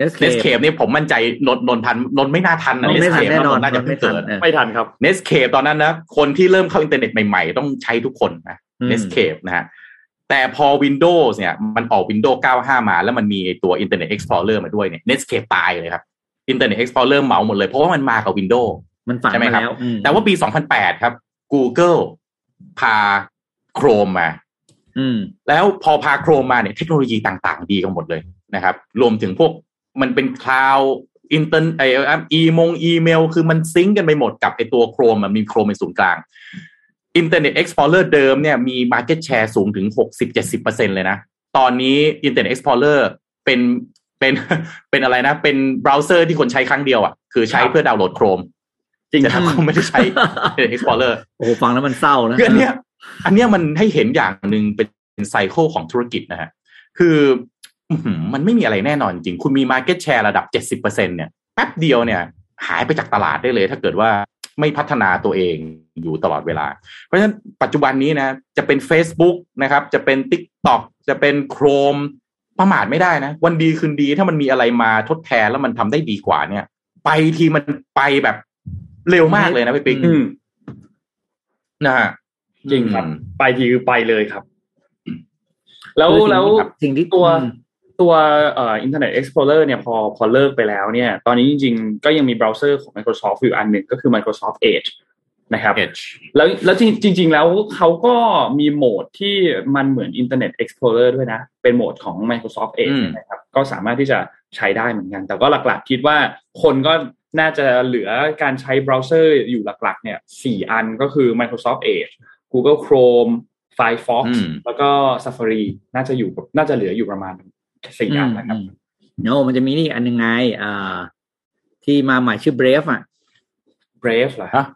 S3: Netscape นี่ผมมั่นใจนนทันนนไม่น่าทันนะ Netscape
S4: แน่นอน
S3: น่าจะเพิ่งเกิด
S2: ไม่ทันครับ
S3: Netscape ตอนนั้นนะคนที่เริ่มเข้าอินเทอร์เน็ตใหม่ๆต้องใช้ทุกคนนะ Netscape นะฮะแต่พอ Windows เนี่ยมันออก Windows 95 มาแล้วมันมีตัว Internet Explorer มาด้วยเนี่ย Netscape ตายเลยครับ Internet Explorer เหมาหมดเลยเพราะว่ามันมากับ Windows
S4: มันฝังมาแล้ว
S3: แต่ว่าปี 2008 ครับ Google พา Chrome มาแล้วพอพา Chrome มาเนี่ยเทคโนโลยีต่างๆดีกันหมดเลยนะครับรวมถึงพวกมันเป็นคลาวด์อินเตอร์อีเมลคือมันซิงก์กันไปหมดกับไอตัว Chrome มันมี Chrome เป็นศูนย์กลาง Internet Explorer เดิมเนี่ยมี market share สูงถึง 60-70% เลยนะตอนนี้ Internet Explorer เป็นอะไรนะเป็นเบราว์เซอร์ที่คนใช้ครั้งเดียวอ่ะคือใช้เพื่อดาวน์โหลด Chrome จริงๆเขาไม่ได้ใช้ Internet Explorer
S4: โอ้โหฟังแล้วมันเศร้านะ
S3: คืออันเนี้ยมันให้เห็นอย่างนึงเป็นไซเคิลของธุรกิจนะฮะคือมันไม่มีอะไรแน่นอนจริงคุณมี market share ระดับ 70% เนี่ยแป๊บเดียวเนี่ยหายไปจากตลาดได้เลยถ้าเกิดว่าไม่พัฒนาตัวเองอยู่ตลอดเวลาเพราะฉะนั้นปัจจุบันนี้นะจะเป็น Facebook นะครับจะเป็น TikTok จะเป็น Chrome ประมาทไม่ได้นะวันดีคืนดีถ้ามันมีอะไรมาทดแทนแล้วมันทำได้ดีกว่าเนี่ยไปทีมันไปแบบเร็วมากเลยนะพี่ปิ๊กนะฮะ
S2: จริงครับไปทีคือไปเลยครับแล้ว
S4: สิ่งที่
S2: ตัวInternet Explorer เนี่ยพอเลิกไปแล้วเนี่ยตอนนี้จริงๆก็ยังมีเบราว์เซอร์ของ Microsoft อยู่อันหนึ่งก็คือ Microsoft Edge นะครับแล้วจริงๆแล้วเขาก็มีโหมดที่มันเหมือน Internet Explorer ด้วยนะเป็นโหมดของ Microsoft Edge นะครับก็สามารถที่จะใช้ได้เหมือนกันแต่ก็หลักๆคิดว่าคนก็น่าจะเหลือการใช้เบราว์เซอร์อยู่หลักๆเนี่ย4อันก็คือ Microsoft Edge Google Chrome Firefox แล้วก็ Safari น่าจะเหลืออยู่ประมาณ4อันนะครับ
S4: มันจะมีนี่อันนึงไงที่มาใหม่ชื่อ Brave อ่ะ
S2: Brave เหรอฮะ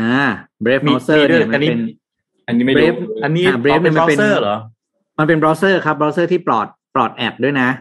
S4: Brave browser เนี่ยมันเป็น
S2: อันนี้ไม่รู้
S3: อันนี้ Brave เป็น browser เหรอ
S4: มันเป็น browser ครับ browser ที่ปลอดแอดด้วยนะ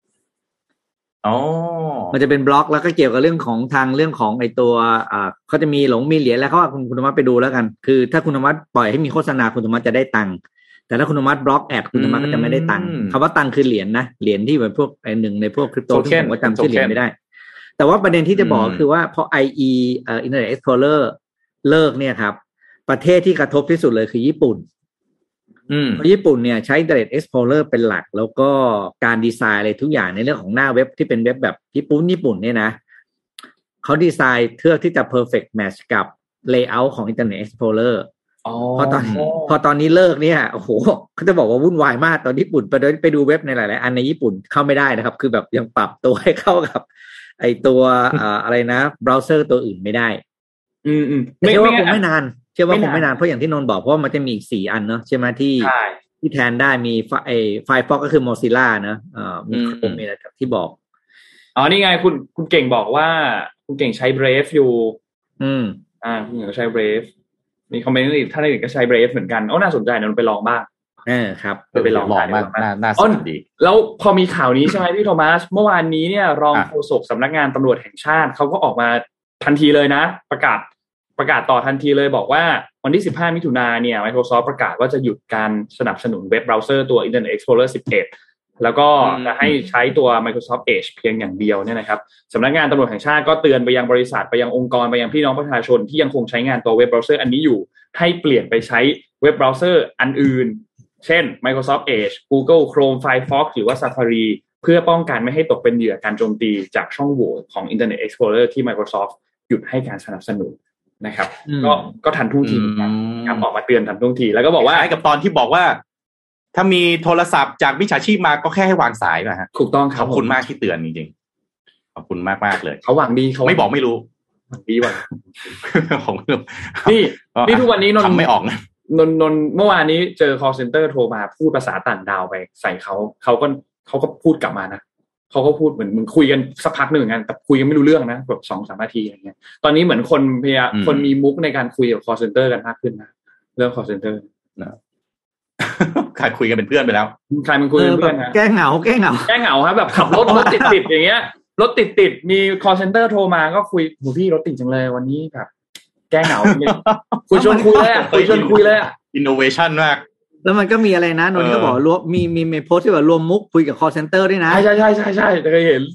S4: มันจะเป็นบล็อกแล้วก็เกี่ยวกับเรื่องของไอตัวเขาจะมีมีเหรียญแล้วเขาว่าคุณธรรมะไปดูแล้วกันคือถ้าคุณธรรมะปล่อยให้มีโฆษณาคุณธรรมะจะได้ตังค์แต่ถ้าคุณธรรมะบล็อกแอดคุณธรรมะก็จะไม่ได้ตังค์คำว่าตังค์คือเหรียญนะเหรียญที่แบบพวกไอหนึ่งในพวกคริปโตที่ผมจำชื่อเหรียญไม่ได้แต่ว่าประเด็นที่จะบอกคือว่าพอ IE Internet Explorer เลิกเนี่ยครับประเทศที่กระทบที่สุดเลยคือญี่ปุ่นญี่ปุ่นเนี่ยใช้ Internet Explorer เป็นหลักแล้วก็การดีไซน์อะไรทุกอย่างในเรื่องของหน้าเว็บที่เป็นเว็บแบบญี่ปุ่นเนี่ยนะเขาดีไซน์เพื่อที่จะ perfect match กับ layout ของ Internet Explorer พอตอนนี้เลิกเนี่ยโอ้โหเขาจะบอกว่าวุ่นวายมากตอนญี่ปุ่นไปดูเว็บในหลายๆอันในญี่ปุ่นเข้าไม่ได้นะครับคือแบบยังปรับตัวให้เข้ากับไอตัวอะไรนะเบราว์เซอร์ตัวอื่นไม่ได้ไม่ว่าคงไม่นานเชื่อว่าคงไม่นานเพราะอย่างที่นนท์บอกเพราะมันจะมีอีก4อันเนาะใช่ไหมที่แทนได้มีFirefox ก็คือ Mozilla นะมี Chrome มีอะไรที่บอก
S2: นี่ไงคุณเก่งบอกว่าคุณเก่งใช้ Brave อยู่คุณเก่งก็ใช้ Brave มีคอมเมนต์อีกท่านอื่นก็ใช้ Brave เหมือนกันน่าสนใจนนท์ไปลองบ้าง
S4: ครับ
S3: ไปลองมากน่าสนใจดี
S2: แล้วพอมีข่าวนี้ใช่ไหมพี่โทมัสเมื่อวานนี้เนี่ยรองโฆษกสำนักงานตำรวจแห่งชาติเขาก็ออกมาทันทีเลยนะประกาศต่อทันทีเลยบอกว่าวันที่15มิถุนายนเนี่ย Microsoft ประกาศว่าจะหยุดการสนับสนุนเว็บเบราว์เซอร์ตัว Internet Explorer 11แล้วก็จะให้ใช้ตัว Microsoft Edge เพียงอย่างเดียวเนี่ยนะครับสำนักงานตำรวจแห่งชาติก็เตือนไปยังบริษัทไปยังองค์กรไปยังพี่น้องประชาชนที่ยังคงใช้งานตัวเว็บเบราว์เซอร์อันนี้อยู่ให้เปลี่ยนไปใช้เว็บเบราว์เซอร์อันอื่นเช่น Microsoft Edge Google Chrome Firefox หรือว่า Safari เพื่อป้องกันไม่ให้ตกเป็นเหยื่อการโจมตีจากช่องโหว่ของ Internet Explorer ที่ Microsoft หยุดให้การสนับสนุนนะครับก็ทันท่วงทีครับออกมาเตือนทันท่วงทีแล้วก็บอกว่า
S3: กับตอนที่บอกว่าถ้ามีโทรศัพท์จากมิจฉาชีพมาก็แค่ให้วางสายนะฮะ
S2: ถูกต้องครับ
S3: ขอบคุณมากที่เตือนจริงๆขอบคุณมากๆเลย
S2: เขาหวังดีเขา
S3: ไม่บอกไม่รู้
S2: หวังดีว่ะ
S3: ของ
S2: นี่ทุกวันนี้นนท์
S3: ไม่ออกนะ
S2: นนท์เมื่อวานนี้เจอ call center โทรมาพูดภาษาต่างดาวไปใส่เขาก็พูดกลับมานะเขาก็พูดเหมือนคุยกันสักพักหนึ่งกันแต่คุยกันไม่รู้เรื่องนะแบบ 2-3 นาทีอะไรเงี้ยตอนนี้เหมือนคนมีมุกในการคุยกับ call center กันมากขึ้นนะเรื่อง call center
S3: นะใครคุยกันเป็นเพื่อนไปแล้ว
S2: ใครมันคุยเป็นเพื่อนนะ
S4: แก้เหงา
S2: ครับแบบขับรถติดอย่างเงี้ยรถติดมี call center โทรมาก็คุยโหพี่รถติดจังเลยวันนี้แบบแก้เหงาคุยชวนคุยเลย
S3: innovation มาก
S4: แล้วมันก็มีอะไรนะนนท์ก็บอกรวมมีโพสต์ที่ว่ารวมมุกคุยกับ call center ด้วยนะ
S2: ใช่เคยเห็น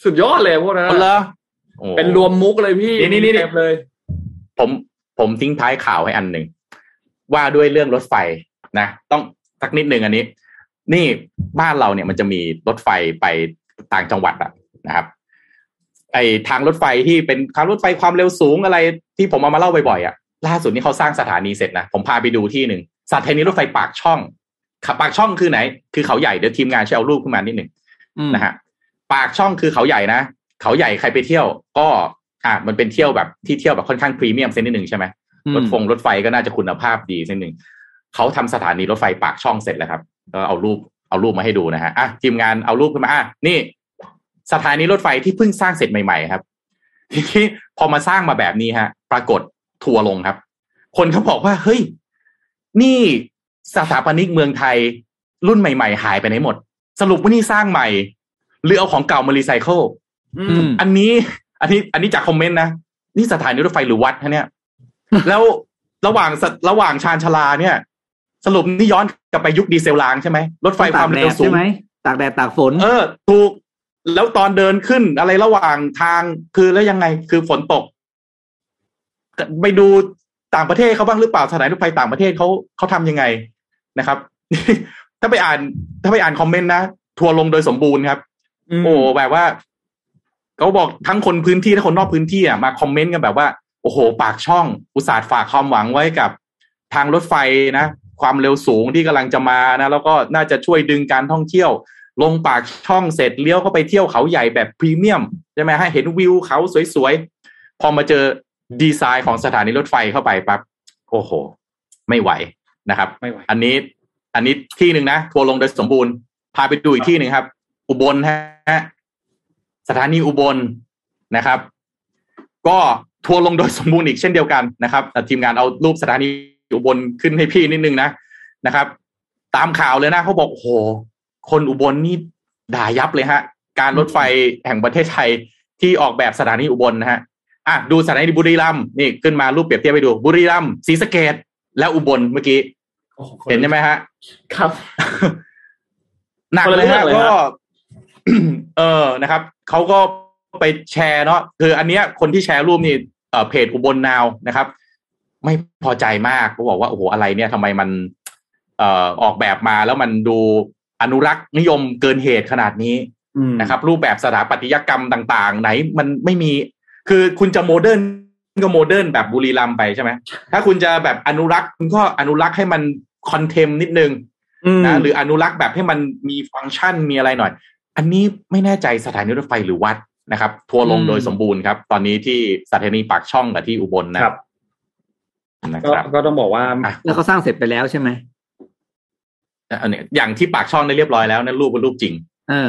S2: สุดยอดเลยพวกนั้นเป็นรวมมุกเลยพี่
S3: นี่
S2: เต็มเลย
S3: ผมทิ้งท้ายข่าวให้อันหนึ่งว่าด้วยเรื่องรถไฟนะต้องสักนิดนึงอันนี้นี่บ้านเราเนี่ยมันจะมีรถไฟไปต่างจังหวัดนะครับไอทางรถไฟที่เป็นทางรถไฟความเร็วสูงอะไรที่ผมเอามาเล่าบ่อยๆล่าสุดนี้เขาสร้างสถานีเสร็จนะผมพาไปดูที่หนึ่งสถานีรถไฟปากช่องปากช่องคือไหนคือเขาใหญ่เดี๋ยวทีมงานช่วยเอารูปขึ้นมานิดหนึ่งนะฮะปากช่องคือเขาใหญ่นะเขาใหญ่ใครไปเที่ยวก็มันเป็นเที่ยวแบบที่เที่ยวแบบค่อนข้างพรีเมียมเส้นนิดหนึ่งใช่ไหมรถไฟก็น่าจะคุณภาพดีเส้นหนึ่งเขาทำสถานีรถไฟปากช่องเสร็จแล้วครับก็เอารูปมาให้ดูนะฮะทีมงานเอารูปขึ้นมานี่สถานีรถไฟที่เพิ่งสร้างเสร็จใหม่ๆครับทีนี้พอมาสร้างมาแบบนี้ฮะปรากฏทัวร์ลงครับคนเขาบอกว่าเฮ้ยนี่สถาปนิกเมืองไทยรุ่นใหม่ๆหายไปไหนหมดสรุปว่านี่สร้างใหม่หรือเอาของเก่ามารีไซเคิลอันนี้จากคอมเมนต์นะนี่สถานีรถไฟหรือวัดฮะเนี่ยแล้วระหว่างชานชลาเนี่ยสรุปนี่ย้อนกลับไปยุคดีเซลรางใช่ไหมรถไฟความเร็วสูง
S4: ใช่ไหมตากแดดตากฝน
S3: ถูกแล้วตอนเดินขึ้นอะไรระหว่างทางคือแล้วยังไงคือฝนตกไปดูต่างประเทศเขาบ้างหรือเปล่าสถานีรถไฟต่างประเทศเขาทำยังไงนะครับ ถ้าไปอ่านคอมเมนต์นะทัวร์ลงโดยสมบูรณ์ครับโอ้แบบว่าเขาบอกทั้งคนพื้นที่และคนนอกพื้นที่มาคอมเมนต์กันแบบว่าโอ้โหปากช่องอุตส่าห์ฝากความหวังไว้กับทางรถไฟนะความเร็วสูงที่กำลังจะมานะแล้วก็น่าจะช่วยดึงการท่องเที่ยวลงปากช่องเสร็จเลี้ยวเข้าไปเที่ยวเขาใหญ่แบบพรีเมียมใช่ไหมให้เห็นวิวเขาสวยๆพอมาเจอดีไซน์ของสถานีรถไฟเข้าไปปั๊บโอ้โหไม่ไหวนะครับไม่ไหวอันนี้ที่หนึ่งนะทัวร์ลงโดยสมบูรณ์พาไปดูอีกที่หนึ่งครับอุบลฮะสถานีอุบลนะครับก็ทัวร์ลงโดยสมบูรณ์อีกเช่นเดียวกันนะครับทีมงานเอารูปสถานีอุบลขึ้นให้พี่นิดนึงนะครับตามข่าวเลยนะเขาบอกโอ้โหคนอุบลนี่ด่ายับเลยฮะการรถไฟแห่งประเทศไทยที่ออกแบบสถานีอุบลนะฮะดูสถานีบุรีรัมย์นี่ขึ้นมารูปเปรียบเทียบไปดูบุรีรัมย์ศรีสะเกษและอุบลเมื่อกี้เห็นใช่ไหมฮะ
S2: ครับ
S3: หนักเลยฮะก็นะครับเขาก็ไปแชร์เนาะคืออันเนี้ยคนที่แชร์รูปนี่เพจอุบลนาวนะครับไม่พอใจมากเขาบอกว่าโอ้โหอะไรเนี่ยทำไมมันออกแบบมาแล้วมันดูอนุรักษ์นิยมเกินเหตุขนาดนี้นะครับรูปแบบสถาปัตยกรรมต่างๆไหนมันไม่มีคือคุณจะโมเดิร์นก็โมเดิร์นแบบบุรีรัมย์ไปใช่ไหมถ้าคุณจะแบบอนุรักษ์คุณก็อนุรักษ์ให้มันคอนเทมนิดนึงนะหรืออนุรักษ์แบบให้มันมีฟังก์ชันมีอะไรหน่อยอันนี้ไม่แน่ใจสถานีรถไฟหรือวัดนะครับทัวร์ลงโดยสมบูรณ์ครับตอนนี้ที่สถานีปากช่องกับที่อุบลนะครับ
S2: ก็ต้องบอกว่า
S4: แล้วเขาสร้างเสร็จไปแล้วใช่ไหม
S3: อันนี้อย่างที่ปากช่องได้เรียบร้อยแล้วนั่นรูปเป็นรูปจริง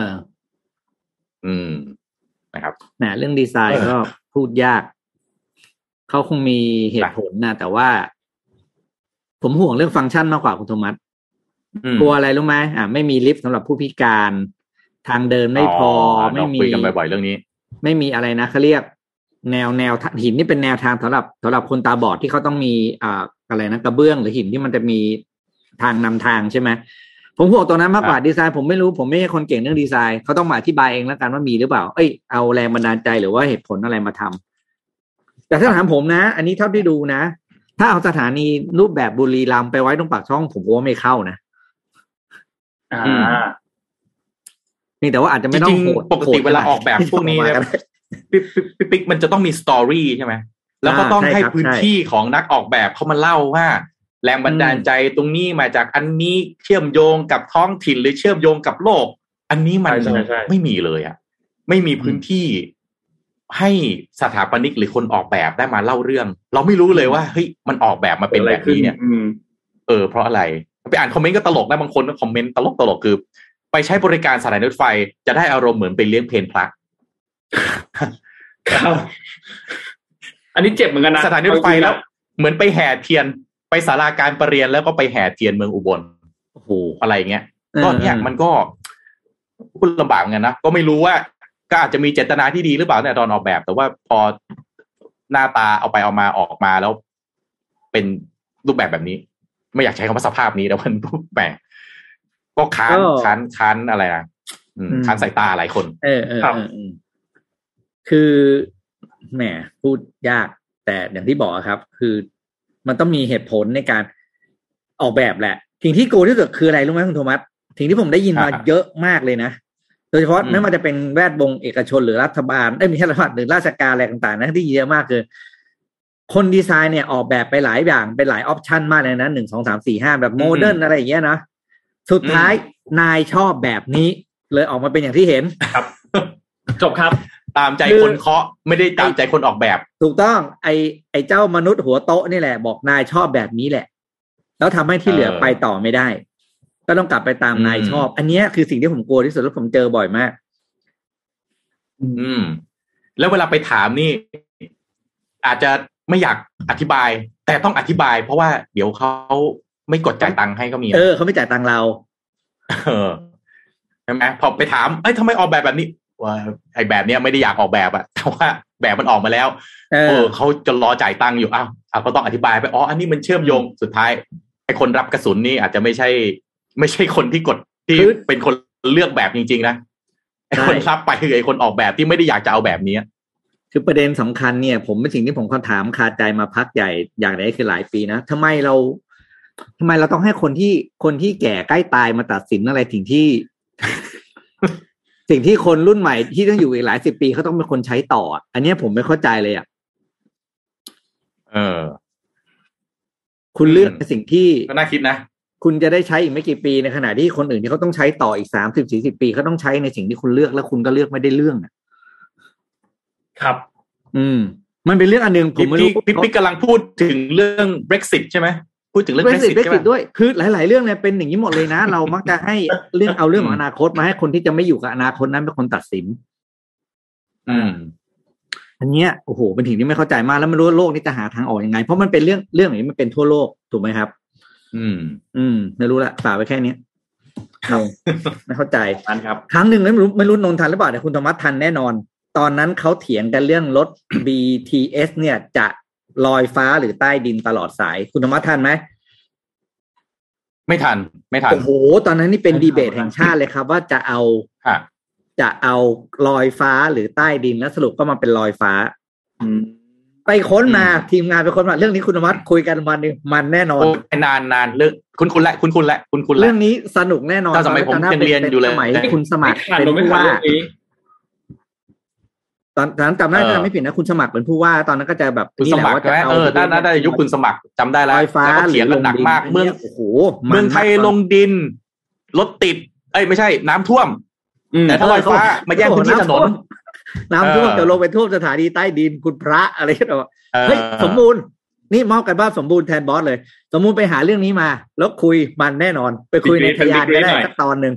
S3: นะครับ
S4: เรื่องดีไซน์ก็พูดยากเขาคงมีเหตุผลนะแต่ว่าผมห่วงเรื่องฟังก์ชันมากกว่าคุณโทมัสกลัวอะไรรู้ไหมไม่มีลิฟต์สำหรับผู้พิการทางเดินไม่พอไม่มี
S3: คุยกันบ่อยๆเรื่องนี้
S4: ไม่มีอะไรนะเขาเรียกแนวหินนี่เป็นแนวทางสำหรับคนตาบอดที่เขาต้องมีอะไรนะกระเบื้องหรือหินที่มันจะมีทางนำทางใช่ไหมผมห่วงตรงนั้นมากกว่าดีไซน์ผมไม่รู้ผมไม่ใช่คนเก่งเรื่องดีไซน์เขาต้องมาอธิบายเองแล้วกันว่ามีหรือเปล่าเอาแรงบันดาลใจหรือว่าเหตุผลอะไรมาทำแต่ถ้าถามผมนะอันนี้เท่าที่ดูนะถ้าเอาสถานีรูปแบบบุรีรัมย์ไปไว้ตรงปากช่องผมว่าไม่เข้านะนี่แต่ว่าอาจจะไม่ต้อง
S3: ปกติเวลาออกแบบพวกนี้นะปิ๊กมันจะต้องมีสตอรี่ใช่ไหมแล้วก็ต้องให้พื้นที่ของนักออกแบบเขามาเล่าว่าแรงบันดาลใจตรงนี้มาจากอันนี้เชื่อมโยงกับท้องถิ่นหรือเชื่อมโยงกับโลกอันนี้มันไม่มีเลยไม่มีพื้นที่ให้สถาปนิกหรือคนออกแบบได้มาเล่าเรื่องเราไม่รู้เลยว่าเฮ้ยมันออกแบบมาเป็นแบบนี้เนี่ยเพราะอะไรไปอ่านคอมเมนต์ก็ตลกนะบางคนก็คอมเมนต์ตลกคือไปใช้บริการสถานีรถไฟจะได้อารมณ์เหมือนไปเลี้ยงเพลนพระ
S2: ครับอันนี้เจ็บเหมือนกันนะ
S3: สถานีรถไฟแล้วเหมือนไปแห่เทียนไปศาลาการประเรียนแล้วก็ไปแห่เทียนเมืองอุบลโอ้โหอะไรเงี้ยก็เนี่ยมันก็พูดลำบากเหมือนกันนะก็ไม่รู้ว่าก็อาจจะมีเจตนาที่ดีหรือเปล่าในตอนออกแบบแต่ว่าพอหน้าตาเอาไปเอามาออกมาแล้วเป็นรูปแบบนี้ไม่อยากใช้คำว่าสภาพนี้แต่มันรูปแบบก็ค้านอะไรนะค้านสายตาหลายคน
S4: คือแหมพูดยากแต่อย่างที่บอกครับคือมันต้องมีเหตุผลในการออกแบบแหละสิ่งที่โกที่สุดคืออะไรรู้ไหมคุณโทมัสสิ่งที่ผมได้ยินมาเยอะมากเลยนะโดยเฉพาะไม่ว่าจะเป็นแวดวงเอกชนหรือรัฐบาลไม่ใช่รัฐบาลหรือราชการอะไรต่างๆนะที่เยอะมากคือคนดีไซน์เนี่ยออกแบบไปหลายอย่างเป็นหลายออปชันมากเลยนะ1 2 3 4 5แบบโมเดิร์นอะไรอย่างเงี้ยนะสุดท้ายนายชอบแบบนี้เลยออกมาเป็นอย่างที่เห็น
S2: ครับจบครับ
S3: ตามใจคนเคาะไม่ได้ตามใจคนออกแบบ
S4: ถูกต้องไอเจ้ามนุษย์หัวโต๊ะนี่แหละบอกนายชอบแบบนี้แหละแล้วทำให้ที่เหลือไปต่อไม่ได้ก็ต้องกลับไปตามนายชอบอันนี้คือสิ่งที่ผมกลัวที่สุดแล้วผมเจอบ่อยมาก
S3: แล้วเวลาไปถามนี่อาจจะไม่อยากอธิบายแต่ต้องอธิบายเพราะว่าเดี๋ยวเขาไม่กดจ่ายตังค์ให้ก็มี
S4: เขาไม่จ่ายตังค์เรา
S3: ใช่ไหมพอไปถามทำไมออกแบบนี้ว่าไอ้แบบเนี้ยไม่ได้อยากออกแบบอะแต่ว่าแบบมันออกมาแล้วเขาจะรอจ่ายตังค์อยู่ก็ต้องอธิบายไปอันนี้มันเชื่อมโยงสุดท้ายไอ้คนรับกระสุนนี่อาจจะไม่ใช่คนที่กดที่เป็นคนเลือกแบบจริงๆนะไอ้คนรับไปคือไอ้คนออกแบบที่ไม่ได้อยากจะเอาแบบนี้
S4: คือประเด็นสำคัญเนี่ยผมเป็นสิ่งที่ผมถามคาใจมาพักใหญ่อย่างไรคือหลายปีนะทำไมเราต้องให้คนที่แก่ใกล้ตายมาตัดสินอะไรสิ่งที่คนรุ่นใหม่ที่ต้องอยู่อีกหลาย10 ปีเขาต้องเป็นคนใช้ต่ออันนี้ผมไม่เข้าใจเลยคุณเลือกสิ่งที่
S3: ก็น่าคิดนะ
S4: คุณจะได้ใช้อีกไม่กี่ปีในขณะที่คนอื่นที่เขาต้องใช้ต่ออีก30-40 ปีเขาต้องใช้ในสิ่งที่คุณเลือกแล้วคุณก็เลือกไม่ได้เรื่อง
S2: ครับ
S4: มันเป็นเรื่องอันนึงผมไม่รู้
S3: พี่กำลังพูดถึงเรื่อง Brexit ใช่ไหมพูดถึงเรื่อง
S4: Brexit ด้วยคือหลายๆเรื่องเนี่ยเป็นอย่างนี้หมดเลยนะ เรามักจะให้เรื่องเอาเรื่องของอนาคตมาให้คนที่จะไม่อยู่กับอนาคตนั้นเป็นคนตัดสินอันเนี้ยโอ้โหเป็นสิ่งที่ไม่เข้าใจมากแล้วไม่รู้โลกนี้จะหาทางออกยังไงเพราะมันเป็นเรื่องอย่างนี้มันเป็นทั่วโลกถูกไหมครับไม่รู้ละฝากไว้แค่นี้ไม่เข้าใจ
S2: ครับ
S4: ครั้งหนึ่งไม่รู้นนทันหรือเปล่าแต่คุณธรรมะทันแน่นอนตอนนั้นเขาเถียงกันเรื่องรถ BTS เนี่ยจะลอยฟ้าหรือใต้ดินตลอดสายคุณธรรมะทันไหม
S3: ไม่ทัน
S4: โอ้โหตอนนั้นนี่เป็นดีเบตแห่งชาติเลยครับว่าจะเอาลอยฟ้าหรือใต้ดินแล้วสรุปก็มาเป็นลอยฟ้าไปค้นมาทีมงานไปค้นมาเรื่องนี้คุณธรรมะคุยกันวันนึงมันแน่นอน
S3: นานเรื่องคุณแหละ
S4: เรื่องนี้สนุกแน่นอน
S3: ตอนสมัยผมยังเรียนอยู่เลย
S4: สมัยคุณสมัครเป็นผู้ว่าตอนนั้นจำได้ถ้าไม่ผิดนะคุณสมัครเป็นผู้ว่าตอนนั้นก็จะแบบ
S3: นี่แหละว่าจะเอาน่าจะยุคคุณสมัครจำได้แล้วแล้วก็เขียนกันหนักมากเมืองไทยลงดินรถติดไม่ใช่น้ำท่วมแต่ถ้าลอยฟ้ามาแย่งพื้นที่ถนน
S4: น้ำท่วมจะลงไปท่วมสถานีใต้ดินคุณพระอะไรก็แบบเฮ้ยสมบูรณ์นี่มอบกันบ้านสมบูรณ์แทนบอสเลยสมบูรณ์ไปหาเรื่องนี้มาแล้วคุยมันแน่นอนไปคุยในทยานได้สักตอนนึง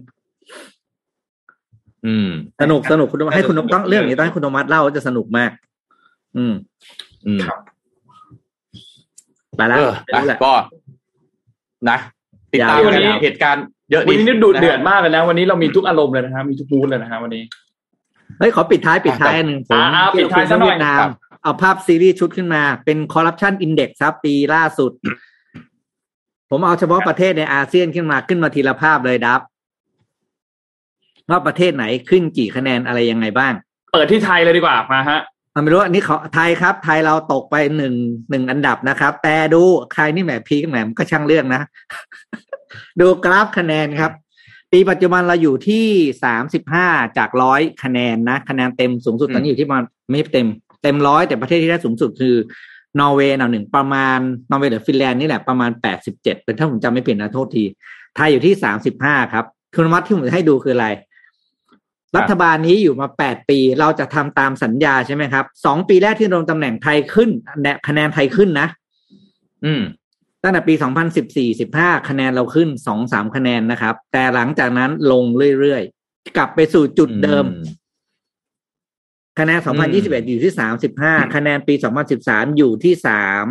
S4: สนุกคุณให้คุณต้องเรื่องนี้ต้องให้คุณโทมัสเล่าจะสนุกมาก
S2: ครับ
S4: ไปแล้ว
S3: ก็นะติดตามวันนี้เหตุการณ์เยอะ
S2: วันนี้ดูเดือดมากเลยนะวันนี้เรามีทุกอารมณ์เลยนะครับมีทุกมูดเลยนะครับวันนี้
S4: เฮ้ยขอปิดท้ายนึงผม
S2: ปิดท้ายซะหน่อย
S4: เอาภาพซีรีส์ชุดขึ้นมาเป็นคอร์รัปชันอินเด็กซ์ครับปีล่าสุดผมเอาเฉพาะประเทศในอาเซียนขึ้นมาทีละภาพเลยดับว่าประเทศไหนขึ้นกี่คะแนนอะไรยังไงบ้าง
S2: เปิดที่ไทยเลยดีกว่ามาฮะ
S4: ไม่รู้อันนี้ไทยครับไทยเราตกไปหนึ่งอันดับนะครับแต่ดูใครนี่แหมพีคแหมก็ช่างเรื่องนะ ดูกราฟคะแนนครับปีปัจจุบันเราอยู่ที่35จาก100คะแนนนะคะแนนเต็มสูงสุดตอนนี้อยู่ที่ประมาณไม่เต็ม100แต่ประเทศที่ได้สูงสุดคือนอร์เวย์1ประมาณนอร์เวย์หรือฟินแลนด์นี่แหละประมาณ87เป็นถ้าผมจำไม่ผิดนะโทษทีไทยอยู่ที่35ครับคุณวัดที่ผมจะให้ดูคืออะไรรัฐบาลนี้อยู่มา8ปีเราจะทำตามสัญญาใช่ไหมครับ2ปีแรกที่ลงตำแหน่งไทยขึ้นคะแนนไทยขึ้นนะตั้งแต่ปี2014-15คะแนนเราขึ้น 2-3 คะแนนนะครับแต่หลังจากนั้นลงเรื่อยๆกลับไปสู่จุดเดิมคะแนน2021อยู่ที่35คะแนนปี2013อยู่ที่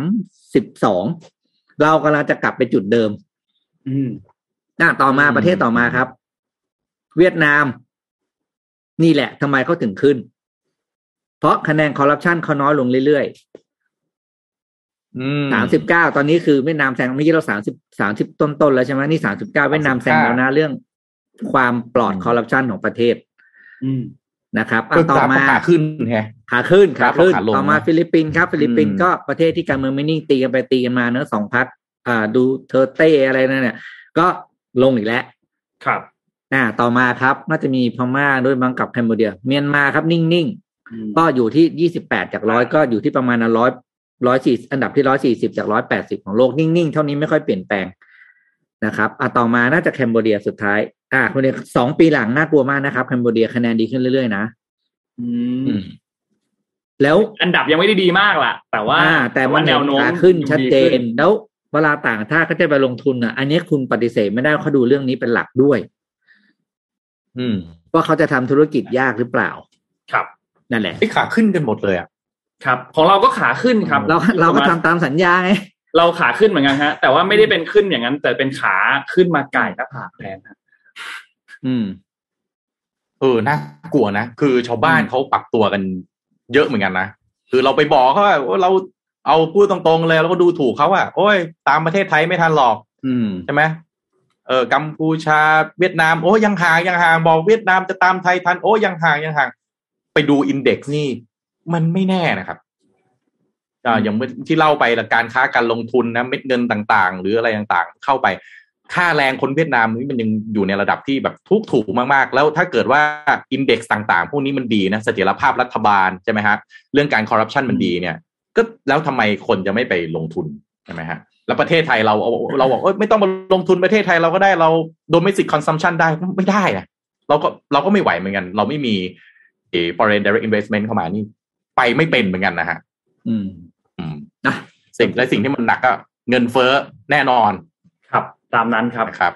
S4: 32เรากำลังจะกลับไปจุดเดิมต่อมาประเทศต่อมาครับเวียดนามนี่แหละทำไมเขาถึงขึ้นเพราะคะแนนคอร์รัปชันเขาน้อยลงเรื่อยๆ39ตอนนี้คือเวียดนามแซงเมื่อกี้เรา30ต้นๆแล้วใช่ไหมนี่39เวียดนามแซงแล้วนะเรื่องความปลอดคอร์รัปชันของประเทศนะครับต่อมา
S3: ขาขึ้นแฮะ
S4: ขาขึ้นต่อมาฟิลิปปินส์ครับฟิลิปปินส์ก็ประเทศที่การเมืองไม่นิ่งตีกันไปตีกันมาเนอะ2พรรคดูเทอร์เต้อะไรนั่นเนี่ยก็ลงอีกแล้ว
S2: ครับ
S4: ต่อมาครับน่าจะมีพม่าด้วยมั้งกับแคนเบเดียเมียนมาครับนิ่งๆก็อยู่ที่28จาก100ก็อยู่ที่ประมาณ140อันดับที่140จาก180ของโลกนิ่งๆเท่านี้ไม่ค่อยเปลี่ยนแปลงนะครับต่อมาน่าจะแคนเบเดียสุดท้ายคนนี้2ปีหลังน่ากลัวมากนะครับแคนเบเดียคะแนนดีขึ้นเรื่อยๆนะแล้ว
S2: อันดับยังไม่ได้ดีมากล่ะแต่ว่า
S4: แนวโน้มขึ้นชัดเจนแล้วเวลาต่างชาติเขาจะไปลงทุนอันนี้คุณปฏิเสธไม่ได้เขาดูเรื่องนี้เป็นหลักด้วยว่าเขาจะทำธุรกิจยากหรือเปล่า
S2: ครับ
S4: นั่นแหละ
S3: ที่ขาขึ้นกันหมดเลย
S2: ครับของเราก็ขาขึ้นครับ
S4: เราก็ทำตามสัญญาไง
S2: เราขาขึ้นเหมือนกันฮะแต่ว่าไม่ได้เป็นขึ้นอย่างนั้นแต่เป็นขาขึ้นมาไก่หน้าผากแทนฮะ
S3: น่ากลัวนะคือชาวบ้านเขาปรับตัวกันเยอะเหมือนกันนะคือเราไปบอกเขาว่าเราเอาพูดตรงๆเลยเราก็ดูถูกเขาโอ้ยตามประเทศไทยไม่ทันหรอกใช่ไหมกัมพูชาเวียดนามโอ้ยังห่างบอกเวียดนามจะตามไทยทันโอ้ยังห่างไปดูอินเด็กซ์นี่มันไม่แน่นะครับอย่างที่เล่าไปการค้าการลงทุนนะเม็ดเงินต่างๆหรืออะไรต่างๆเข้าไปค่าแรงคนเวียดนามนี่มันยังอยู่ในระดับที่แบบถูกมากๆแล้วถ้าเกิดว่าอินเด็กซ์ต่างๆพวกนี้มันดีนะเสถียรภาพรัฐบาลใช่ไหมฮะเรื่องการคอร์รัปชันมันดีเนี่ยก็แล้วทำไมคนจะไม่ไปลงทุนใช่ไหมฮะแล้วประเทศไทยเราบอกไม่ต้องมาลงทุนประเทศไทยเราก็ได้เรา domestic consumption ได้ไม่ได้นะเราก็ไม่ไหวเหมือนกันเราไม่มีforeign direct investment เข้ามานี่ไปไม่เป็นเหมือนกันนะฮะสิ่งที่มันหนักก็เงินเฟ้อแน่นอน
S2: ครับตามนั้นครับ
S3: ครับ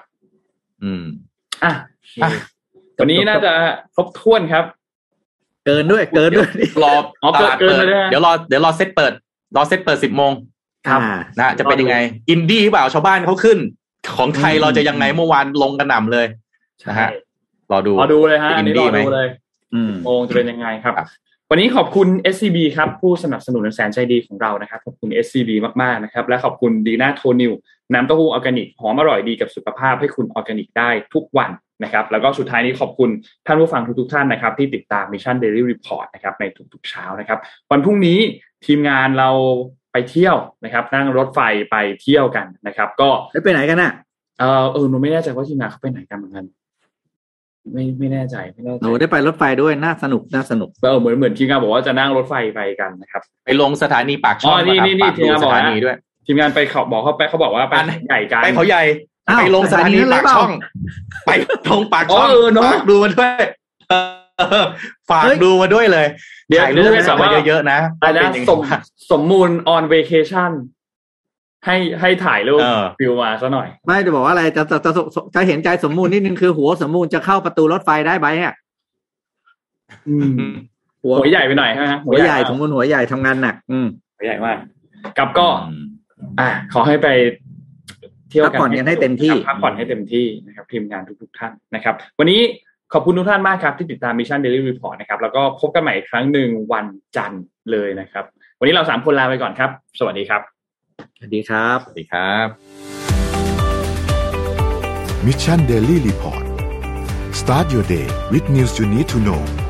S2: วันนี้น่าจะครบถ้วนครับ
S4: เกินด้วย
S3: รอตลาดเปิดเดี๋ยวรอเซตเปิด10 โมง
S2: ครับ
S3: นะจะเป็นยังไงอินดี้เปล่าชาวบ้านเขาขึ้นของไทยเราจะยังไงเมื่อวานลงกระหน่ำเลยนะฮะรอดู
S2: เลยฮะอินดี้ดูเลยโมงจะเป็นยังไงครับวันนี้ขอบคุณ SCB ครับผู้สนับสนุนแสนใจดีของเรานะครับขอบคุณ SCB มากๆนะครับและขอบคุณดีน่าโทนิวน้ำเต้าหู้ออร์แกนิกหอมอร่อยดีกับสุขภาพให้คุณออร์แกนิกได้ทุกวันนะครับแล้วก็สุดท้ายนี้ขอบคุณท่านผู้ฟังทุกท่านนะครับที่ติดตาม Mission Daily Report นะครับในทุกๆเช้านะครับวันพรุ่งนี้ทีมงานเราไปเที่ยวนะครับนั่งรถไฟไปเที่ยวกันนะครับก็
S4: ไปไหนกันน่ะ
S2: หนูไม่แน่ใจว่าทีมงานเขาไปไหนกันเหมือนกันไม่แน่ใจ
S4: หนูได้ไปรถไฟด้วยน่าสนุก
S2: เหมือนทีมงานบอกว่าจะนั่งรถไฟไปกันนะครับ
S3: ไปลงสถานีปากช่อง
S2: นี่ทีมงานบอกด้วยทีมงานไปเขาบอกว่าไปใหญ่กัน
S3: ไปเขาใหญ่ไปลงสถานีปากช่องไปตรงปากช่องฝากดูมาด้วยฝากดูมาด้วยเลยถ่ายรูปมาเยอะๆนะ
S2: สมมูล on vacation ให้ถ่ายรูปฟิวมาซะหน่อย
S4: ไม่จะบอกว่าอะไรจะเห็นใจสมมูลนิดนึงคือหัวสมมูลจะเข้าประตูรถไฟได้ไหม
S2: หัวใหญ่ไปหน่อยใช่ไหม
S4: หัวใหญ่สมมูลหัวใหญ่ทำงานหนัก
S2: หัวใหญ่มากกับก็ขอให้ไปเที่ยวกัน
S4: พักผ่อนกันให้เต็มที่
S2: นะครับทีมงานทุกท่านนะครับวันนี้ขอบคุณทุกท่านมากครับที่ติดตาม Mission Daily Report นะครับแล้วก็พบกันใหม่อีกครั้งหนึ่งวันจันทร์เลยนะครับวันนี้เรา3คนลาไปก่อนครับสวัสดีครับ
S4: สวัสดีครับ
S3: สวัสดีครับ
S1: Mission Daily Report Start your day with news you need to know